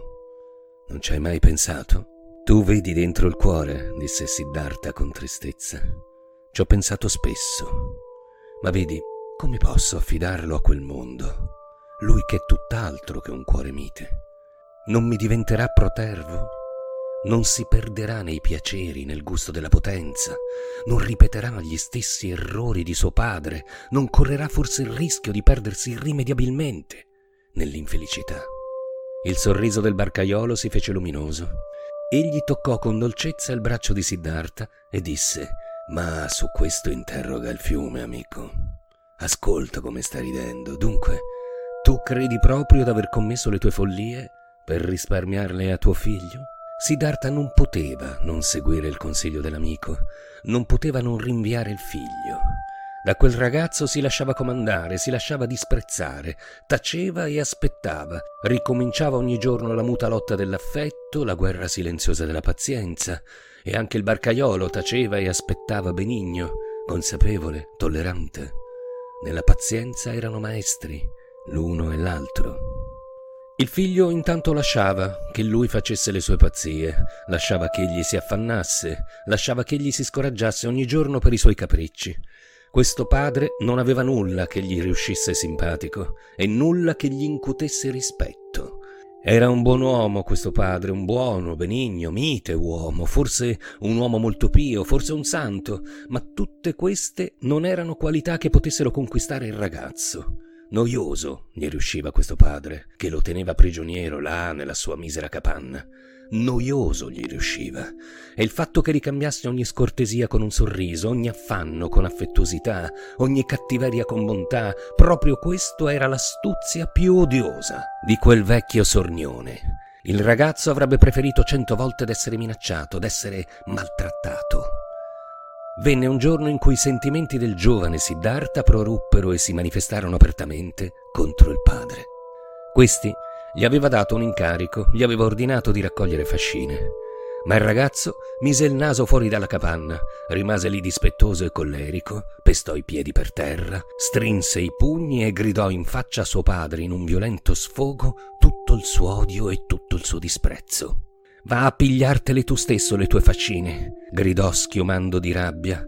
Non ci hai mai pensato?» «Tu vedi dentro il cuore», disse Siddhartha con tristezza. «Ci ho pensato spesso, ma vedi, come posso affidarlo a quel mondo? Lui che è tutt'altro che un cuore mite. Non mi diventerà protervo? Non si perderà nei piaceri, nel gusto della potenza? Non ripeterà gli stessi errori di suo padre? Non correrà forse il rischio di perdersi irrimediabilmente nell'infelicità?» Il sorriso del barcaiolo si fece luminoso. Egli toccò con dolcezza il braccio di Siddhartha e disse: «Ma su questo interroga il fiume, amico. Ascolta come sta ridendo. Dunque, tu credi proprio d'aver commesso le tue follie per risparmiarle a tuo figlio?» Siddhartha non poteva non seguire il consiglio dell'amico, non poteva non rinviare il figlio. Da quel ragazzo si lasciava comandare, si lasciava disprezzare, taceva e aspettava, ricominciava ogni giorno la muta lotta dell'affetto, la guerra silenziosa della pazienza, e anche il barcaiolo taceva e aspettava benigno, consapevole, tollerante. Nella pazienza erano maestri, l'uno e l'altro. Il figlio intanto lasciava che lui facesse le sue pazzie, lasciava che egli si affannasse, lasciava che egli si scoraggiasse ogni giorno per i suoi capricci. Questo padre non aveva nulla che gli riuscisse simpatico e nulla che gli incutesse rispetto. Era un buon uomo questo padre, un buono, benigno, mite uomo, forse un uomo molto pio, forse un santo, ma tutte queste non erano qualità che potessero conquistare il ragazzo. Noioso gli riusciva questo padre, che lo teneva prigioniero là nella sua misera capanna. Noioso gli riusciva, e il fatto che ricambiasse ogni scortesia con un sorriso, ogni affanno con affettuosità, ogni cattiveria con bontà, proprio questo era l'astuzia più odiosa di quel vecchio sornione. Il ragazzo avrebbe preferito 100 volte d'essere minacciato, d'essere maltrattato. Venne un giorno in cui i sentimenti del giovane Siddhartha proruppero e si manifestarono apertamente contro il padre. Questi gli aveva dato un incarico, gli aveva ordinato di raccogliere fascine. Ma il ragazzo mise il naso fuori dalla capanna, rimase lì dispettoso e collerico, pestò i piedi per terra, strinse i pugni e gridò in faccia a suo padre in un violento sfogo tutto il suo odio e tutto il suo disprezzo. «Va a pigliartele tu stesso le tue fascine», gridò schiumando di rabbia.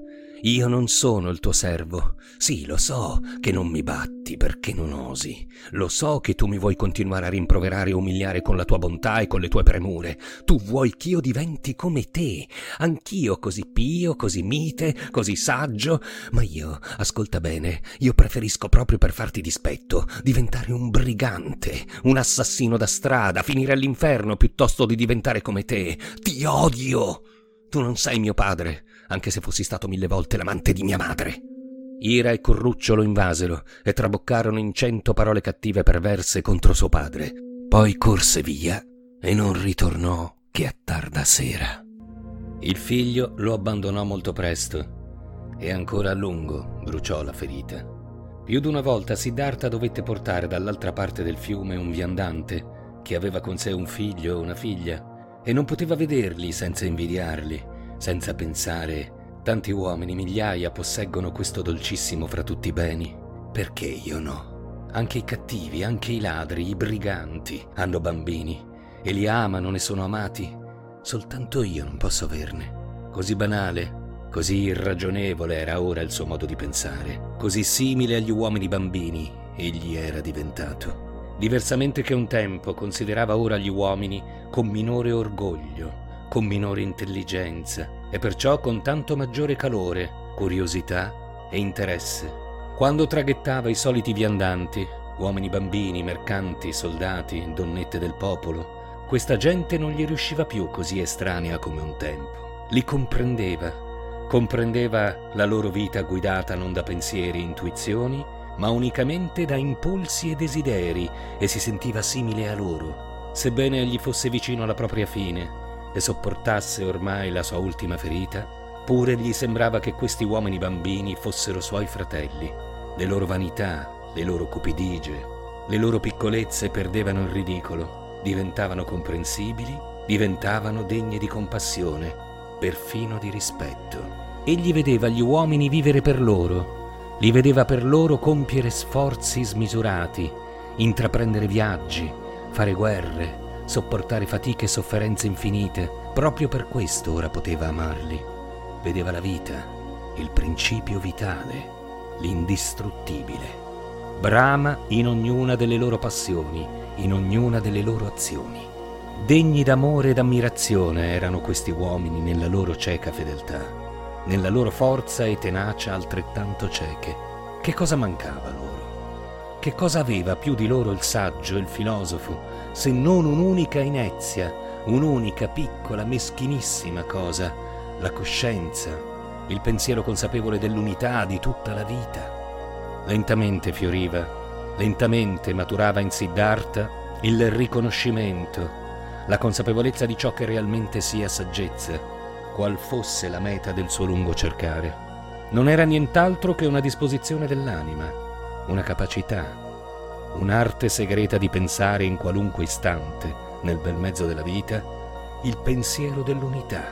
Io non sono il tuo servo. Sì, lo so che non mi batti perché non osi. Lo so che tu mi vuoi continuare a rimproverare e umiliare con la tua bontà e con le tue premure. Tu vuoi che io diventi come te. Anch'io così pio, così mite, così saggio. Ma io, ascolta bene, io preferisco proprio per farti dispetto diventare un brigante, un assassino da strada, finire all'inferno piuttosto di diventare come te. Ti odio! Tu non sei mio padre, anche se fossi stato 1000 volte l'amante di mia madre. Ira e Corruccio lo invasero e traboccarono in 100 parole cattive e perverse contro suo padre. Poi corse via e non ritornò che a tarda sera. Il figlio lo abbandonò molto presto e ancora a lungo bruciò la ferita. Più d'una volta Siddhartha dovette portare dall'altra parte del fiume un viandante che aveva con sé un figlio o una figlia e non poteva vederli senza invidiarli, senza pensare: tanti uomini, migliaia, posseggono questo dolcissimo fra tutti i beni. Perché io no? Anche i cattivi, anche i ladri, i briganti hanno bambini e li amano, ne sono amati. Soltanto io non posso averne. Così banale, così irragionevole era ora il suo modo di pensare. Così simile agli uomini bambini egli era diventato. Diversamente che un tempo, considerava ora gli uomini con minore orgoglio, con minore intelligenza e perciò con tanto maggiore calore, curiosità e interesse. Quando traghettava i soliti viandanti, uomini bambini, mercanti, soldati, donnette del popolo, questa gente non gli riusciva più così estranea come un tempo. Li comprendeva la loro vita guidata non da pensieri e intuizioni, ma unicamente da impulsi e desideri, e si sentiva simile a loro, sebbene egli fosse vicino alla propria fine e sopportasse ormai la sua ultima ferita. Pure gli sembrava che questi uomini bambini fossero suoi fratelli. Le loro vanità, le loro cupidigie, le loro piccolezze perdevano il ridicolo, diventavano comprensibili, diventavano degne di compassione, perfino di rispetto. Egli vedeva gli uomini vivere per loro, li vedeva per loro compiere sforzi smisurati, intraprendere viaggi, fare guerre, sopportare fatiche e sofferenze infinite. Proprio per questo ora poteva amarli. Vedeva la vita, il principio vitale, l'indistruttibile. Brama in ognuna delle loro passioni, in ognuna delle loro azioni. Degni d'amore ed ammirazione erano questi uomini nella loro cieca fedeltà, nella loro forza e tenacia altrettanto cieche. Che cosa mancava loro? Che cosa aveva più di loro il saggio, il filosofo, se non un'unica inezia, un'unica piccola, meschinissima cosa: la coscienza, il pensiero consapevole dell'unità di tutta la vita. Lentamente fioriva, lentamente maturava in Siddhartha il riconoscimento, la consapevolezza di ciò che realmente sia saggezza, qual fosse la meta del suo lungo cercare. Non era nient'altro che una disposizione dell'anima, una capacità, un'arte segreta di pensare in qualunque istante, nel bel mezzo della vita, il pensiero dell'unità,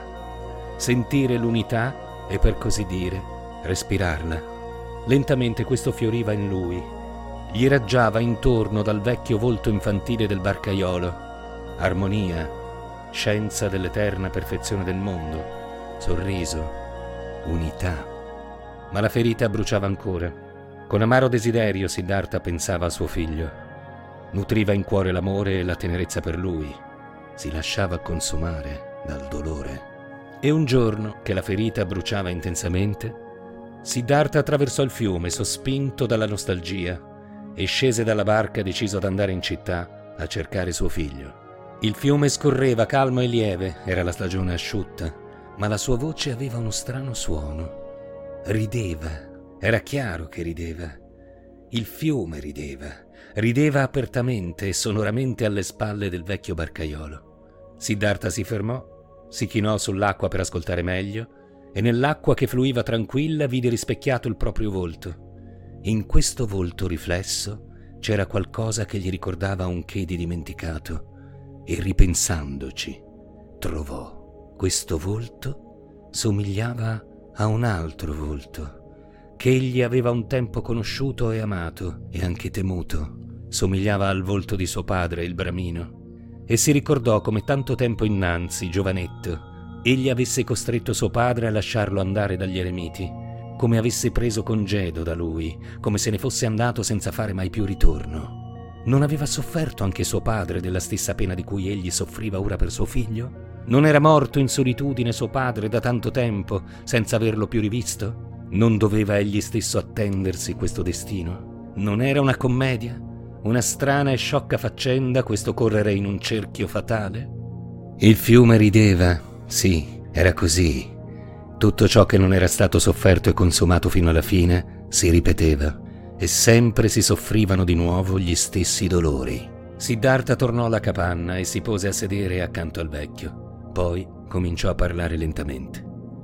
sentire l'unità e, per così dire, respirarla. Lentamente questo fioriva in lui, gli raggiava intorno dal vecchio volto infantile del barcaiolo. Armonia, scienza dell'eterna perfezione del mondo, sorriso, unità. Ma la ferita bruciava ancora. Con amaro desiderio Siddhartha pensava a suo figlio. Nutriva in cuore l'amore e la tenerezza per lui. Si lasciava consumare dal dolore. E un giorno, che la ferita bruciava intensamente, Siddhartha attraversò il fiume, sospinto dalla nostalgia, e scese dalla barca deciso ad andare in città a cercare suo figlio. Il fiume scorreva calmo e lieve, era la stagione asciutta, ma la sua voce aveva uno strano suono. Rideva, era chiaro che rideva. Il fiume rideva apertamente e sonoramente alle spalle del vecchio barcaiolo. Siddhartha si fermò, si chinò sull'acqua per ascoltare meglio, e nell'acqua che fluiva tranquilla vide rispecchiato il proprio volto. In questo volto riflesso c'era qualcosa che gli ricordava un che di dimenticato. E ripensandoci, trovò questo volto somigliava a un altro volto che egli aveva un tempo conosciuto e amato e anche temuto. Somigliava al volto di suo padre, il bramino, e si ricordò come tanto tempo innanzi, giovanetto, egli avesse costretto suo padre a lasciarlo andare dagli eremiti, come avesse preso congedo da lui, come se ne fosse andato senza fare mai più ritorno. Non aveva sofferto anche suo padre della stessa pena di cui egli soffriva ora per suo figlio? Non era morto in solitudine suo padre da tanto tempo, senza averlo più rivisto? Non doveva egli stesso attendersi questo destino? Non era una commedia? Una strana e sciocca faccenda questo correre in un cerchio fatale? Il fiume rideva, sì, era così. Tutto ciò che non era stato sofferto e consumato fino alla fine si ripeteva e sempre si soffrivano di nuovo gli stessi dolori. Siddhartha tornò alla capanna e si pose a sedere accanto al vecchio. Poi cominciò a parlare lentamente.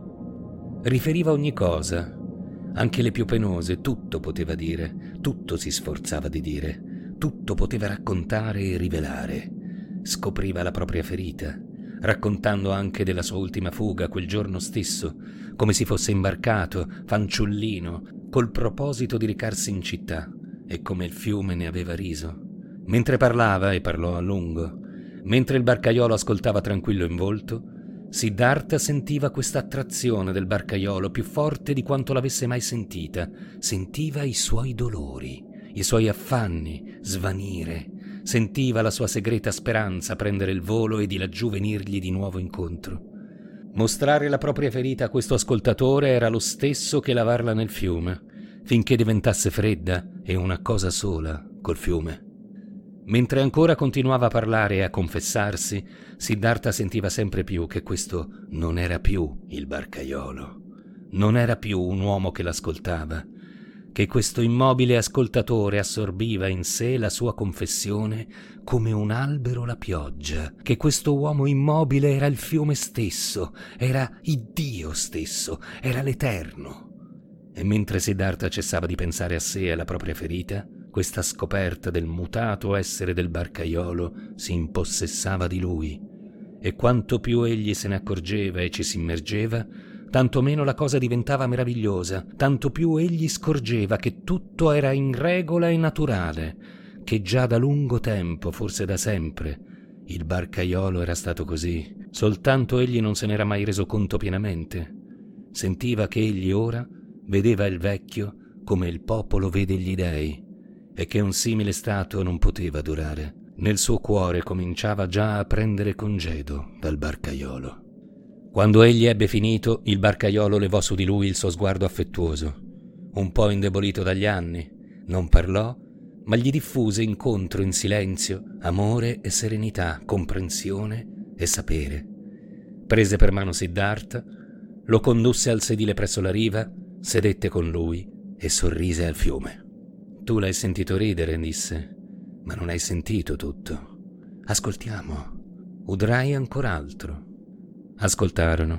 Riferiva ogni cosa, anche le più penose, tutto poteva dire, tutto si sforzava di dire, tutto poteva raccontare e rivelare. Scopriva la propria ferita, raccontando anche della sua ultima fuga quel giorno stesso, come si fosse imbarcato, fanciullino, col proposito di recarsi in città, e come il fiume ne aveva riso. Mentre parlava, e parlò a lungo, mentre il barcaiolo ascoltava tranquillo in volto, Siddhartha sentiva questa attrazione del barcaiolo più forte di quanto l'avesse mai sentita. Sentiva i suoi dolori, i suoi affanni svanire. Sentiva la sua segreta speranza prendere il volo e di laggiù venirgli di nuovo incontro. Mostrare la propria ferita a questo ascoltatore era lo stesso che lavarla nel fiume, finché diventasse fredda e una cosa sola col fiume. Mentre ancora continuava a parlare e a confessarsi, Siddhartha sentiva sempre più che questo non era più il barcaiolo, non era più un uomo che l'ascoltava, che questo immobile ascoltatore assorbiva in sé la sua confessione come un albero la pioggia, che questo uomo immobile era il fiume stesso, era Iddio stesso, era l'Eterno. E mentre Siddhartha cessava di pensare a sé e alla propria ferita, questa scoperta del mutato essere del barcaiolo si impossessava di lui, e quanto più egli se ne accorgeva e ci si immergeva, tanto meno la cosa diventava meravigliosa, tanto più egli scorgeva che tutto era in regola e naturale, che già da lungo tempo, forse da sempre, il barcaiolo era stato così, soltanto egli non se n'era mai reso conto pienamente. Sentiva che egli ora vedeva il vecchio come il popolo vede gli dei, e che un simile stato non poteva durare. Nel suo cuore cominciava già a prendere congedo dal barcaiolo. Quando egli ebbe finito, il barcaiolo levò su di lui il suo sguardo affettuoso. Un po' indebolito dagli anni, non parlò, ma gli diffuse incontro in silenzio amore e serenità, comprensione e sapere. Prese per mano Siddhartha, lo condusse al sedile presso la riva, sedette con lui e sorrise al fiume. «Tu l'hai sentito ridere», disse, «ma non hai sentito tutto. Ascoltiamo. Udrai ancor altro». Ascoltarono.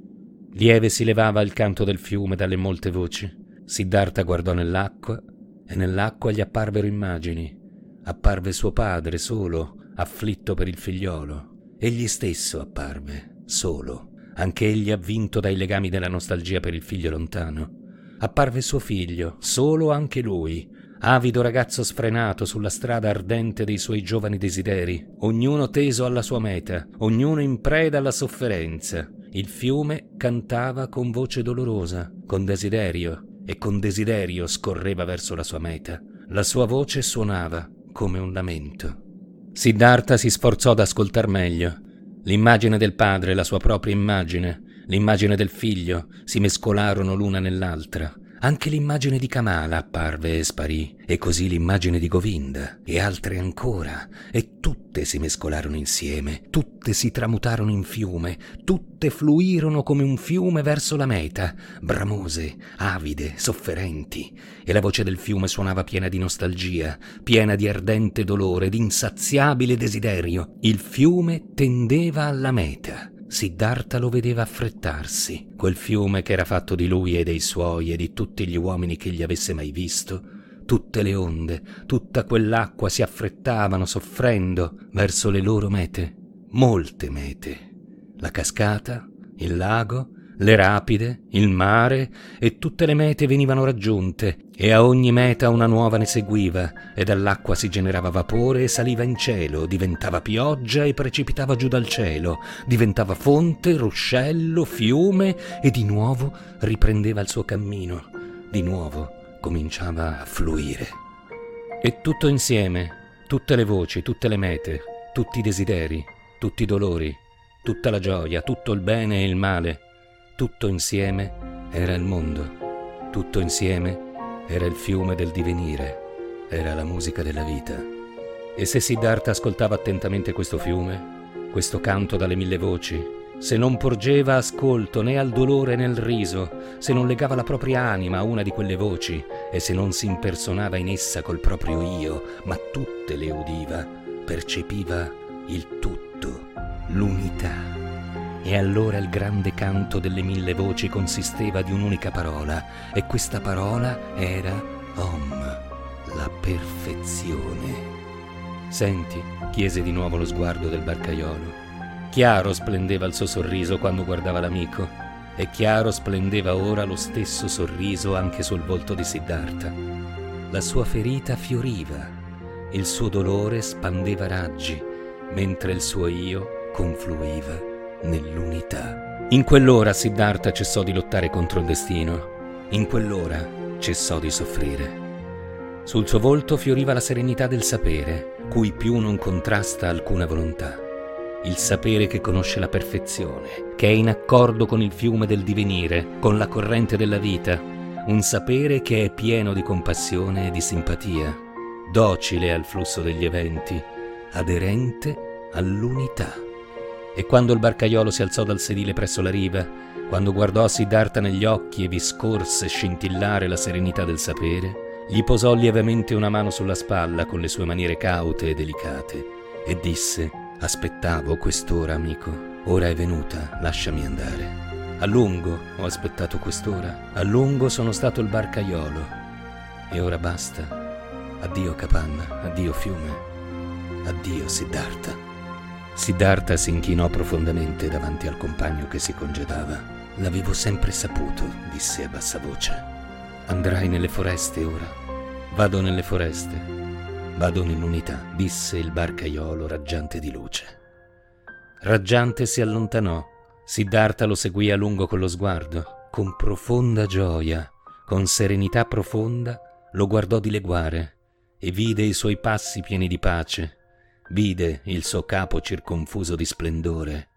Lieve si levava il canto del fiume dalle molte voci. Siddhartha guardò nell'acqua e nell'acqua gli apparvero immagini. Apparve suo padre solo, afflitto per il figliolo. Egli stesso apparve, solo, anche egli avvinto dai legami della nostalgia per il figlio lontano. Apparve suo figlio, solo anche lui, avido ragazzo sfrenato sulla strada ardente dei suoi giovani desideri, ognuno teso alla sua meta, ognuno in preda alla sofferenza. Il fiume cantava con voce dolorosa, con desiderio, e con desiderio scorreva verso la sua meta. La sua voce suonava come un lamento. Siddhartha si sforzò d'ascoltar meglio. L'immagine del padre, la sua propria immagine, l'immagine del figlio si mescolarono l'una nell'altra. Anche l'immagine di Kamala apparve e sparì, e così l'immagine di Govinda, e altre ancora, e tutte si mescolarono insieme, tutte si tramutarono in fiume, tutte fluirono come un fiume verso la meta, bramose, avide, sofferenti, e la voce del fiume suonava piena di nostalgia, piena di ardente dolore, di insaziabile desiderio. Il fiume tendeva alla meta. Siddhartha lo vedeva affrettarsi, quel fiume che era fatto di lui e dei suoi e di tutti gli uomini che egli avesse mai visto. Tutte le onde, tutta quell'acqua si affrettavano soffrendo verso le loro mete, molte mete. La cascata, il lago, Le rapide, il mare e tutte le mete venivano raggiunte, e a ogni meta una nuova ne seguiva, e dall'acqua si generava vapore e saliva in cielo, diventava pioggia e precipitava giù dal cielo, diventava fonte, ruscello, fiume, e di nuovo riprendeva il suo cammino, di nuovo cominciava a fluire. E tutto insieme, tutte le voci, tutte le mete, tutti i desideri, tutti i dolori, tutta la gioia, tutto il bene e il male, tutto insieme era il mondo, tutto insieme era il fiume del divenire, era la musica della vita. E se Siddhartha ascoltava attentamente questo fiume, questo canto dalle mille voci, se non porgeva ascolto né al dolore né al riso, se non legava la propria anima a una di quelle voci e se non si impersonava in essa col proprio io, ma tutte le udiva, percepiva il tutto, l'unità. E allora il grande canto delle mille voci consisteva di un'unica parola, e questa parola era Om, la perfezione. Senti, chiese di nuovo lo sguardo del barcaiolo. Chiaro splendeva il suo sorriso quando guardava l'amico, e chiaro splendeva ora lo stesso sorriso anche sul volto di Siddhartha. La sua ferita fioriva, il suo dolore spandeva raggi, mentre il suo io confluiva nell'unità. In quell'ora Siddhartha cessò di lottare contro il destino, in quell'ora cessò di soffrire. Sul suo volto fioriva la serenità del sapere, cui più non contrasta alcuna volontà. Il sapere che conosce la perfezione, che è in accordo con il fiume del divenire, con la corrente della vita, un sapere che è pieno di compassione e di simpatia, docile al flusso degli eventi, aderente all'unità. E quando il barcaiolo si alzò dal sedile presso la riva, quando guardò Siddhartha negli occhi e vi scorse scintillare la serenità del sapere, gli posò lievemente una mano sulla spalla con le sue maniere caute e delicate e disse: «Aspettavo quest'ora, amico. Ora è venuta, lasciami andare. A lungo ho aspettato quest'ora, a lungo sono stato il barcaiolo. E ora basta. Addio capanna, addio fiume, addio Siddhartha». Siddhartha si inchinò profondamente davanti al compagno che si congedava. «L'avevo sempre saputo», disse a bassa voce. «Andrai nelle foreste ora?» «Vado nelle foreste, vado nell'unità», disse il barcaiolo raggiante di luce. Raggiante si allontanò. Siddhartha lo seguì a lungo con lo sguardo. Con profonda gioia, con serenità profonda, lo guardò dileguare e vide i suoi passi pieni di pace. Vide il suo capo circonfuso di splendore,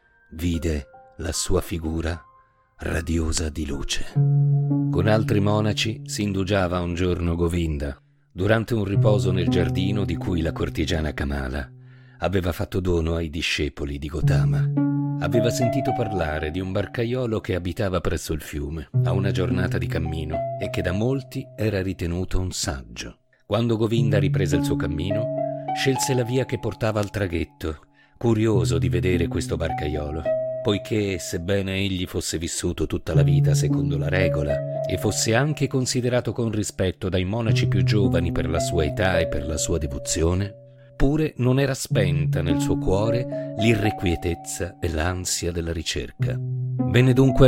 vide la sua figura radiosa di luce. Con altri monaci si indugiava un giorno Govinda, durante un riposo nel giardino di cui la cortigiana Kamala aveva fatto dono ai discepoli di Gotama. Aveva sentito parlare di un barcaiolo che abitava presso il fiume, a una giornata di cammino, e che da molti era ritenuto un saggio. Quando Govinda riprese il suo cammino, scelse la via che portava al traghetto, curioso di vedere questo barcaiolo, poiché, sebbene egli fosse vissuto tutta la vita secondo la regola e fosse anche considerato con rispetto dai monaci più giovani per la sua età e per la sua devozione, pure non era spenta nel suo cuore l'irrequietezza e l'ansia della ricerca. Venne dunque al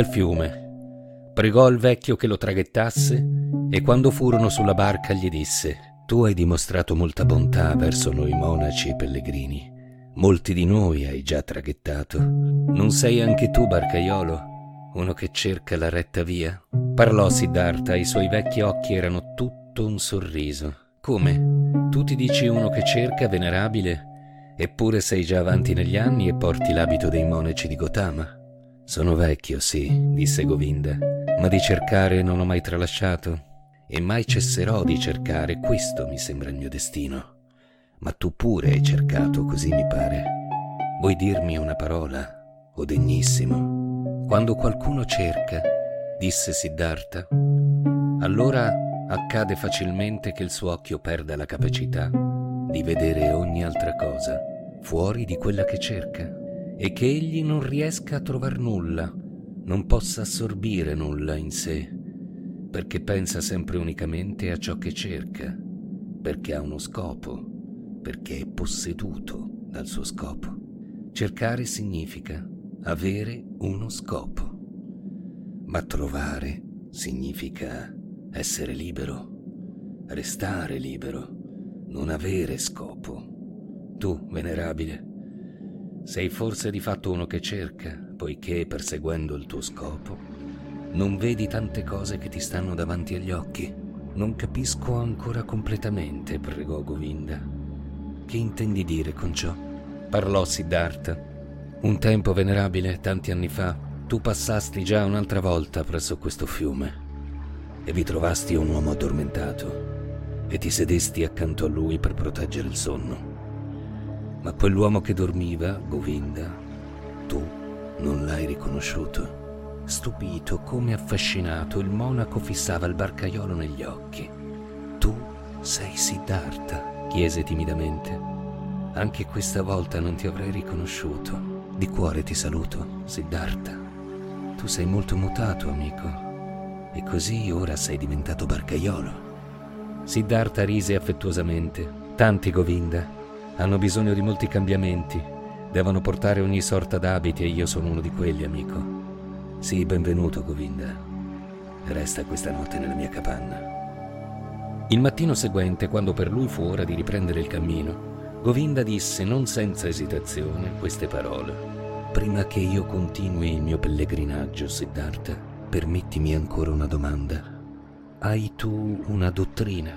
fiume, pregò il vecchio che lo traghettasse e quando furono sulla barca gli disse: «Tu hai dimostrato molta bontà verso noi monaci e pellegrini. Molti di noi hai già traghettato. Non sei anche tu, barcaiolo, uno che cerca la retta via?» Parlò Siddhartha, i suoi vecchi occhi erano tutto un sorriso. «Come? Tu ti dici uno che cerca, venerabile? Eppure sei già avanti negli anni e porti l'abito dei monaci di Gotama». «Sono vecchio, sì», disse Govinda, «ma di cercare non ho mai tralasciato. E mai cesserò di cercare, questo mi sembra il mio destino. Ma tu pure hai cercato, così mi pare. Vuoi dirmi una parola, o degnissimo?» «Quando qualcuno cerca», disse Siddhartha, «allora accade facilmente che il suo occhio perda la capacità di vedere ogni altra cosa fuori di quella che cerca, e che egli non riesca a trovar nulla, non possa assorbire nulla in sé, perché pensa sempre unicamente a ciò che cerca, perché ha uno scopo, perché è posseduto dal suo scopo. Cercare significa avere uno scopo. Ma trovare significa essere libero, restare libero, non avere scopo. Tu, venerabile, sei forse di fatto uno che cerca, poiché perseguendo il tuo scopo non vedi tante cose che ti stanno davanti agli occhi. Non capisco ancora completamente, pregò Govinda. Che intendi dire con ciò? Parlò Siddhartha. Un tempo, venerabile, tanti anni fa, tu passasti già un'altra volta presso questo fiume e vi trovasti un uomo addormentato e ti sedesti accanto a lui per proteggere il sonno. Ma quell'uomo che dormiva, Govinda, tu non l'hai riconosciuto. Stupito, come affascinato, il monaco fissava il barcaiolo negli occhi. Tu sei Siddhartha, chiese timidamente. Anche questa volta non ti avrei riconosciuto. Di cuore ti saluto, Siddhartha. Tu sei molto mutato, amico. E così ora sei diventato barcaiolo. Siddhartha rise affettuosamente. Tanti, Govinda, hanno bisogno di molti cambiamenti. Devono portare ogni sorta d'abiti e io sono uno di quelli, amico. Sì, benvenuto, Govinda. Resta questa notte nella mia capanna. Il mattino seguente, quando per lui fu ora di riprendere il cammino, Govinda disse non senza esitazione queste parole. Prima che io continui il mio pellegrinaggio, Siddhartha, permettimi ancora una domanda. Hai tu una dottrina?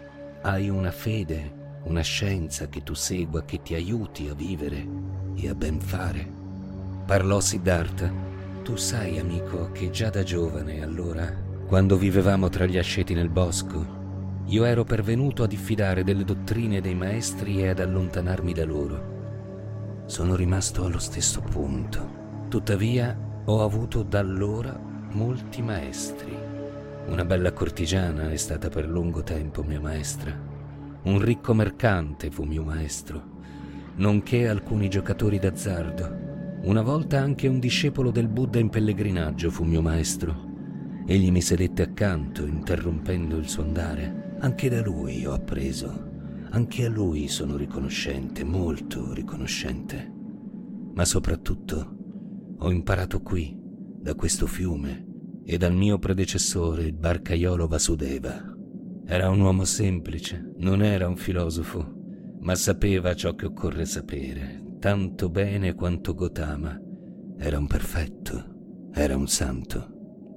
Hai una fede, una scienza che tu segua, che ti aiuti a vivere e a ben fare? Parlò Siddhartha. Tu sai, amico, che già da giovane, allora, quando vivevamo tra gli asceti nel bosco, io ero pervenuto a diffidare delle dottrine dei maestri e ad allontanarmi da loro. Sono rimasto allo stesso punto. Tuttavia, ho avuto da allora molti maestri. Una bella cortigiana è stata per lungo tempo mia maestra. Un ricco mercante fu mio maestro, nonché alcuni giocatori d'azzardo. Una volta anche un discepolo del Buddha in pellegrinaggio fu mio maestro. Egli mi sedette accanto, interrompendo il suo andare. Anche da lui ho appreso. Anche a lui sono riconoscente, molto riconoscente. Ma soprattutto ho imparato qui, da questo fiume, e dal mio predecessore, il barcaiolo Vasudeva. Era un uomo semplice, non era un filosofo, ma sapeva ciò che occorre sapere, tanto bene quanto Gotama. Era un perfetto, era un santo.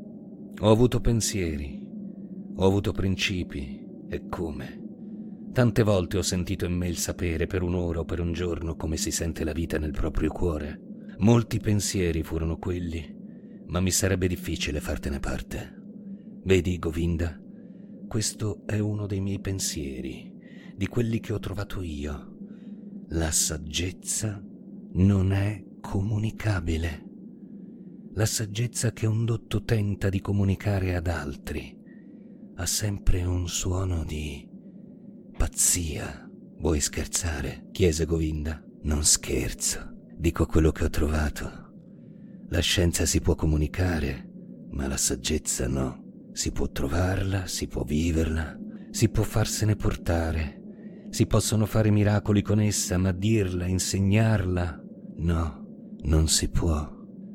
Ho avuto pensieri, ho avuto principi, e come? Tante volte ho sentito in me il sapere per un'ora o per un giorno come si sente la vita nel proprio cuore. Molti pensieri furono quelli, ma mi sarebbe difficile fartene parte. Vedi, Govinda, questo è uno dei miei pensieri, di quelli che ho trovato io. La saggezza non è comunicabile. La saggezza che un dotto tenta di comunicare ad altri ha sempre un suono di pazzia. Vuoi scherzare? Chiese Govinda. Non scherzo, dico quello che ho trovato. La scienza si può comunicare, ma la saggezza no. Si può trovarla, si può viverla, si può farsene portare. Si possono fare miracoli con essa, ma dirla, insegnarla, no, non si può.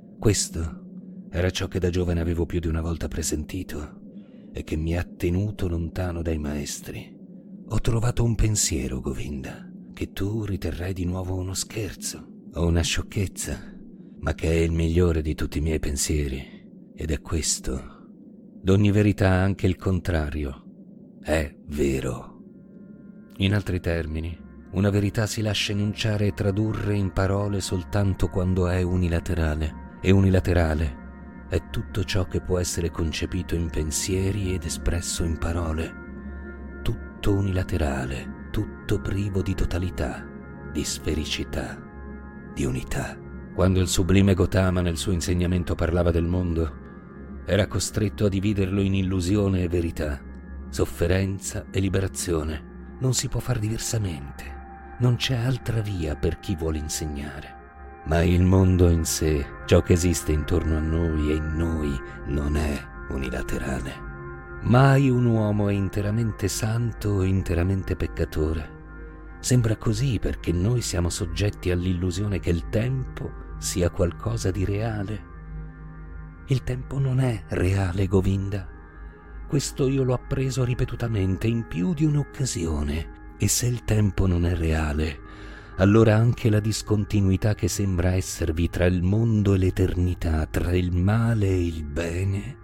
Questo era ciò che da giovane avevo più di una volta presentito e che mi ha tenuto lontano dai maestri. Ho trovato un pensiero, Govinda, che tu riterrai di nuovo uno scherzo o una sciocchezza, ma che è il migliore di tutti i miei pensieri, ed è questo. D'ogni verità anche il contrario è vero. In altri termini, una verità si lascia enunciare e tradurre in parole soltanto quando è unilaterale, e unilaterale è tutto ciò che può essere concepito in pensieri ed espresso in parole. Tutto unilaterale, tutto privo di totalità, di sfericità, di unità. Quando il sublime Gotama nel suo insegnamento parlava del mondo, era costretto a dividerlo in illusione e verità, sofferenza e liberazione. Non si può far diversamente, non c'è altra via per chi vuole insegnare. Ma il mondo in sé, ciò che esiste intorno a noi e in noi, non è unilaterale. Mai un uomo è interamente santo o interamente peccatore. Sembra così perché noi siamo soggetti all'illusione che il tempo sia qualcosa di reale. Il tempo non è reale, Govinda. Questo io l'ho appreso ripetutamente in più di un'occasione. E se il tempo non è reale, allora anche la discontinuità che sembra esservi tra il mondo e l'eternità, tra il male e il bene,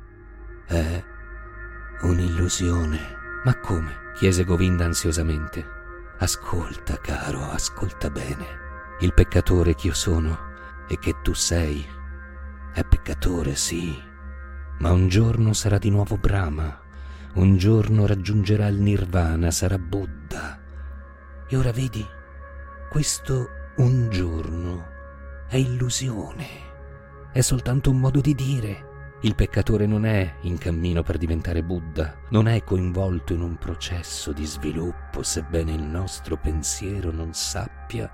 è un'illusione. Ma come? Chiese Govinda ansiosamente. Ascolta, caro, ascolta bene. Il peccatore che io sono e che tu sei è peccatore, sì, ma un giorno sarà di nuovo Brahma, un giorno raggiungerà il nirvana, sarà Buddha. E ora vedi, questo un giorno è illusione, è soltanto un modo di dire. Il peccatore non è in cammino per diventare Buddha, non è coinvolto in un processo di sviluppo, sebbene il nostro pensiero non sappia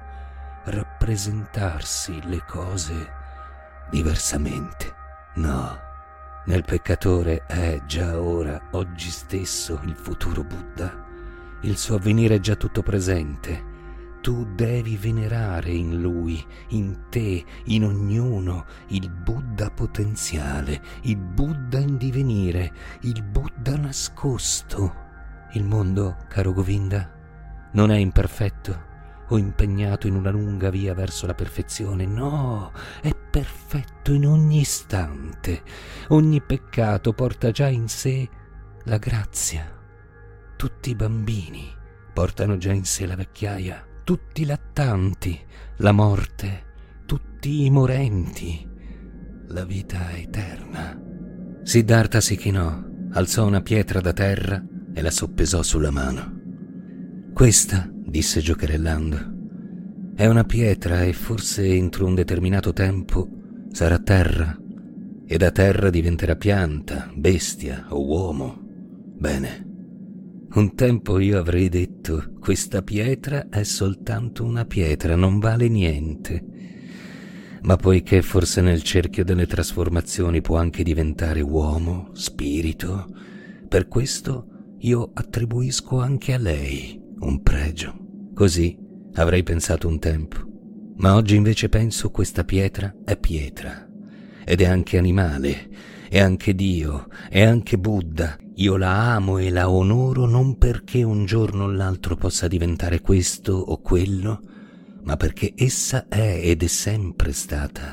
rappresentarsi le cose diversamente. No, nel peccatore è già ora, oggi stesso, il futuro Buddha. Il suo avvenire è già tutto presente. Tu devi venerare in lui, in te, in ognuno, il Buddha potenziale, il Buddha in divenire, il Buddha nascosto. Il mondo, caro Govinda, non è imperfetto o impegnato in una lunga via verso la perfezione. No, è perfetto in ogni istante. Ogni peccato porta già in sé la grazia. Tutti i bambini portano già in sé la vecchiaia. Tutti i lattanti, la morte, tutti i morenti, la vita eterna. Siddhartha si chinò, alzò una pietra da terra e la soppesò sulla mano. Questa, disse giocherellando, è una pietra e forse entro un determinato tempo sarà terra e da terra diventerà pianta, bestia o uomo. Bene. Un tempo io avrei detto: questa pietra è soltanto una pietra, non vale niente. Ma poiché forse nel cerchio delle trasformazioni può anche diventare uomo, spirito, per questo io attribuisco anche a lei un pregio. Così avrei pensato un tempo. Ma oggi invece penso: questa pietra è pietra, ed è anche animale, è anche Dio, è anche Buddha. Io la amo e la onoro non perché un giorno o l'altro possa diventare questo o quello, ma perché essa è ed è sempre stata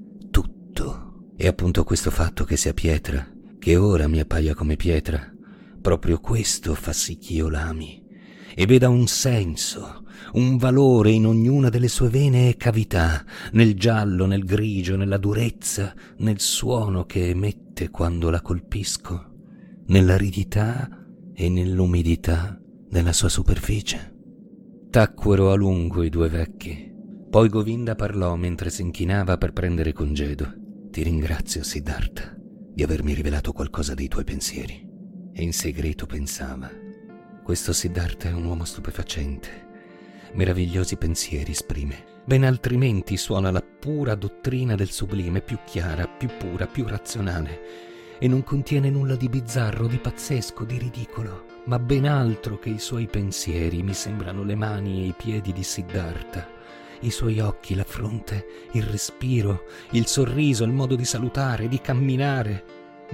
tutto. E appunto questo fatto che sia pietra, che ora mi appaia come pietra, proprio questo fa sì che io l'ami e veda un senso, un valore in ognuna delle sue vene e cavità, nel giallo, nel grigio, nella durezza, nel suono che emette quando la colpisco, nell'aridità e nell'umidità della sua superficie. Tacquero a lungo i due vecchi. Poi Govinda parlò mentre si inchinava per prendere congedo. Ti ringrazio, Siddhartha, di avermi rivelato qualcosa dei tuoi pensieri. E in segreto pensava: questo Siddhartha è un uomo stupefacente. Meravigliosi pensieri esprime. Ben altrimenti suona la pura dottrina del sublime, più chiara, più pura, più razionale. E non contiene nulla di bizzarro, di pazzesco, di ridicolo, ma ben altro che i suoi pensieri. Mi sembrano le mani e i piedi di Siddhartha, i suoi occhi, la fronte, il respiro, il sorriso, il modo di salutare, di camminare.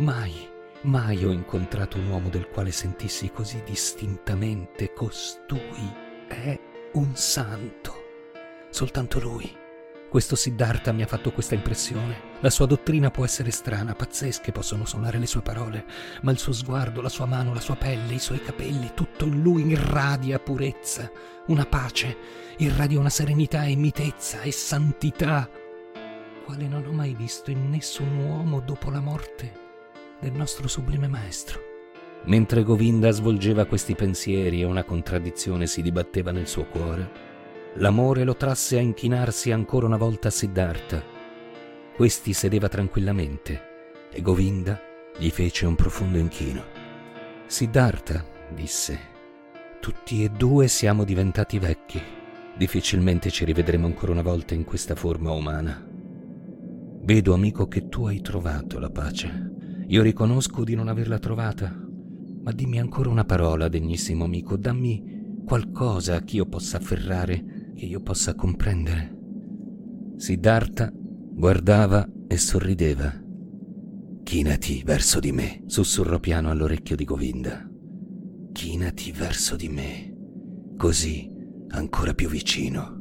Mai ho incontrato un uomo del quale sentissi così distintamente: costui è un santo. Soltanto lui. Questo Siddhartha mi ha fatto questa impressione. La sua dottrina può essere strana, pazzesche possono suonare le sue parole, ma il suo sguardo, la sua mano, la sua pelle, i suoi capelli, tutto in lui irradia purezza, una pace, irradia una serenità e mitezza e santità, quale non ho mai visto in nessun uomo dopo la morte del nostro sublime maestro. Mentre Govinda svolgeva questi pensieri e una contraddizione si dibatteva nel suo cuore, l'amore lo trasse a inchinarsi ancora una volta a Siddhartha. Questi sedeva tranquillamente e Govinda gli fece un profondo inchino. Siddhartha, disse, tutti e due siamo diventati vecchi. Difficilmente ci rivedremo ancora una volta in questa forma umana. Vedo, amico, che tu hai trovato la pace. Io riconosco di non averla trovata, ma dimmi ancora una parola, degnissimo amico, dammi qualcosa che io possa afferrare, che io possa comprendere. Siddhartha guardava e sorrideva. «Chinati verso di me», sussurrò piano all'orecchio di Govinda. «Chinati verso di me, così ancora più vicino.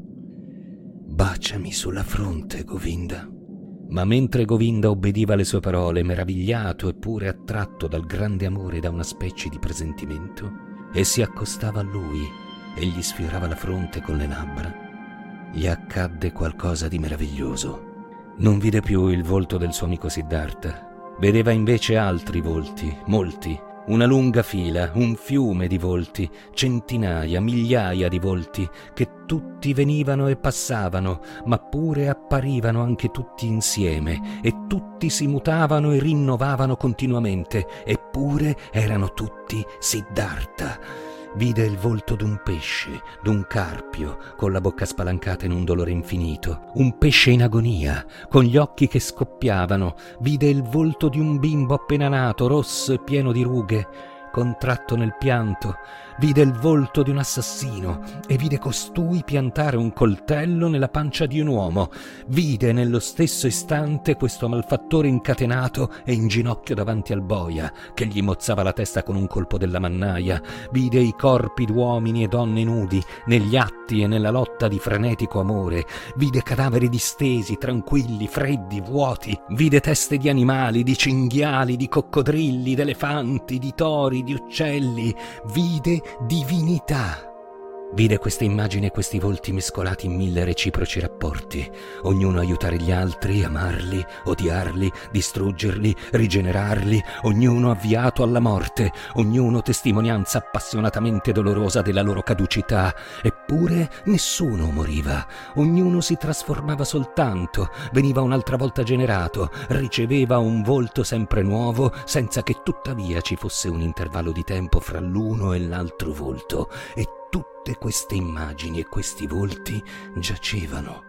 Baciami sulla fronte, Govinda». Ma mentre Govinda obbediva alle sue parole, meravigliato eppure attratto dal grande amore e da una specie di presentimento, e si accostava a lui e gli sfiorava la fronte con le labbra, gli accadde qualcosa di meraviglioso. Non vide più il volto del suo amico Siddhartha, vedeva invece altri volti, molti, una lunga fila, un fiume di volti, centinaia, migliaia di volti, che tutti venivano e passavano, ma pure apparivano anche tutti insieme, e tutti si mutavano e rinnovavano continuamente, eppure erano tutti Siddhartha. Vide il volto d'un pesce, d'un carpio, con la bocca spalancata in un dolore infinito, un pesce in agonia, con gli occhi che scoppiavano. Vide il volto di un bimbo appena nato, rosso e pieno di rughe, contratto nel pianto. Vide il volto di un assassino e vide costui piantare un coltello nella pancia di un uomo. Vide nello stesso istante questo malfattore incatenato e in ginocchio davanti al boia, che gli mozzava la testa con un colpo della mannaia. Vide i corpi d'uomini e donne nudi, negli atti e nella lotta di frenetico amore. Vide cadaveri distesi, tranquilli, freddi, vuoti. Vide teste di animali, di cinghiali, di coccodrilli, d'elefanti, di tori, di uccelli. Vide divinità. Vide queste immagini e questi volti mescolati in 1000 reciproci rapporti, ognuno aiutare gli altri, amarli, odiarli, distruggerli, rigenerarli, ognuno avviato alla morte, ognuno testimonianza appassionatamente dolorosa della loro caducità. Eppure nessuno moriva, ognuno si trasformava soltanto, veniva un'altra volta generato, riceveva un volto sempre nuovo, senza che tuttavia ci fosse un intervallo di tempo fra l'uno e l'altro volto, e tutte queste immagini e questi volti giacevano,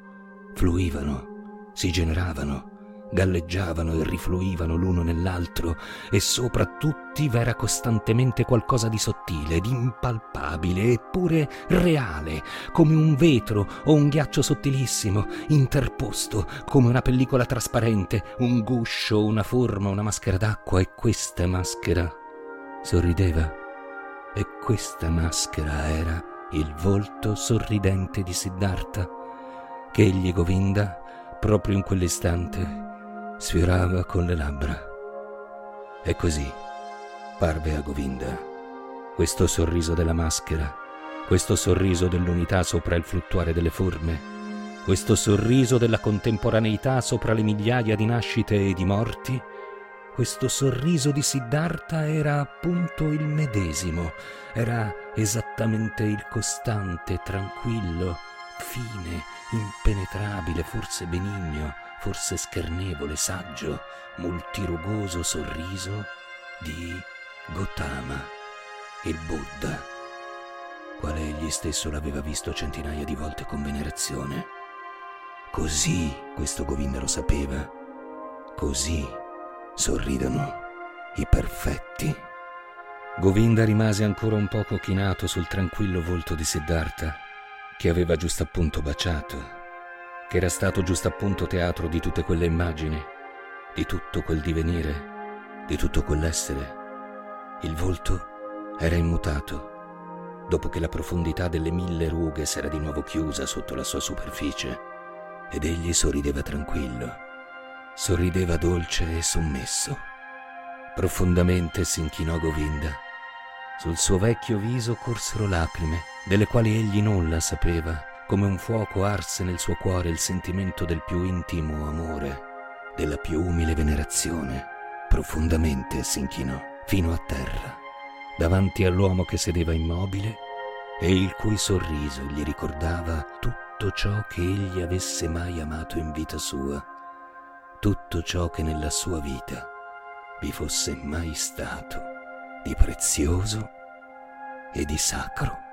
fluivano, si generavano, galleggiavano e rifluivano l'uno nell'altro, e sopra tutti v'era costantemente qualcosa di sottile, di impalpabile, eppure reale, come un vetro o un ghiaccio sottilissimo, interposto, come una pellicola trasparente, un guscio, una forma, una maschera d'acqua, e questa maschera sorrideva. E questa maschera era il volto sorridente di Siddhartha, che egli, Govinda, proprio in quell'istante, sfiorava con le labbra. E così parve a Govinda questo sorriso della maschera, questo sorriso dell'unità sopra il fluttuare delle forme, questo sorriso della contemporaneità sopra le migliaia di nascite e di morti. Questo sorriso di Siddhartha era appunto il medesimo, era esattamente il costante, tranquillo, fine, impenetrabile, forse benigno, forse schernevole, saggio, multirugoso sorriso di Gautama, il Buddha, quale egli stesso l'aveva visto centinaia di volte con venerazione. Così questo Govinda lo sapeva, così sorridono i perfetti. Govinda rimase ancora un poco chinato sul tranquillo volto di Siddhartha, che aveva giustappunto baciato, che era stato giustappunto teatro di tutte quelle immagini, di tutto quel divenire, di tutto quell'essere. Il volto era immutato, dopo che la profondità delle 1000 rughe s'era di nuovo chiusa sotto la sua superficie, ed egli sorrideva tranquillo. Sorrideva dolce e sommesso. Profondamente si inchinò Govinda. Sul suo vecchio viso corsero lacrime, delle quali egli nulla sapeva. Come un fuoco arse nel suo cuore il sentimento del più intimo amore, della più umile venerazione. Profondamente si inchinò fino a terra, davanti all'uomo che sedeva immobile e il cui sorriso gli ricordava tutto ciò che egli avesse mai amato in vita sua, tutto ciò che nella sua vita vi fosse mai stato di prezioso e di sacro.